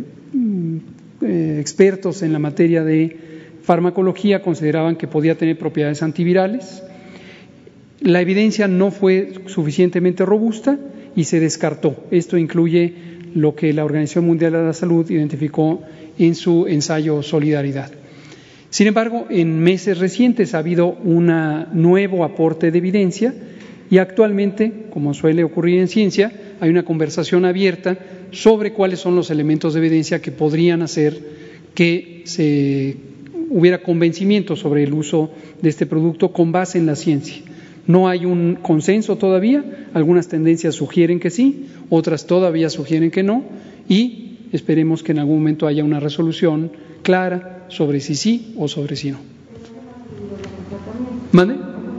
C: expertos en la materia de farmacología consideraban que podía tener propiedades antivirales. La evidencia no fue suficientemente robusta y se descartó. Esto incluye lo que la Organización Mundial de la Salud identificó en su ensayo Solidaridad. Sin embargo, en meses recientes ha habido un nuevo aporte de evidencia y actualmente, como suele ocurrir en ciencia, hay una conversación abierta sobre cuáles son los elementos de evidencia que podrían hacer que se hubiera convencimiento sobre el uso de este producto con base en la ciencia. No hay un consenso todavía, algunas tendencias sugieren que sí, otras todavía sugieren que no, y esperemos que en algún momento haya una resolución clara sobre si sí o sobre si no. ¿Mande?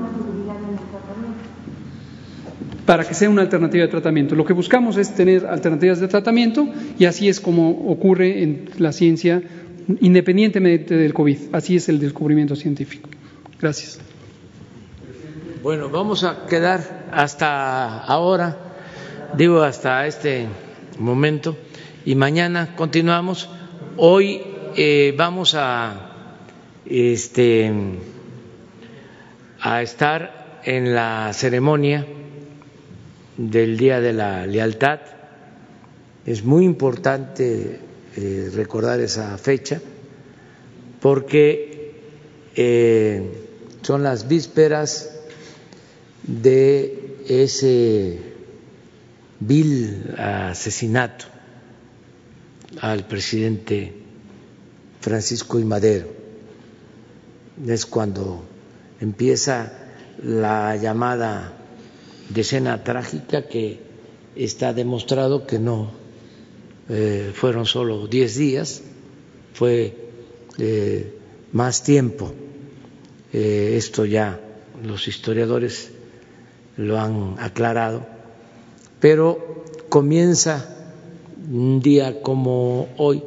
C: Para que sea una alternativa de tratamiento. Lo que buscamos es tener alternativas de tratamiento y así es como ocurre en la ciencia independientemente del COVID. Así es el descubrimiento científico. Gracias.
A: Bueno, vamos a quedar hasta ahora, hasta este momento, y mañana continuamos. Hoy vamos a estar en la ceremonia del Día de la Lealtad. Es muy importante recordar esa fecha porque son las vísperas de ese vil asesinato al presidente Francisco I. Madero. Es cuando empieza la llamada decena trágica, que está demostrado que no fueron solo 10 días, fue más tiempo. Esto ya los historiadores lo han aclarado, pero comienza un día como hoy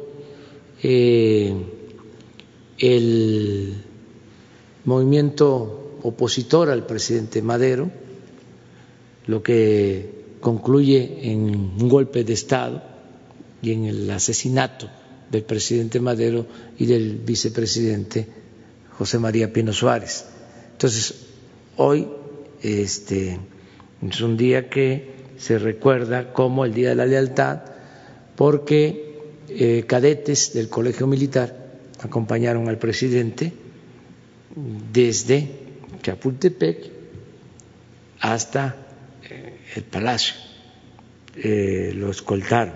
A: el movimiento opositor al presidente Madero, lo que concluye en un golpe de Estado y en el asesinato del presidente Madero y del vicepresidente José María Pino Suárez. Entonces, hoy es un día que se recuerda como el Día de la Lealtad, porque cadetes del Colegio Militar acompañaron al presidente desde Chapultepec hasta el Palacio lo escoltaron.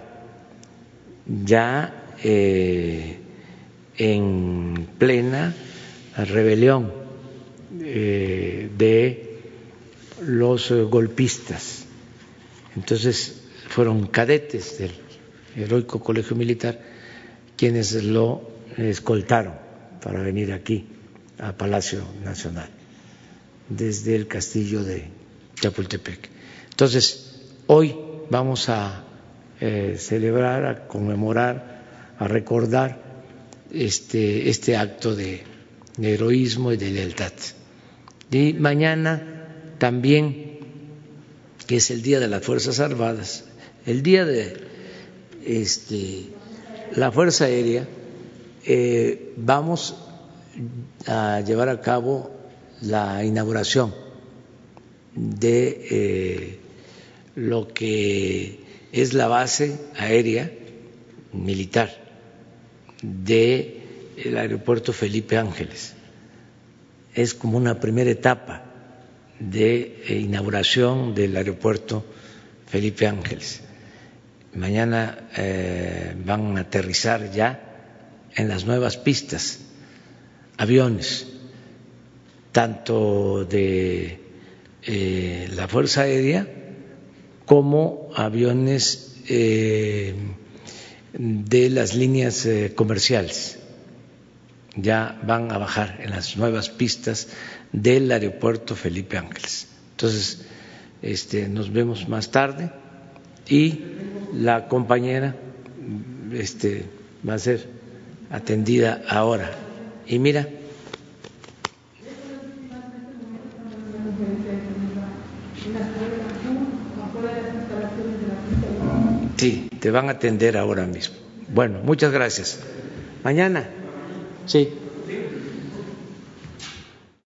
A: Ya en plena rebelión de los golpistas. Entonces fueron cadetes del heroico Colegio Militar quienes lo escoltaron para venir aquí a Palacio Nacional desde el castillo de Chapultepec. Entonces hoy vamos a celebrar, a conmemorar, a recordar este acto de heroísmo y de lealtad. Y mañana también, que es el Día de las Fuerzas Armadas, el Día de la Fuerza Aérea, vamos a llevar a cabo la inauguración de lo que es la base aérea militar del aeropuerto Felipe Ángeles. Es como una primera etapa de inauguración del aeropuerto Felipe Ángeles. Mañana van a aterrizar ya en las nuevas pistas aviones, tanto de la Fuerza Aérea como aviones de las líneas comerciales. Ya van a bajar en las nuevas pistas del aeropuerto Felipe Ángeles. Entonces, nos vemos más tarde y la compañera va a ser atendida ahora. Y mira, sí, te van a atender ahora mismo. Bueno, muchas gracias. Mañana, sí.